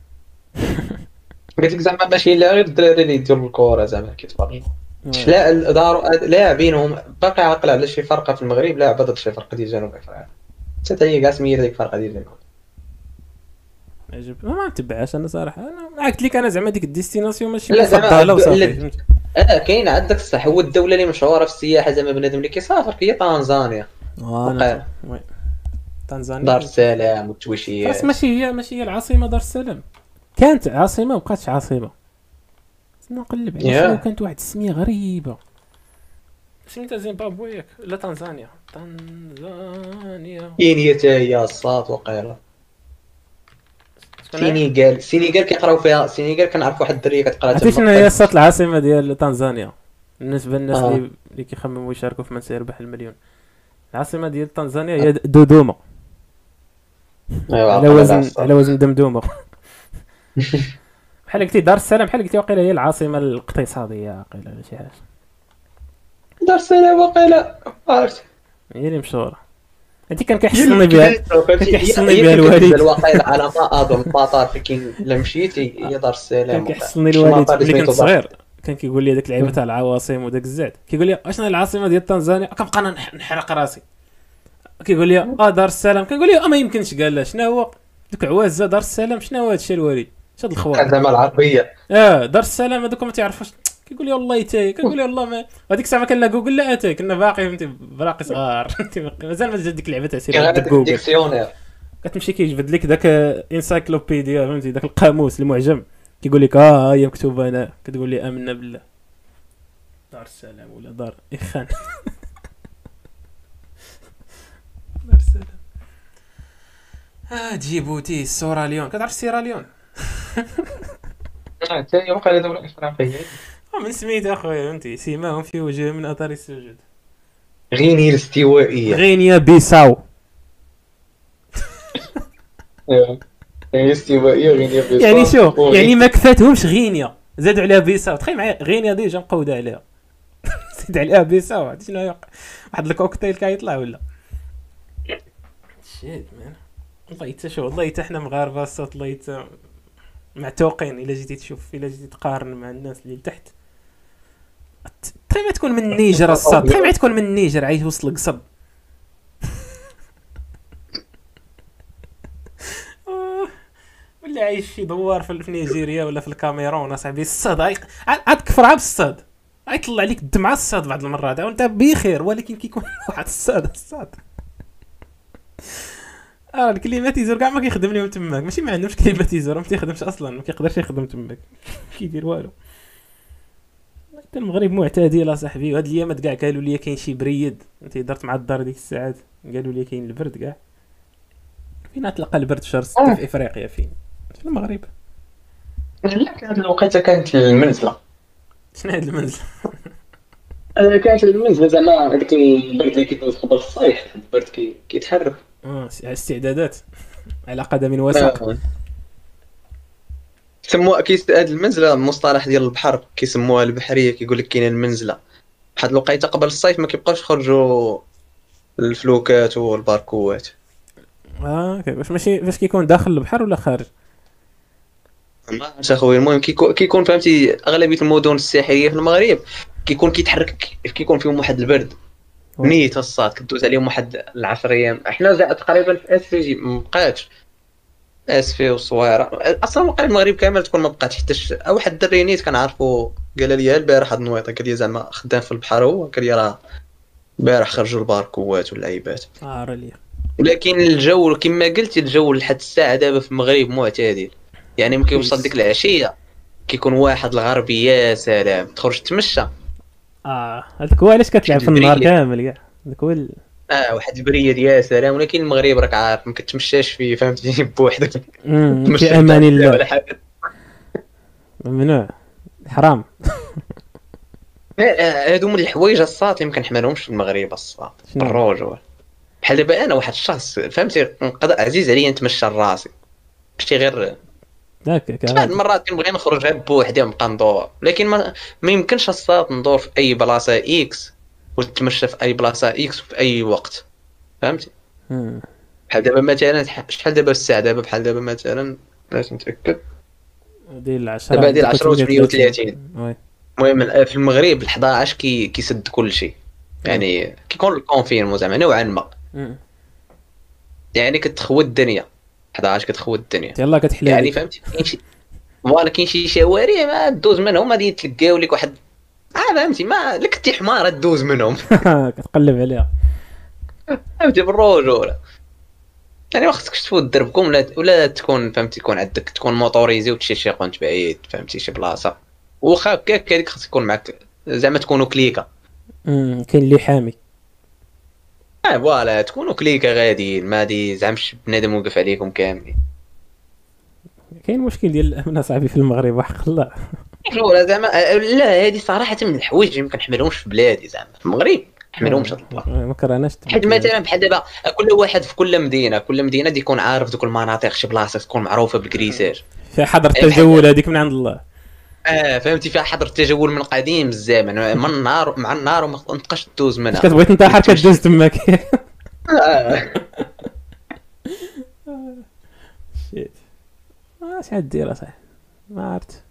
قلت لك زعما ماشي لا غير الدراري اللي يديروا الكره زعما كيتفرجوا لا داروا لاعبينهم باقي عاقل على شي فرقه في المغرب لاعبه ضد شي فرقه ديال جنوب افريقيا حتى هي كاع سميتها ديك الفرقه ديال جنوب. عجب ما نتبعهاش انا صراحه. انا قلت لك انا زعما ديك الديستيناسيون ماشي لا مفضله وصافي فهمت. اه كاين عندك الصح هو الدوله اللي مشهوره في السياحه زعما بنادم اللي كيسافر هي طنزانيا. اه وي تنزانيا دار السلام والتويشيه بس ماشي هي ماشي هي العاصمه دار السلام كانت عاصمه وبقاتش عاصمه. نقلب على شنو كانت واحد السميه غريبه سميتها زيمبابوي ياك لا تنزانيا تنزانيا كينيا حتى هي الصاد وقيله سينيغال سينيغال كيقراو فيها سينيغال كنعرف واحد الدريه كتقرا عرفتي شنو هي الصوت العاصمه ديال تنزانيا بالنسبه للناس اللي آه. اللي كيخمموا يشاركوا في من سيربح المليون. العاصمه ديال تنزانيا هي دودوما. ايوا على وزن على وزن دمدومه بحال قلتي دار السلام بحال قلتي واقيلا هي العاصمه الاقتصاديه واقيلا ولا شي حاجه. دار السلام واقيلا عرفت هي اللي مشهوره. انت كان كيحسني بها كان كيحسني بها الوالد الواقيلا على ما اظن مطار فين الا مشيتي هي دار السلام. كان كيحسني الوالد ملي كنت صغير كان كيقول لي داك اللعيبه تاع العواصم وداك الزاد كيقول لي اشنو هي العاصمه ديال تنزانيا كنبقى انا نحرق راسي كيقول لي اه دار السلام كنقول له ما يمكنش قال لا شنو هو ديك عوازه دار السلام شنو هو هادشي الوالد شاد الخوار زعما العربيه اه دار السلام هذوك ما تعرفوش كيقول لي والله تاي كنقول له والله ما هذيك الساعه ما كان لا جوجل لا اتاي كنا باقي فهمتي باقي صغار مازال ما جات ديك اللعبه تاع سير جوجل كتمشي كيجبد لك داك انسايكلوبيديا فهمتي داك القاموس المعجم كيقول لك اه هي مكتوبه هنا كتقول لي امنا بالله دار السلام ولا دار اخان دار السلام. اه جيبوتي سوراليون كتعرف سيراليون اه حتى هي وقيله دوله افريقيه من سميت اخويا فهمتي سيماهم في وجه من اثار السجود. غينيا الاستوائيه غينيا بيساو هي استوائيه غينيا بيساو يعني شو يعني ما كفاتهمش غينيا زادوا عليها بيساو. تخيل معايا غينيا ديجا مقوده عليها زيد عليها بيساو عرفتي شنو هي واحد الكوكتيل كيطلع ولا شيت مان. والله حتى شو والله حتى حنا مغاربه الصوت الله حتى معتوقين الا جيتي تشوف الا جيتي تقارن مع الناس اللي تحت. تخيل ما تكون من النيجر الصاد تخيل ما تكون من النيجر عايش وسط القصب ولا عايش في دوار في نيجيريا ولا في الكاميرون اصاحبي الصاد عاد كفر بالصاد يطلع عليك الدمعه الصاد بعض المرات وانت بخير ولكن كيكون واحد الصاد الصاد اه الكليماتيزور كاع ما كيخدم لهم تماك ماشي ما عندهمش كليماتيزور ما تيخدمش اصلا ما كيقدرش يخدم تماك كيدير والو. حتى المغرب معتدل اصاحبي وهاد الايامات كاع قالوا لي كاين شي بريد انت درت مع الدار ديك الساعات قالوا لي كاين البرد كاع فين تلقى البرد في شهر ستة في افريقيا فين في المغرب. لا كانت الوقيته كانت المنزله. شنو هاد المنزل؟ آه، كانت المنزله زعما هذاك البرد اللي كيدوز قبل الصيف، البرد كي- كيتحرك. اه استعدادات على قدم وساق. آه. سموها كيس هاد المنزله مصطلح ديال البحر كيسموها البحريه، كيقول لك كاينه المنزله. واحد الوقيته قبل الصيف ما كيبقاوش يخرجوا الفلوكات والباركوات. اه اوكي، واش ماشي فاش كيكون داخل البحر ولا خارج؟ ما عرفتش اخويا، المهم كيكون كيكون فهمتي اغلبيه المدن الساحليه في المغرب كيكون كيتحرك، كيكون فيهم واحد البرد نيت الصاد، كدوز عليهم واحد العشر ايام. احنا زع تقريبا في اس في جي مبقاتش اس في وصويره اصلا مقرب المغرب كامل تكون ما بقاتش حتى ش- أو واحد الدري نيت كنعرفو قال لي البارح هاد النويطه، قال لي زعما خدام في البحر، هو قال لي راه البارح خرجوا الباركوات واللعيبات. اه راه ليا. ولكن الجو كما قلتي الجو لحد الساعه دابا في المغرب معتدل، يعني ملي كيوصل ديك العشيه كيكون واحد الغربي يا سلام تخرج تمشى. اه هذاك هو علاش كتلعب في النهار كامل كاع، هذاك هو ال- اه واحد البريه ديال يا سلام. ولكن المغرب راك عارف ما كتمشاش فيه فهمتي بوحدك، مم، تمشى في امان ولا الله. حاجه. ممنوع، حرام. آه، هادو من الحوايج الصات اللي ما كنحملهمش في المغرب الصات، شنو؟ الرجوله. بحال دابا انا واحد الشخص فهمتي نقدر عزيز عليا نتمشى لراسي، ماشي غير هكا بعض هكا. المرات كنبغي نخرج غير بوحدي ونبقى ندور، لكن ما, ما يمكنش الصات ندور في اي بلاصه اكس ونتمشى في اي بلاصه اكس في اي وقت فهمتي. مم. بحال دابا مثلا شحال دابا الساعه دابا بحال دابا مثلا باش نتاكد ديال العشرة دابا ديال عندك عشرة وثمانية وثلاثين. وي. المهم في المغرب ال حداش كي كيسد كل شيء، يعني كيكون الكونفيرمو زعما نوعا ما، مم. يعني كتخوى الدنيا حداش كتخوى الدنيا يلا كتحلى يعني لك. فهمتي. كاين شي فوالا كاين شي شوارع ما دوز منهم غادي يتلقاو لك واحد اه فهمتي ما لك تي حمار دوز منهم كتقلب عليها. فهمتي بالرجوله. يعني ما خصكش تفوت دربكم ولا ولا تكون فهمتي تكون عندك تكون موطوريزي وتمشي شي قنت بعيد فهمتي شي بلاصه، واخا هكاك هذيك خصك يكون معك زعما تكونوا كليكا. مم، كاين اللي حامي. اه فوالا تكونوا كليكا غاديين، ما دي زعمش بنادم وقف عليكم كاملين. كاين مشكل ديال الامن صاحبي في المغرب وحق الله. ولا زعما لا هذه صراحه من الحوايج اللي ما كنحملهمش في بلادي زعما في المغرب نحملهمش هاد البلاصه. ما كرهناش. حيت مثلا بحال دابا كل واحد في كل مدينه كل مدينه دي يكون عارف دوك المناطق شي بلاصه تكون معروفه بالكريساج. في حظر أي بحال التجول هذيك من عند الله. اه فهمتي فيها حظر التجول من قديم الزمن، من النار مع النار وما تبقاش تدوز منها. كتبغي تنتحر كدوز تماك. آه. شيت ما شحال دير اصاحبي ما عرفت.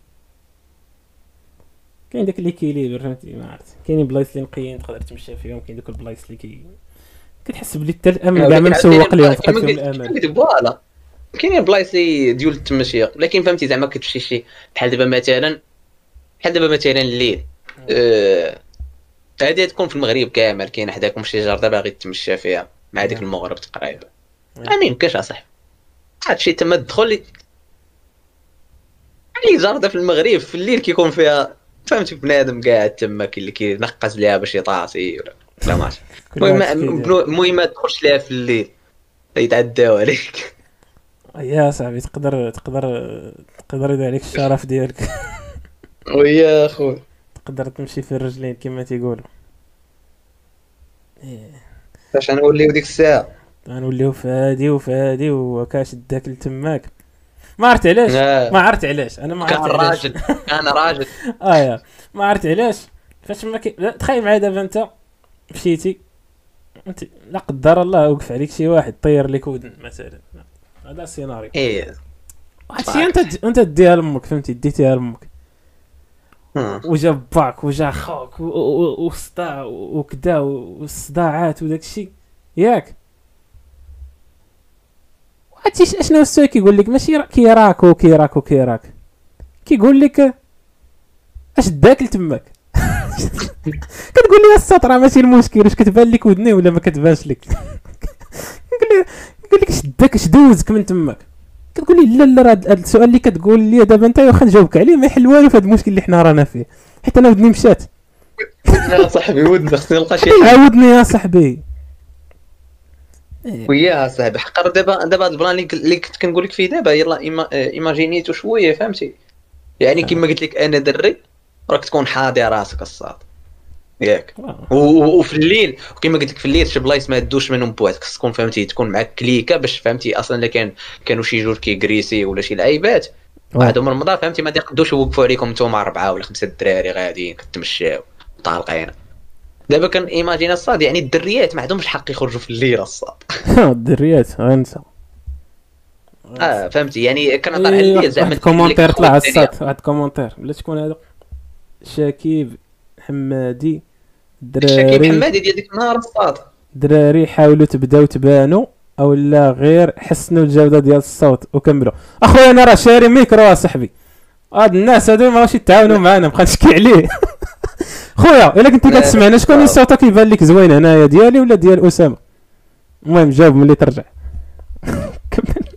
كاين داك ليكيليبر فهمتي ما عرفت. كاينين بلايص اللي نقيين تقدر تمشى فيهم، كاين دوك البلايص اللي كي كتحس بلي حتى الامن كاع ما مسوق ليهم فقط فيهم الامان. فوالا كاينين بلايص اللي ديال التمشيه، لكن فهمتي زعما كتمشي شي بحال دابا مثلا بحال دابا مثلا الليل آه، هادي تكون في المغرب كامل كاين حداكم شي جار باغي تمشى فيها مع ديك المغرب تقريبا ما يمكنش اصاحبي هادشي تما تدخل لي اللي جارده في المغرب في الليل كيكون فيها فهمتي بنادم قاعد تما كاين اللي كينقز ليها باش يطاسي ولا لا ماشي. المهم المهم ما تدخلش ليها في الليل يتعداو عليك. يا صاحبي تقدر تقدر تقدر يدير عليك الشرف ديالك. ويا اخويا تقدر تمشي في الرجلين كما تيقولوا. باش نوليو ديك الساعه غنوليو فادي وفادي وكاش داك لتماك. ما عرفت علاش ما عرفت علاش انا ما عرفت كان علاش. راجل انا راجل اه يا ما عرفت علاش فاش ما كي... لا، تخيل معايا دابا انت مشيتي انت لا قدر الله وقف عليك شي واحد طير لك ودن مثلا، هذا السيناريو. ايه هادشي انت انت ديها لامك فهمتي ديتيها لامك وجا باك وجا خوك وصداع وكدا والصداعات وداك الشيء ياك. هادشي اشنو السؤال كيقول لك ماشي كيراك وكيراك وكيراك كيقول لك اش داك لتماك. كتقول لي السطره ماشي المشكل واش كتبان لك ودني ولا ما كتبانش لك. يقول لي يقول لك اش داك اش دوزك من تماك. كتقول لي لا لا راه هذا السؤال اللي كتقول لي دابا انت واخا نجاوبك عليه ما يحل والو في هذا المشكل اللي حنا رانا فيه، حيت انا ودني مشات. يا صاحبي ودني خصني نلقى شي حاجه ودني يا صاحبي. ويا صاحبي حقر دابا دابا هاد البلان اللي اللي كنت كنقول لك فيه دابا يلا إيما- ايماجينيتو شويه فهمتي يعني كما قلت لك انا دري راك تكون حاضي راسك الصاد ياك آه. و- و- وفي الليل وكما قلت لك في الليل شي بلايص ما دوش منهم بوحدك خص تكون فهمتي تكون معاك كليكه باش فهمتي اصلا الا كان كانوا شي جوج كيغريسي ولا شي لعيبات بعدهم رمضان فهمتي ما يقدوش يوقفوا عليكم نتوما اربعه ولا خمسه الدراري غاديين كتمشاو طالقين دابا كان ايماجينا الصاد يعني الدريات ما عندهمش حق يخرجوا في الليل الصاد الدريات غنسى اه فهمتي يعني كنهضر على الليل زعما واحد كومونتير طلع على السات واحد كومونتير بلا شكون هذا شكيب حمادي شكيب دراري حمادي ديال ديك النهار الصاد دراري حاولوا تبداو تبانوا او لا غير حسنوا الجوده ديال الصوت وكملوا. اخويا انا راه شاري ميكرو اصاحبي هاد الناس هادو ما راشي يتعاونوا معانا بقى نشكي عليه خويا الا كنتي كتسمعنا شكون الصوت كيبان لك زوين هنايا ديالي ولا ديال اسامه؟ المهم جاوب ملي ترجع كمل.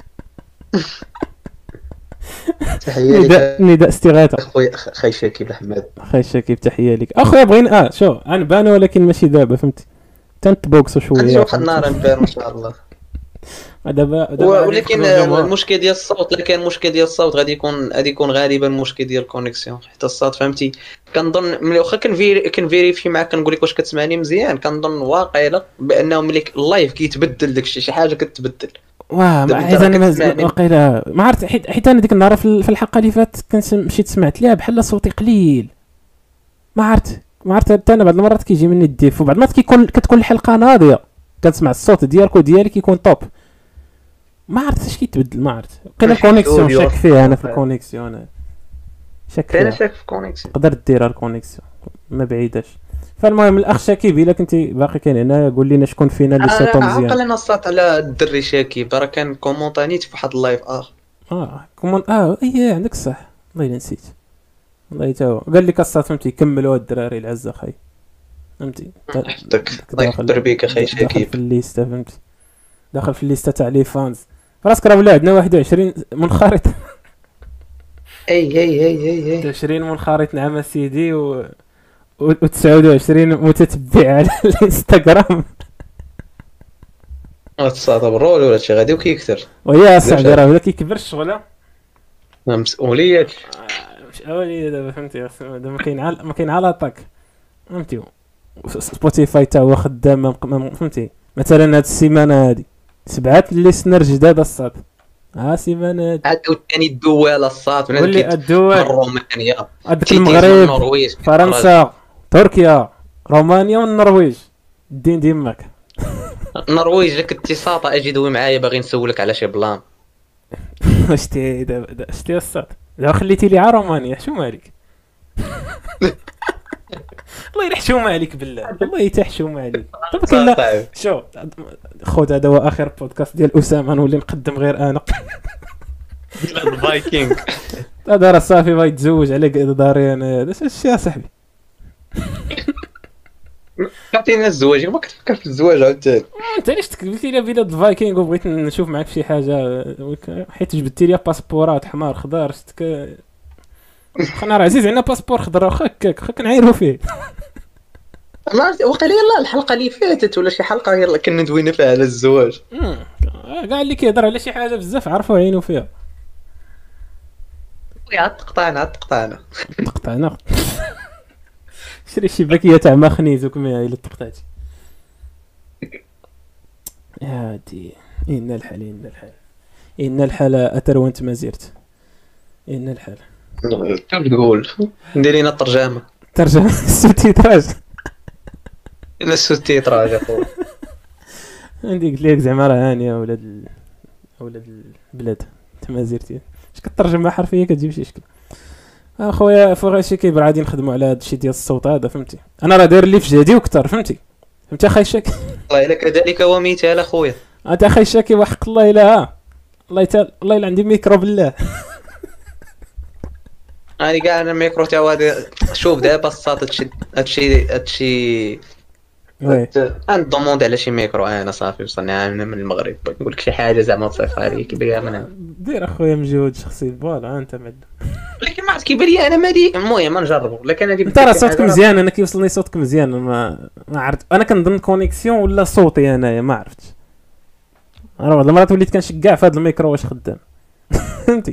تحيه نداء نداء استغاثه اخويا خاي شكيب حماد اخي شكيب تحيه لك اخويا بغينا اه شو غنبان ولكن ماشي دابا فهمتي تنطبوكسو شويه غنجي واحد النهار نبان ان شاء الله دابا دابا و- غادي ولكن نخدموا الجمهور. المشكل ديال الصوت لا كان مشكل ديال الصوت غادي يكون غادي يكون غالبا مشكل ديال الكونيكسيون حتى الصوت فهمتي كنظن ملي واخا كنفيري كنفيريفي معاك كنقول لك واش كتسمعني مزيان كنظن واقيلا بانه ملي اللايف كيتبدل داكشي شي حاجه كتبدل واه دابا ما أنت حيت انا راه ما كتسمعني. واقيلا ما عرفت حيت حيت انا ديك النهار في في الحلقه اللي فاتت كنت مشيت سمعت ليها بحال صوتي قليل ما عرفت ما عرفت حتى انا بعض المرات كيجي مني الديف وبعض المرات كيكون كتكون الحلقه ناضيه كتسمع الصوت ديالك وديالي كيكون طوب ما عرفت اش كيتبدل ما عرفت قيل ماشي الكونيكسيون أوديو. شاك فيها انا في الكونيكسيون أنا. شاك انا فيها شاك في كونيكسيون تقدر ديرها الكونيكسيون ما بعيداش. فالمهم الاخ شكيب الا كنتي باقي كاين هنا قول لنا شكون فينا اللي صوته انا مزيان. عاقل انا الصوت على الدري شاكيب راه كان كومونطانيت في واحد اللايف اخر اه كومون اه اي عندك صح والله الا نسيت والله تا هو قال لك الصاد فهمتي كملوا الدراري العزه خاي فهمتي يحفظك الله يكبر بك اخي داخل شكيب في الليسته فهمتي داخل في الليسته تاع لي فانز راسك راه ولا عندنا واحد وعشرين منخرط اي اي اي اي اي عشرين منخرط نعم سيدي و و تسعة وعشرين متتبع على الانستغرام الصوت برول ولا شي غادي وكيكثر ويا صاحبي راه ولا كيكبر الشغله مسؤوليه مش اولي دابا فهمتي دابا ما كاين عال ما كاين على طاك فهمتي سبوتيفاي تا هو خدام ما- ما- فهمتي مثلا هاد السيمانه هادي سبعات ليسنر جداد الصاد ها سيمانه هادي عاد ثاني الدول الصات واللي الدول رومانيا عندك المغرب النرويج فرنسا تركيا رومانيا والنرويج الدين ديماك النرويج لك اتصاطه اجدوي معايا باغي نسولك على شي بلان شتي دابا دا- شتي الصاد دابا خليتي لي على رومانيا حشومه عليك الله يرح حشومه عليك بالله والله حتى حشومه عليك طب كاين لا صعيب شو خذ هذا هو اخر بودكاست ديال اسامه نولي نقدم غير انا الفايكينغ هذا راه صافي بغا يتزوج على قد داري انا هذا الشيء يا صاحبي عطينا الزواج ما كتفكر في الزواج عاوتاني انت علاش تكبتي لي بلاد الفايكينغ وبغيت نشوف معاك شي حاجه حيت جبدتي لي باسبورات حمار خضار شتك خنا راه عزيز عندنا باسبور خضر واخا هكاك واخا كنعايرو فيه ما عرفت وقيلا يلاه الحلقه اللي فاتت ولا شي حلقه يلاه كنا دوينا فيها على الزواج أمم، كاع اللي كيهضر على شي حاجه بزاف عرفوا عينو فيها خويا عاد تقطعنا عاد تقطعنا تقطعنا شري شي باكيه تاع ما خنيزوك ما الا تقطعتي يا دي ان الحال ان الحال ان الحال اثر وانت ما زرت ان الحال شنو تقول ندير لنا الترجمه ترجم السوتيتراج انا السوتيتراج اخويا عندي قلت لك زعما راه هانيه اولاد ال... اولاد البلاد انت ما زرتي اش كترجمها حرفيا كتجيب شي شكل اخويا فوق هادشي كيبر غادي نخدموا على هادشي ديال الصوت هذا فهمتي انا راه داير اللي في جهدي وكثر فهمتي فهمتي اخاي الشاكي والله الا كذلك هو مثال اخويا انت اخاي الشاكي وحق الله الا ها الله يتال الله الا عندي ميكرو بالله انا كاع انا الميكرو تاع هذا شوف دابا الصات هادشي هادشي هادشي وي غندوموندي على شي ميكرو انا صافي وصلنا انا من المغرب بغيت نقول لك شي حاجه زعما تصيفط عليك كيبان من هنا دير اخويا مجهود شخصي فوالا انت معلم ولكن ما عرفت كيبان لي انا مالي المهم ما نجربوا لكن هذه انت راه صوتك مزيان انا كيوصلني صوتك مزيان ما ما عرفت انا كنظن كونيكسيون ولا صوتي انايا ما عرفتش انا بعض المرات وليت كنشكع في هذا الميكرو واش خدام. فهمتي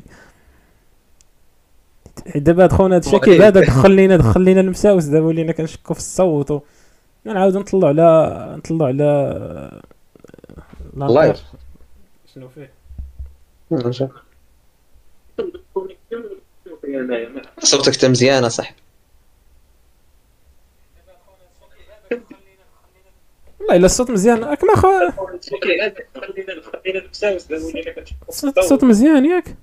دابا خونا هذا الشكل هذا دخل لينا دخل لينا المساوس دابا ولينا كنشكو في الصوت و... نعاودو نطلعوا على نطلعوا على لايف. شنو فيه صوتك انت مزيانه صح. والله الا الصوت مزيان راك ما خو الصوت مزيان ياك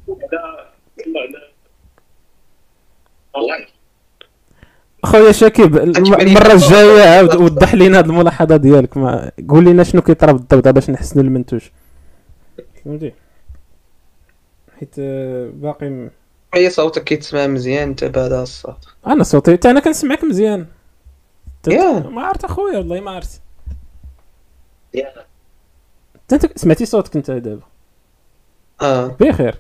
اخويا شكيب. المره الجايه عاود وضح لينا هذه الملاحظه ديالك، ما قول لنا شنو كيطرا بالضبط باش نحسنوا المنتوج فهمتي، حيت باقي م... اي صوتك كيتسمع مزيان انت بعد الصوت. انا صوتي حتى انا كنسمعك مزيان. ياه ما عرفت اخويا والله ما عرفت. ياه انت سمعتي صوتك انت دابا اه بخير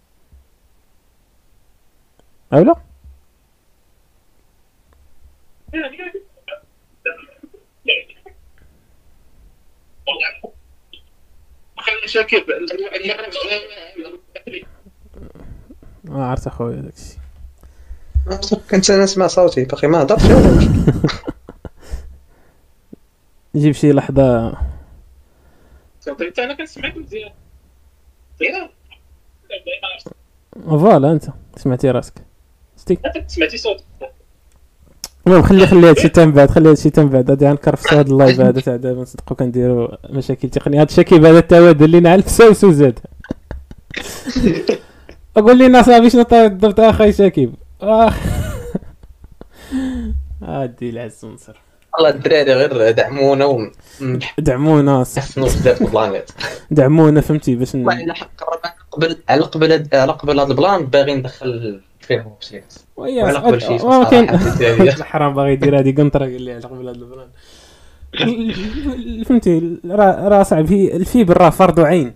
او لا؟ ما عرفت اخويا داكشي. كنت انا نسمع صوتي باقي ما هضرتش ولا واش. نجيب شي لحظه. صوتي انا كنسمعك مزيان. فوالا انت سمعتي راسك شتي سمعتي صوتك. المهم خلي خلي هادشي تم بعد خلي هادشي تم بعد غادي غنكرفسوا هاد اللايف هذا تاع دابا نصدقوا كنديروا مشاكل تقنيه. هاد الشكل هذا تا هو دار لينا على الفساوس وزاد. اقول لنا صاحبي شنو طاير بالضبط اخي شكيب. اخ هادي العز ونصر. والله الدراري غير دعمونا و دعمونا صح حسنوا بزاف البلانات. دعمونا فهمتي باش ن... والله الا حق قبل على قبل على قبل هذا البلان باغي ندخل فيه شي ويا وعلى قبل شي ما كاين الحرام باغي يدير هذه قنطره قال لي على قبل هذا البلان. فهمتي راه راه صعب هي الفيبر راه فرض عين.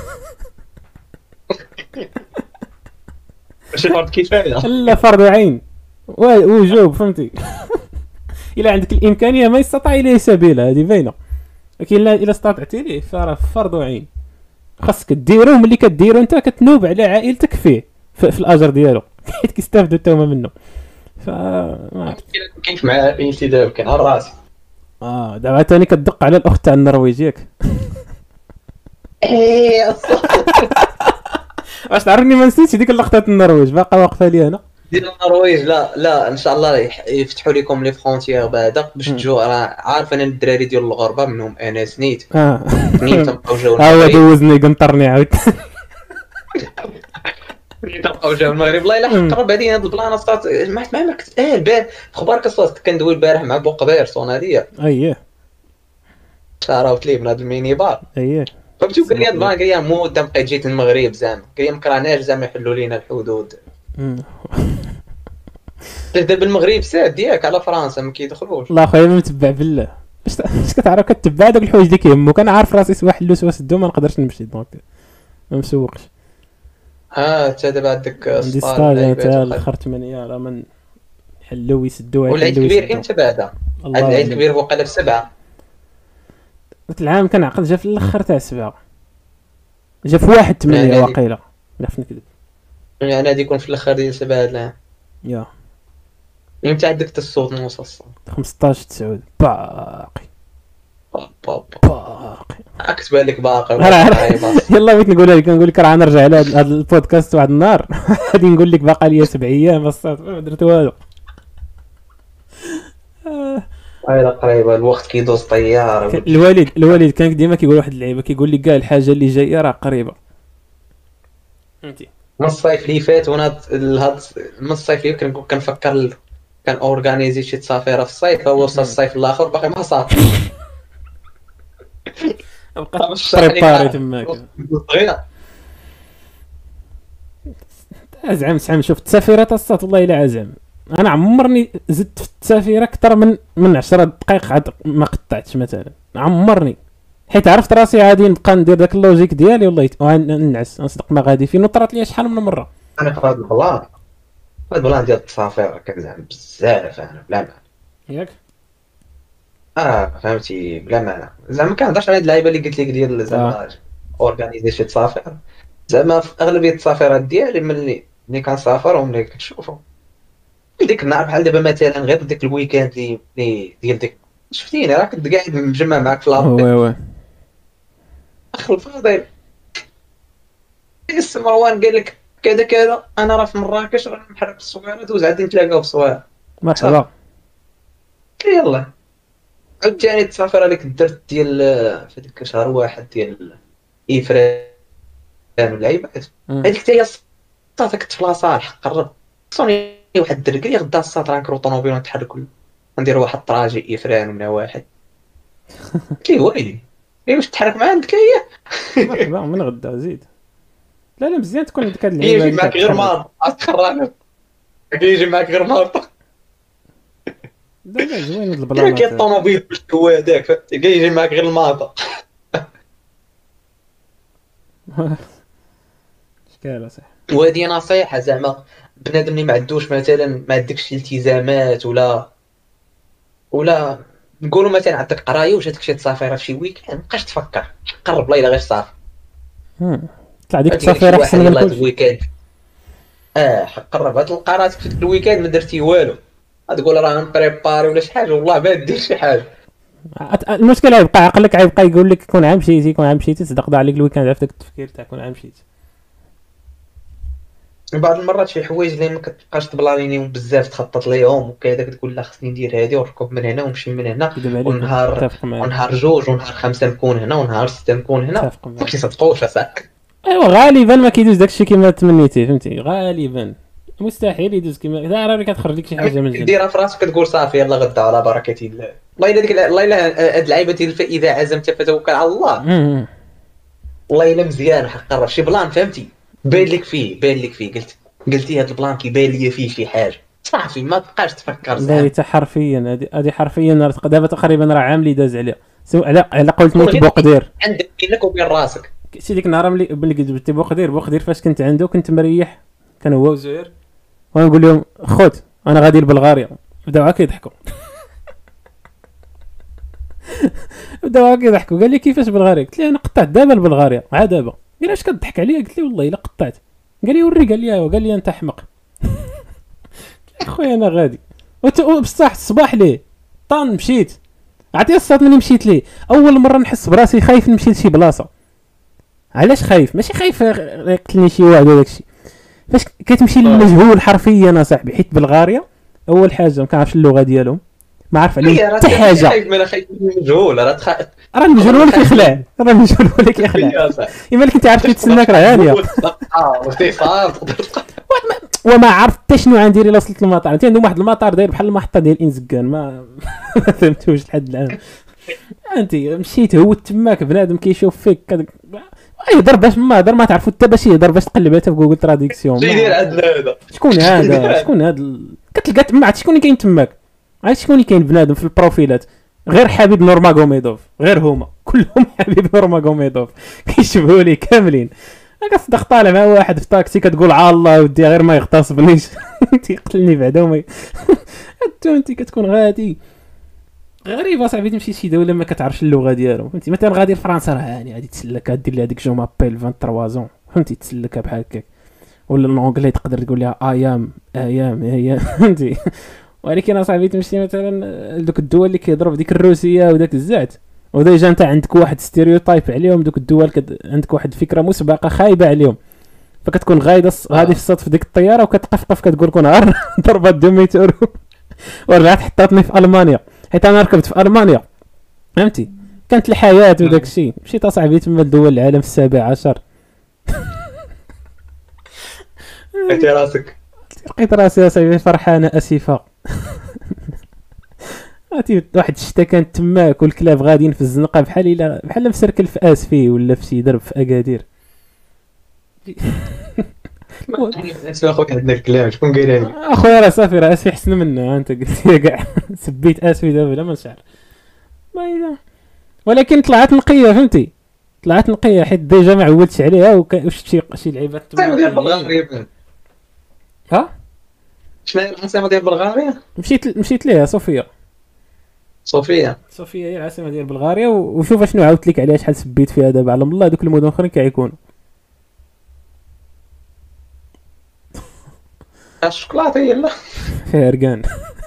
ماشي فرض كفايه. لا فرض عين وجوب فهمتي. الا عندك الامكانيه ما يستطيع اليه سبيل هذه باينه، لكن الا الا استطعتي ليه فراه فرض عين. خاصك ديرو ملي كديرو انت كتنوب على عائلتك فيه في, في الاجر ديالو حيت كيستافدوا حتى هما منه. ف ما كيف مع عائلتي دابا كان على راسي. اه دابا ثاني كتدق على الاخت تاع النرويج ياك. ايه واش تعرفني ما نسيتش ديك اللقطه تاع النرويج باقا واقفه لي انا. ديال النرويج لا لا ان شاء الله يفتحوا لكم لي فرونتيير بعدا باش تجوا. راه عارف انا الدراري ديال الغربه منهم انا سنيت اه نيت نبقاو جاو ها هو دوزني قنطرني عاود. او جا المغرب والله الا قرب علينا هاد البلان صات ما ما كنت اه البارح اخبارك صات كندوي البارح مع بوقبير صوناديه اييه شاراوت ليه من هاد الميني بار اييه فهمتي. وقال لي هاد البلان قال لي مده بقيت جيت المغرب زعما قال لي ما كرهناش زعما يحلوا لينا الحدود. دابا المغرب ساد ياك على فرنسا ما كيدخلوش. الله خويا ما متبع بالله اش اش كتعرف كتبع داك الحوايج اللي كيهموك. انا عارف راسي سوا حلو سوا سدو ما نقدرش نمشي دونك ما مسوقش. اه انت دابا عندك عندي ستاج تاع الاخر ثمانية راه من يحلوا ويسدوا. والعيد الكبير امتى بعدا؟ العيد الكبير وقيله في سبعة. ذاك العام كنعقل جا في الاخر تاع سبعة جا في واحد ثمانية واقيلا لا فين نكذب يعني غادي يكون في الاخر ديال سبعة هاد العام. يا امتى عندك حتى الصوت نوصل خمسطاش تسعود باقي بابا باقي اكتب لك باقي. يلا بغيت نقولها لك نقول لك راه نرجع على هذا البودكاست واحد النهار غادي نقول لك باقا ليا سبع ايام الصوت ما درت والو. هاي قريبه الوقت كيدوز طياره. الوالد الوالد كان ديما كيقول واحد اللعيبه كيقول لي كاع الحاجه اللي جايه راه قريبه فهمتي. من الصيف اللي فات وانا هاد من الصيف اللي كنقول كنفكر كان اورغانيزي شي تسافيره في الصيف هو وصل الصيف الاخر باقي ما صافي. بقى بريباري تماك ازعم زعما. شوف التسافيرات الصات والله الا عزام انا عمرني زدت في التسافيره اكثر من من عشرة دقائق عاد ما قطعتش مثلا عمرني، حيت عرفت راسي غادي نبقى ندير داك اللوجيك ديالي والله ننعس نصدق ما غادي فين. وطرات لي شحال من مره انا في هذا البلان هذا البلان ديال التسافير كنزعم بزاف انا بلا معنى ياك. اه فهمتي بلا معنى زعما كنهضرش على هاد اللعيبه اللي قلت لك ديال زعما اورغانيزي شي تصافير. زعما في اغلبيه التصافيرات ديالي ملي ملي كنسافر وملي كنشوفهم ديك النهار بحال دابا مثلا غير ديك الويكاند اللي اللي ديال ديك شفتيني راه كنت قاعد مجمع معاك في لابي وي وي اخ الفاضل. يس مروان قال لك كذا كذا انا راه في مراكش راه محرك الصويره دوز عاد نتلاقاو في الصويره. مرحبا. يلا عاوتاني التسافر اللي كنت درت ديال في هذيك شهر واحد ديال ايفران واللعيبات مم. هذيك حتى هي صافي كنت في لاصالح قرب صوني واحد الدري قال لي غدا الساط راه نكرو طوموبيل ونتحركوا نديروا واحد الطراجي ايفران ولا واحد. قلت ليه ويلي ايه واش تحرك معاه قلت ليه مرحبا من غدا زيد. لا لا مزيان تكون عندك هاد اللعيبه يجي اللي معاك غير كتخرج. مار تخرج يجي معاك غير مار لا لا زوين هاد كاين البلانات. الطوموبيل باش هو هذاك فهمتي كاين يجي معاك غير الماطا. شكال صح. وهذه نصيحه زعما بنادم اللي ما عندوش مثلا ما عندكش التزامات ولا ولا نقولوا مثلا عندك قرايه واش هذاك الشيء تصافيره في شي ويكاند مابقاش تفكر قرب ليله غير صافي. مم. طلع ديك فهمتي التصافير شي احسن واحد من يلاه هاد كلشي. الويكاند اه قرب هاد القرات في ديك الويكاند ما درتي والو غتقول راه نبريباري ولا شي حاجه والله ما دير شي حاجه. أت- المشكل غيبقى عقلك غيبقى يقول لك كون عام مشيتي كون عام مشيتي تصدق عليك الويكاند عرفت داك التفكير تاع كون عام مشيتي. بعض المرات شي حوايج اللي ما كتبقاش تبلانينيهم بزاف تخطط ليهم وكذا كتقول لا خصني ندير هادي ونركب من هنا ونمشي من هنا كذب عليك ونهار متفق معاك. ونهار جوج ونهار خمسة نكون هنا ونهار ستة نكون هنا متفق معاك. ما كيصدقوش اصاحبي. ايوا غالبا ما كيدوز داكشي كيما تمنيتي فهمتي غالبا مستحيل يدوز كيما لا راه كتخرج لك شي حاجه من الجنة. ديرها في راسك كتقول صافي يلا غدا على بركه الله. والله الا ديك والله الا هاد اللعيبه ديال فاذا عزمت فتوكل على الله مم. والله الا مزيان حقرب شي بلان فهمتي باين لك فيه باين لك فيه قلت قلتي هاد البلان كيبان لي فيه شي حاجه صافي ما تبقاش تفكر لا زعما. حتى حرفيا هذه هذه حرفيا راه دابا تقريبا راه عام اللي داز عليها سو على على قولت موت بوقدير. عندك بينك وبين راسك شتي ديك النهار ملي ملي جبت بوقدير بوقدير فاش كنت عنده كنت مريح كان هو وزهير ونقول لهم خوت انا غادي لبلغاريا بداو هكا يضحكوا. بداو هكا يضحكوا قال لي كيفاش بلغاريا قلت له انا قطعت دابا لبلغاريا عا دابا قال اش كضحك عليا قلت له والله الا قطعت قال لي وري قال لي ايوا قال لي انت حمق. اخويا انا غادي وت- وبصح الصباح ليه طان مشيت عرفتي الصاد ملي مشيت ليه اول مره نحس براسي خايف نمشي لشي بلاصه. علاش خايف ماشي خايف يقتلني شي واحد ولا داكشي فاش كتمشي للمجهول حرفيا اصاحبي حيت بلغاريا اول حاجه ما كنعرفش اللغه ديالهم ما عارف عليهم حتى حاجه خايف من خايف من المجهول راه تخ... راه المجهول ولا كيخلع راه المجهول ولا كيخلع اما كنت عارف كيتسناك راه هانيه اه واستيصال وما عرفت حتى شنو غندير الا وصلت للمطار انت عندهم واحد المطار داير بحال المحطه ديال انزكان ما ما فهمتوش لحد الان. انت مشيت هو تماك بنادم كيشوف فيك كدك يهضر باش ما هضر ما تعرفوا حتى باش يهضر باش تقلب حتى في جوجل تراديكسيون شنو يدير عندنا هذا شكون هذا شكون هذا ال... كتلقى تما عرفتي شكون اللي كاين تماك عرفتي شكون اللي كاين بنادم في البروفيلات غير حبيب نورماغوميدوف غير هما كلهم حبيب نورماغوميدوف كيشبهوا لي كاملين. كتصدق طالع مع واحد في طاكسي كتقول عا الله ودي غير ما يغتصبنيش تيقتلني بعدا وما انت انت كتكون غادي غريبه صاحبي تمشي شي دوله ما كتعرفش اللغه ديالهم فهمتي مثلا غادي لفرنسا راه هاني غادي تسلك دير لها ديك جو مابيل ثلاثة وعشرين فهمتي تسلكها بحال هكاك ولا الانجلي تقدر تقول لها ايام ايام ايام فهمتي. ولكن اصاحبي تمشي مثلا لدوك الدول اللي كيهضروا بديك الروسيه وداك الزعت وديجا انت عندك واحد ستيريوتايب عليهم دوك الدول كد... عندك واحد فكره مسبقه خايبه عليهم فكتكون غايده غادي في الصوت في ديك الطياره وكتقفقف كتقول كون عار ضربات دو ميتر ورجعت حطاتني في المانيا حيت انا ركبت في المانيا فهمتي كانت الحياه وداك الشيء مشيت اصاحبي تما لدول العالم السابع عشر. لقيتي راسك لقيت راسي اصاحبي فرحانه اسفه. عرفتي واحد الشتا كانت تماك والكلاب غاديين في الزنقه بحال الا بحال في سيركل في اسفي ولا في شي درب في اكادير. اسمع اخوك عندنا الكلام شكون قايلها لك اخويا راه صافي راه اسفي حسن منه انت قلت لي كاع سبيت اسفي دابا بلا ما نشعر ولكن طلعت نقيه فهمتي طلعت نقيه حيت ديجا ما عودتش عليها وشفت شي شي لعيبات بلغاريا ها شنو هي العاصمه ديال بلغاريا مشيت مشيت ليها صوفيا صوفيا. صوفيا هي العاصمه ديال بلغاريا، و- وشوف شنو عاودت لك عليها، شحال سبيت فيها دابا على الله دوك المدن الاخرين كيكونوا. الشوكولاته هي لا. فيها ركان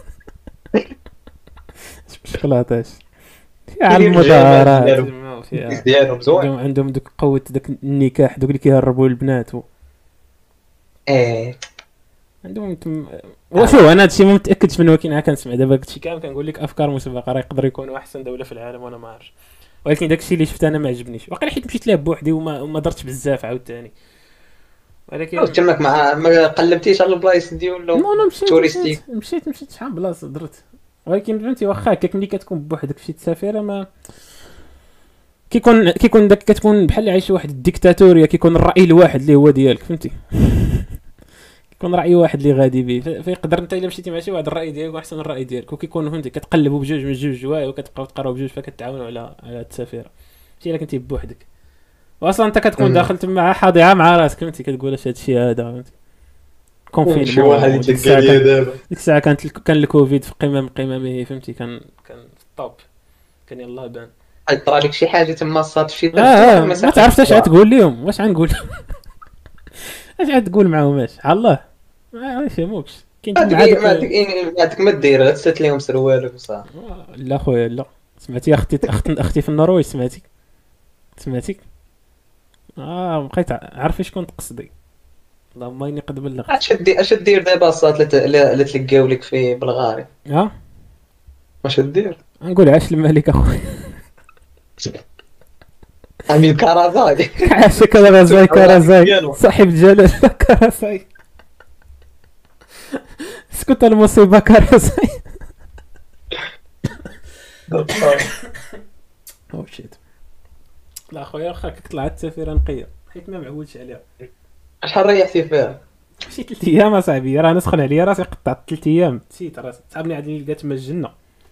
شكلاطاش، فيها على كاينين الجمال المظاهرات ديالهم. تما، وفيها ديالهم زوين. عندهم عندهم دوك قوه داك النكاح، دوك اللي كيهربوا البنات و... ايه عندهم تم... وشو انا هادشي ما متاكدش منه، ولكن انا كنسمع دابا هادشي كامل كنقول لك افكار مسبقه، راه يقدر يكونوا احسن دوله في العالم وانا ما عارفش، ولكن داكشي اللي شفت انا ما عجبنيش، واقيلا حيت مشيت لها بوحدي وما وما درتش بزاف عاوتاني، ولكن تماك مع ما قلبتيش على البلايص ديالهم نو انا مشيت توريستيك. مشيت مشيت مشيت شحال بلاصه درت، ولكن فهمتي واخا هكاك ملي كتكون بوحدك فشي تسافيره ما كيكون كيكون داك كتكون بحال عايش واحد الديكتاتوريا، كيكون الراي الواحد اللي هو ديالك فهمتي كيكون راي واحد اللي غادي به، ف- فيقدر انت الا مشيتي مع شي واحد الراي ديالك احسن من الراي ديالك، وكيكون فهمتي كتقلبوا بجوج من جوج جوايا وكتبقاو تقراو بجوج فكتعاونوا على على التسافيره، ماشي الا كنتي بوحدك، واصلا انت كتكون مم. داخل تما حاضيعه مع راسك فهمتي كتقول اش هادشي هذا فهمتي كونفينمون شي واحد ديك يتلقى الساعة ليا كان- دابا. ديك الساعه كانت الك- كان الكوفيد في قمم قممه فهمتي، كان كان في الطوب، كان يلاه بان. حيت طرا لك شي حاجه تما صات شي اه اه ما تعرفش اش غتقول لهم، واش غنقول اش غتقول معاهم اش على الله ما يفهموكش، كاين تما ما عادك عندك ما عندك ما دير غتسات لهم سروالك وصافي. لا خويا لا، سمعتي اختي اخت اختي في النرويج، سمعتي سمعتي اه بقيت ع- عارفه شكون تقصدي، اللهم اني قد بلغت. اش دير اش دير دابا صات لا تلقاو لك في بلغاريا اه واش دير؟ نقول عاش الملك اخويا امين كرزاي. عاش كرزاي كرزاي صاحب الجلال كرزاي، اسكت المصيبه كرزاي. او شيت لا خويا واخا كنت طلعت السفيره نقيه حيت ما معولش عليها، شحال ريحتي فيها؟ شي ثلاث ايام اصاحبي، راه نسخن عليا راسي قطعت ثلاث ايام، نسيت راسي صاحبني عاد اللي لقات تما الجنه،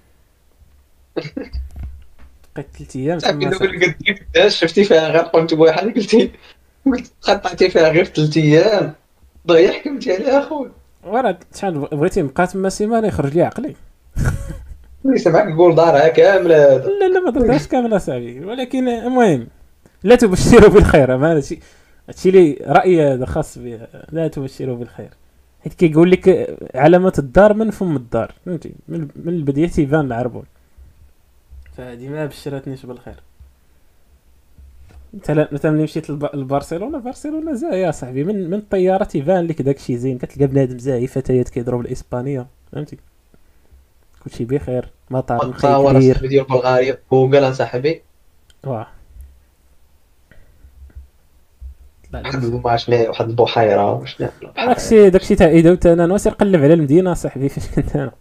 بقيت ثلاث ايام صاحبي تما دابا اللي قديت شفتي فيها غير قلت بواحد قلتي قلت قطعتي فيها غير ثلاث ايام دغيا حكمتي عليها اخويا. وراه شحال بغيتي نبقى تما سيمانه يخرج لي عقلي. اللي سمعك يقول دارها كامله هذا. لا لا ما درتهاش كامله صاحبي، ولكن المهم لا تبشروا بالخير، ما هادشي هادشي لي رايي هذا خاص بي، لا تبشروا بالخير، حيت كيقول لك علامه الدار من فم الدار فهمتي، من من البدايه تيبان العربون، فهذه ما بشرتنيش بالخير. مثلا مثلا ملي مشيت لب- لبرشلونه، برشلونه زاهيه صاحبي، من من الطياره تيبان لك داكشي زين، كتلقى بنادم زاهي، فتيات كيضربوا الاسبانيه فهمتي، كلشي بخير، مطار نقي تصاور كبير. صاحبي ديال بلغاريا جوجل صاحبي واه لا لا واحد الماشنا واحد البحيره وشنا داكشي داكشي تاع ايدا وتانا نوصل نقلب على المدينه صاحبي فاش كنت انا.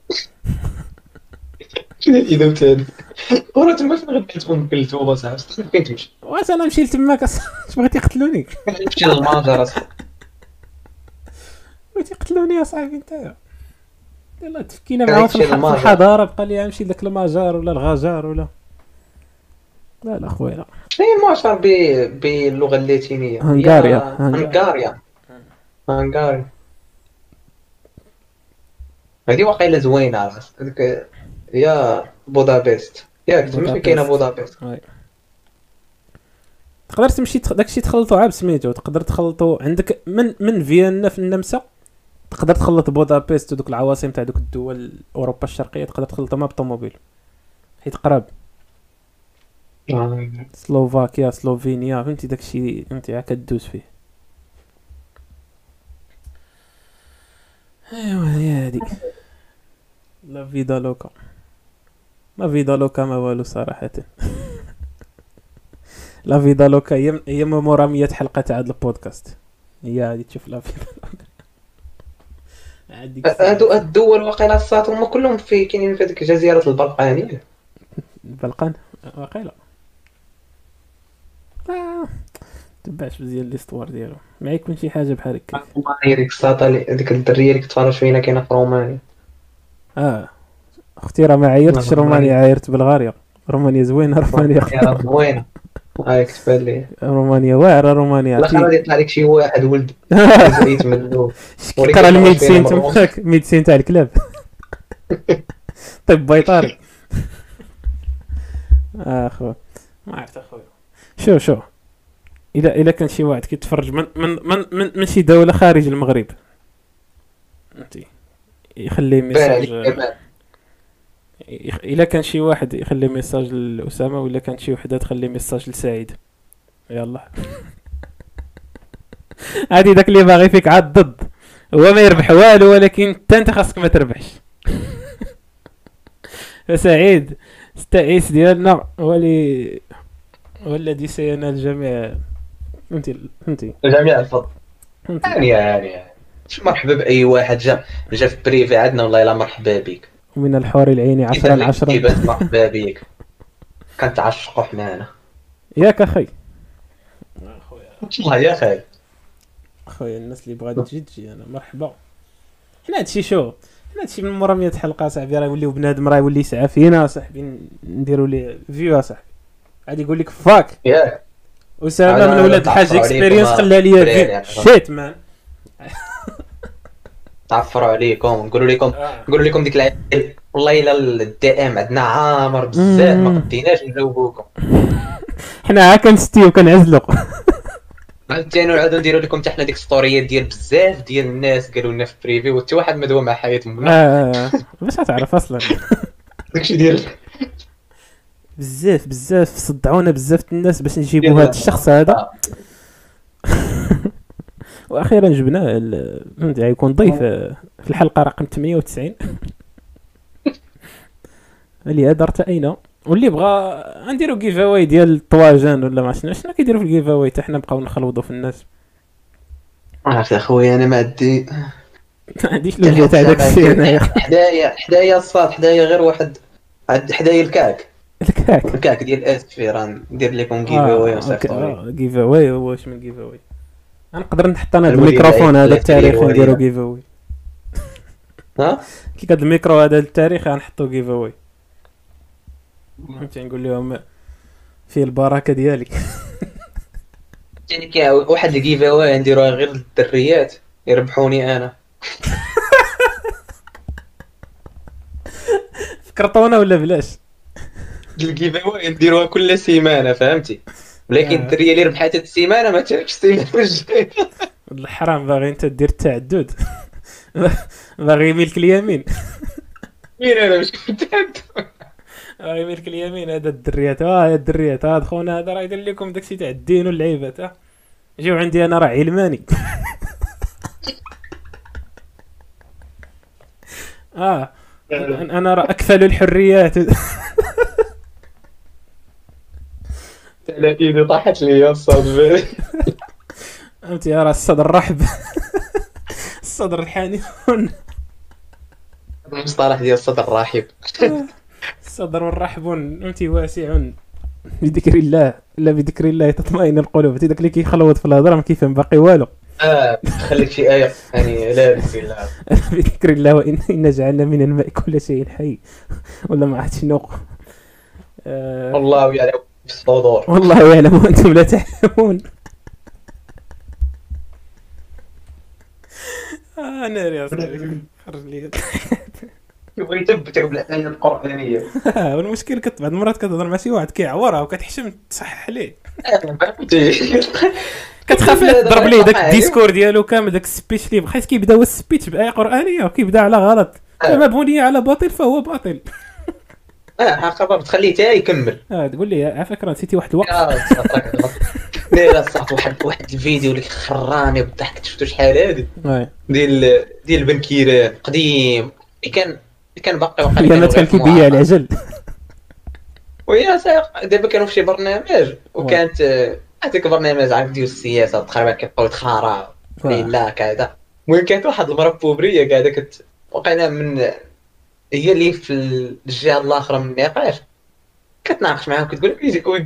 شنو اذا وتاني وراه تما فين غادي ام كلثوم صاحبي فين تمشي؟ واش انا نمشي لتماك اش بغيتي يقتلوني، نمشي للماجر اصاحبي. بغيتي يقتلوني يا صاحبي نتايا، يلا تفكينا كان معاهم في يمشي الح- في للماجر. الحضاره، بقى لي نمشي لك المجار ولا الغجار ولا لا لا خويا لا. شنو هي المعشر ب- باللغه اللاتينيه؟ هي هنغاريا. هنغاريا هنغاريا هذه واقيلا زوينه على راسك هذيك هي بودابست ياك تما فين كاينه بودابست. وي. تقدر تمشي تخ... داكشي تخلطو عاب سميتو، تقدر تخلطو عندك من من فيينا في النمسا، تقدر تخلط بودابست ودوك العواصم تاع دوك الدول اوروبا الشرقيه، تقدر تخلطهم بالطوموبيل حيت قراب. آه. سلوفاكيا سلوفينيا فهمتي داكشي فهمتي عا كدوز فيه. ايوا هي هادي لا فيدا لوكا، لا فيدا لوكا ما والو صراحه. لا فيدا لوكا هي هي مورا مية حلقه تاع هذا البودكاست، هي هادي تشوف لا فيدا لوكا. عندك هادو الدول واقيلا الصات هما كلهم في كاينين في هذيك الجزيره البلقانيه. البلقان واقيلا آه. تبعش مزيان ليستوار ديالو، ما يكون شي حاجه بحال هكا. رومانيا ديك الساطا اللي- هذيك الدريه اللي كتفرج فينا كاينه في رومانيا. اه اختي راه ما عايرتش رومانيا. رومانيا، عايرت بلغاريا. رومانيا زوينه، رومانيا يا زوينه هاي كتبان لي. رومانيا واعره رومانيا. الاخر غادي يطلع لك شي واحد ولد زيت منو كرا الميديسين تماك، ميديسين تاع الكلاب. طب بيطاري اه اخويا ما عرفت اخويا. شو شو الا الا كان شي واحد كيتفرج من من من من, من شي دوله خارج المغرب فهمتي يخلي بان عليك ميساج، كمان. يخ... الا كان شي واحد يخلي ميساج لأسامة ولا كانت شي وحده تخلي ميساج لسعيد يلا. هادي داك اللي باغي فيك عاد ضد، هو ما يربح والو ولكن انت انت خاصك ما تربحش. فسعيد التعيس ديالنا هو اللي هو الذي سينال جميع، فهمتي فهمتي جميع الفضل. فهمتي. يعني يعني يعني مش مرحبا باي واحد جا جا في بريفي عندنا، والله الا مرحبا بك. ومن الحور العين عشرا عشرا. كيفاش مرحبا بك، كنتعشقوا حنانا ياك اخي. والله يا خاي. خويا الناس اللي بغات تجي تجي انا مرحبا. حنا هادشي شو حنا هادشي من مورا مية حلقه صاحبي راه يوليو بنادم راه يولي يسعى فينا صاحبي نديروا ليه فيو صاحبي غادي يقول لك فاك ياك اسامه أنا من ولاد الحاج تعفر اكسبيرينس عليكم، خلى ليا بريالي في أنا. شيت مان. تعفروا عليكم نقولوا لكم آه. نقولوا لكم ديك العيال، والله الا الدي ام عندنا عامر بزاف، ما مم. قديناش نجاوبوكم. حنا ها كنستيو كنعزلو. عاوتاني نعاودو نديرو لكم حتى حنا ديك ستوريات ديال بزاف ديال الناس قالوا لنا في بريفي وحتى واحد ما دوا مع حياتهم. اه باش تعرف اصلا داكشي ديال بزاف بزاف صدعونا بزاف الناس باش نجيبوا ديال- هذا الشخص هذا. آه. واخيرا جبناه ال- فهمتي غيكون ضيف آه، في الحلقه رقم ثمانية وتسعين. اللي هدرت اين واللي بغى نديرو جيف اواي ديال الطواجن ولا ما شنو شنو كيديروا في الجيف اواي حتى حنا نبقاو نخلوضوا في الناس. عرفت اخويا انا ما عندي ما عنديش لوجه تاع داك الشيء انايا. حدايا حدايا الصاد، حدايا غير واحد عند حدايا الكعك الكاك الكعك ديال اسفي راه ندير لكم جيف اواي وصافي. جيف اواي هو واش من جيف اواي نقدر نحط انا هاد المولي الميكروفون العيد هذا التاريخ الكبير نديرو ولينا. جيف اواي ها كي هاد الميكرو هذا التاريخ غنحطو جيف اواي فهمتي نقول لهم فيه البركه ديالي. يعني كاين واحد الجيف اواي نديروها غير للدريات يربحوني انا. فكرتونا ولا بلاش؟ الجيف اواي نديروها كل سيمانه فهمتي، ولكن آه. الدريه اللي ربحات هاد السيمانه ما تعرفش السيمانه الجايه. الحرام باغي انت دير التعدد. باغي يملك اليمين مين انا مش كنت باغي يملك اليمين هذا الدريات اه يا الدريات هذا خونا هذا راه يدير لكم داكشي تاع الدين واللعيبات ها جيو عندي انا راه علماني. اه انا راه اكفل الحريات. على ايدي طاحت لي الصاد. فهمتي راه الصدر رحب. الصدر الحاني. المصطلح ديال الصدر راحب. الصدر الرحب فهمتي واسع بذكر الله، لا بذكر الله تطمئن القلوب. داك اللي كيخلوط في الهضره ما كيفهم باقي والو. اه خليك شي ايه يعني لا بسم الله. بذكر الله وإن إن جعلنا من الماء كل شيء حي ولا ما عرفت شنو. آه والله يعلم في الصدور. والله يعلم وأنتم لا تعلمون. آه ناري يا صاحبي خرج لي. يبغي يثبتوا بالايه القرانيه. والمشكل كت بعض المرات كتهضر مع شي واحد كيعورها وكتحشم تصحح عليه، فهمتي كتخاف لا تضرب ليه داك الديسكور ديالو كامل داك السبيتش اللي بغيت كيبدا هو السبيتش بآية قرآنية وكيبدا على غلط. آه. ما بني على باطل فهو باطل. اه حقا تخليه حتى يكمل. اه تقول لي على فكرة نسيتي واحد الوقت. لا صح واحد واحد الفيديو اللي خراني بالضحك شفتو شحال هادي واي ديال ديال بن كيران قديم اللي كان اللي كان باقي وقع اللي كان كيبيع العجل. ويا سايق دابا كانوا في شي برنامج وكانت آه، هذاك البرنامج عارف ديال السياسه تقريبا كيبقاو يتخارا لا كذا. المهم كانت واحد المراه بوبريه قاعده كت وقينا من هي اللي في الجهه الاخرى من النقاش كتناقش معاهم كتقول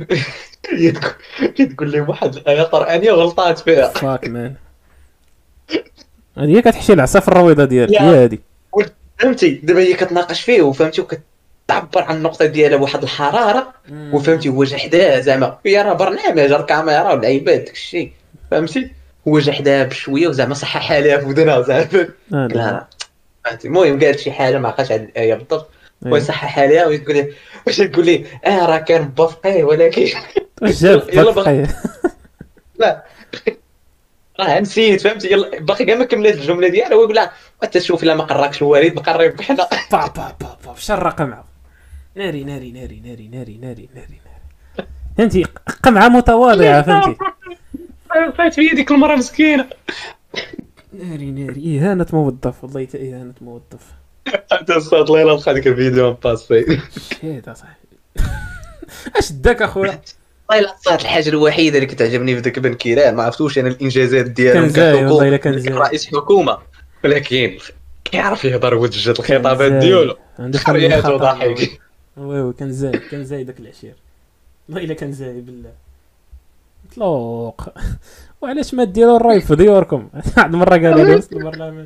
كتقول لهم واحد الايه قرانيه غلطات فيها. فاك مان هذه هي كتحشي العصا في الرويضه ديالك هي هذه فهمتي. دابا هي كتناقش فيه وفهمتي وكتعبر عن النقطه ديالها بواحد الحراره وفهمتي هو جا حداه زعما هي راه برنامج راه الكاميرا والعيبات داكشي فهمتي هو جا حداه بشويه وزعما صحح عليها في ودنها زعما آه، لا فهمتي. المهم قالت شي حاجه ما عقلتش على الايه بالضبط إيه. ويصحح عليها ويقول لي واش تقول لي اه راه كان بافقيه ولكن واش جاب يلا بقى لا راه نسيت فهمتي يلا باقي كاع ما كملت الجمله ديالها ويقول لها انت شوف الا ما قراكش الوالد نقريك حنا با با با با شر قمعه ناري ناري ناري ناري ناري ناري ناري فهمتي قمعه متواضعه فهمتي بقيت في ديك المره مسكينه ناري ناري اهانه موظف والله حتى اهانه موظف انت استاذ الله يلا بقى ديك الفيديو باسي شيت اصاحبي اش داك اخويا والله الا صارت الحاجه الوحيده اللي كتعجبني في ذاك بن كيران ما عرفتوش انا الانجازات ديالو كان زاي والله الا كان زاي رئيس حكومه ولكن كيعرف يهضر وجد الخطابات زاي. ديالو عنده حريات خطأ. وضحك وي وي كان زاي كان زاي داك العشير والله الا كان زاي بالله مطلوق وعلاش ما ديروا الراي في ديوركم واحد المره قالوا لي وسط البرلمان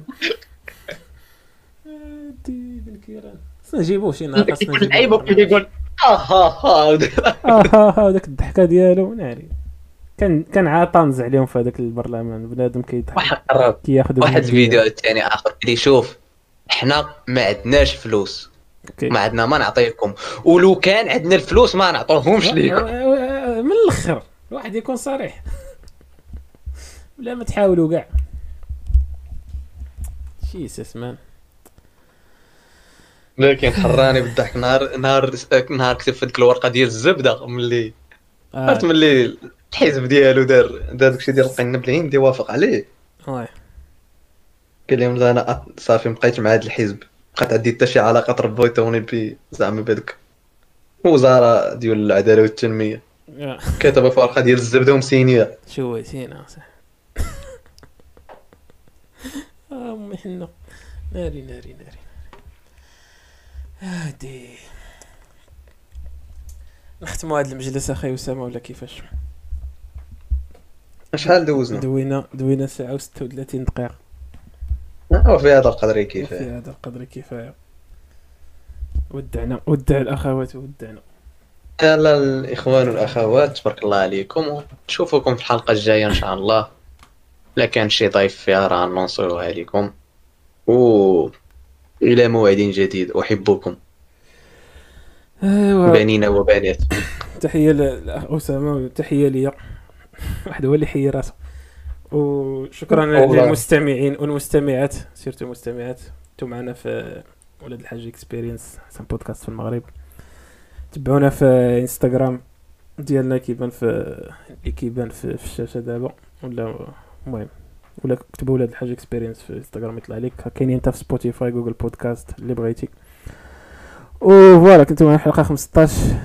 دي بن كيران خصنا نجيبوه شي نهار خصنا كل لعيبه كيقول اه ها ها اه ها ها داك الضحكه ديالو ناري كان كان عاطنز عليهم في هذاك البرلمان بنادم كيضحك واحد قرب كياخذ واحد الفيديو الثاني اخر اللي شوف احنا ما عندناش فلوس ما عندنا ما نعطيكم ولو كان عندنا الفلوس ما نعطوهمش ليكم من الاخر الواحد يكون صريح بلا ما تحاولوا كاع شي سسمان لكن حراني بالضحك نهار نهار نهار كتب في ديك الورقه ديال الزبده ملي عرفت ملي الحزب ديالو دار دار داكشي ديال القنب الهندي وافق عليه واه قال لهم انا صافي بقيت مع هذا الحزب بقات عندي حتى شي علاقه تربيتوني بي زعما بهذيك وزاره ديال العداله والتنميه كتب في ورقه ديال الزبده ومسينيه شويتينا صح امي حنا ناري ناري ناري هادي نختموا هذا المجلس اخي اسامه ولا كيفاش شحال دوزنا دوينا دوينا ساعه وستة وثلاثين دقيقه وفي هذا القدر في كفايه هذا القدر كفايه ودعنا ودع الاخوات ودعنا يلا الاخوان والاخوات تبارك الله عليكم ونشوفكم في الحلقه الجايه ان شاء الله لا كان شي ضيف فيها راه ننصروها عليكم و الى موعد جديد احبكم ايوا بنين وبنات تحيه للاخ اسامه وتحيه ليا واحد هو اللي حي راسه وشكرا للمستمعين والمستمعات سيرتو المستمعات انتم معنا في ولاد الحاج اكسبيرينس احسن بودكاست في المغرب تبعونا في انستغرام ديالنا كيبان في اللي كيبان في, في الشاشه دابا ولا المهم ولا كتبوا ولاد الحاج اكسبيرينس في انستغرام يطلع لك كاينين حتى في سبوتيفاي جوجل بودكاست اللي بغيتي وفوالا كنتو معنا في حلقه خمسطاش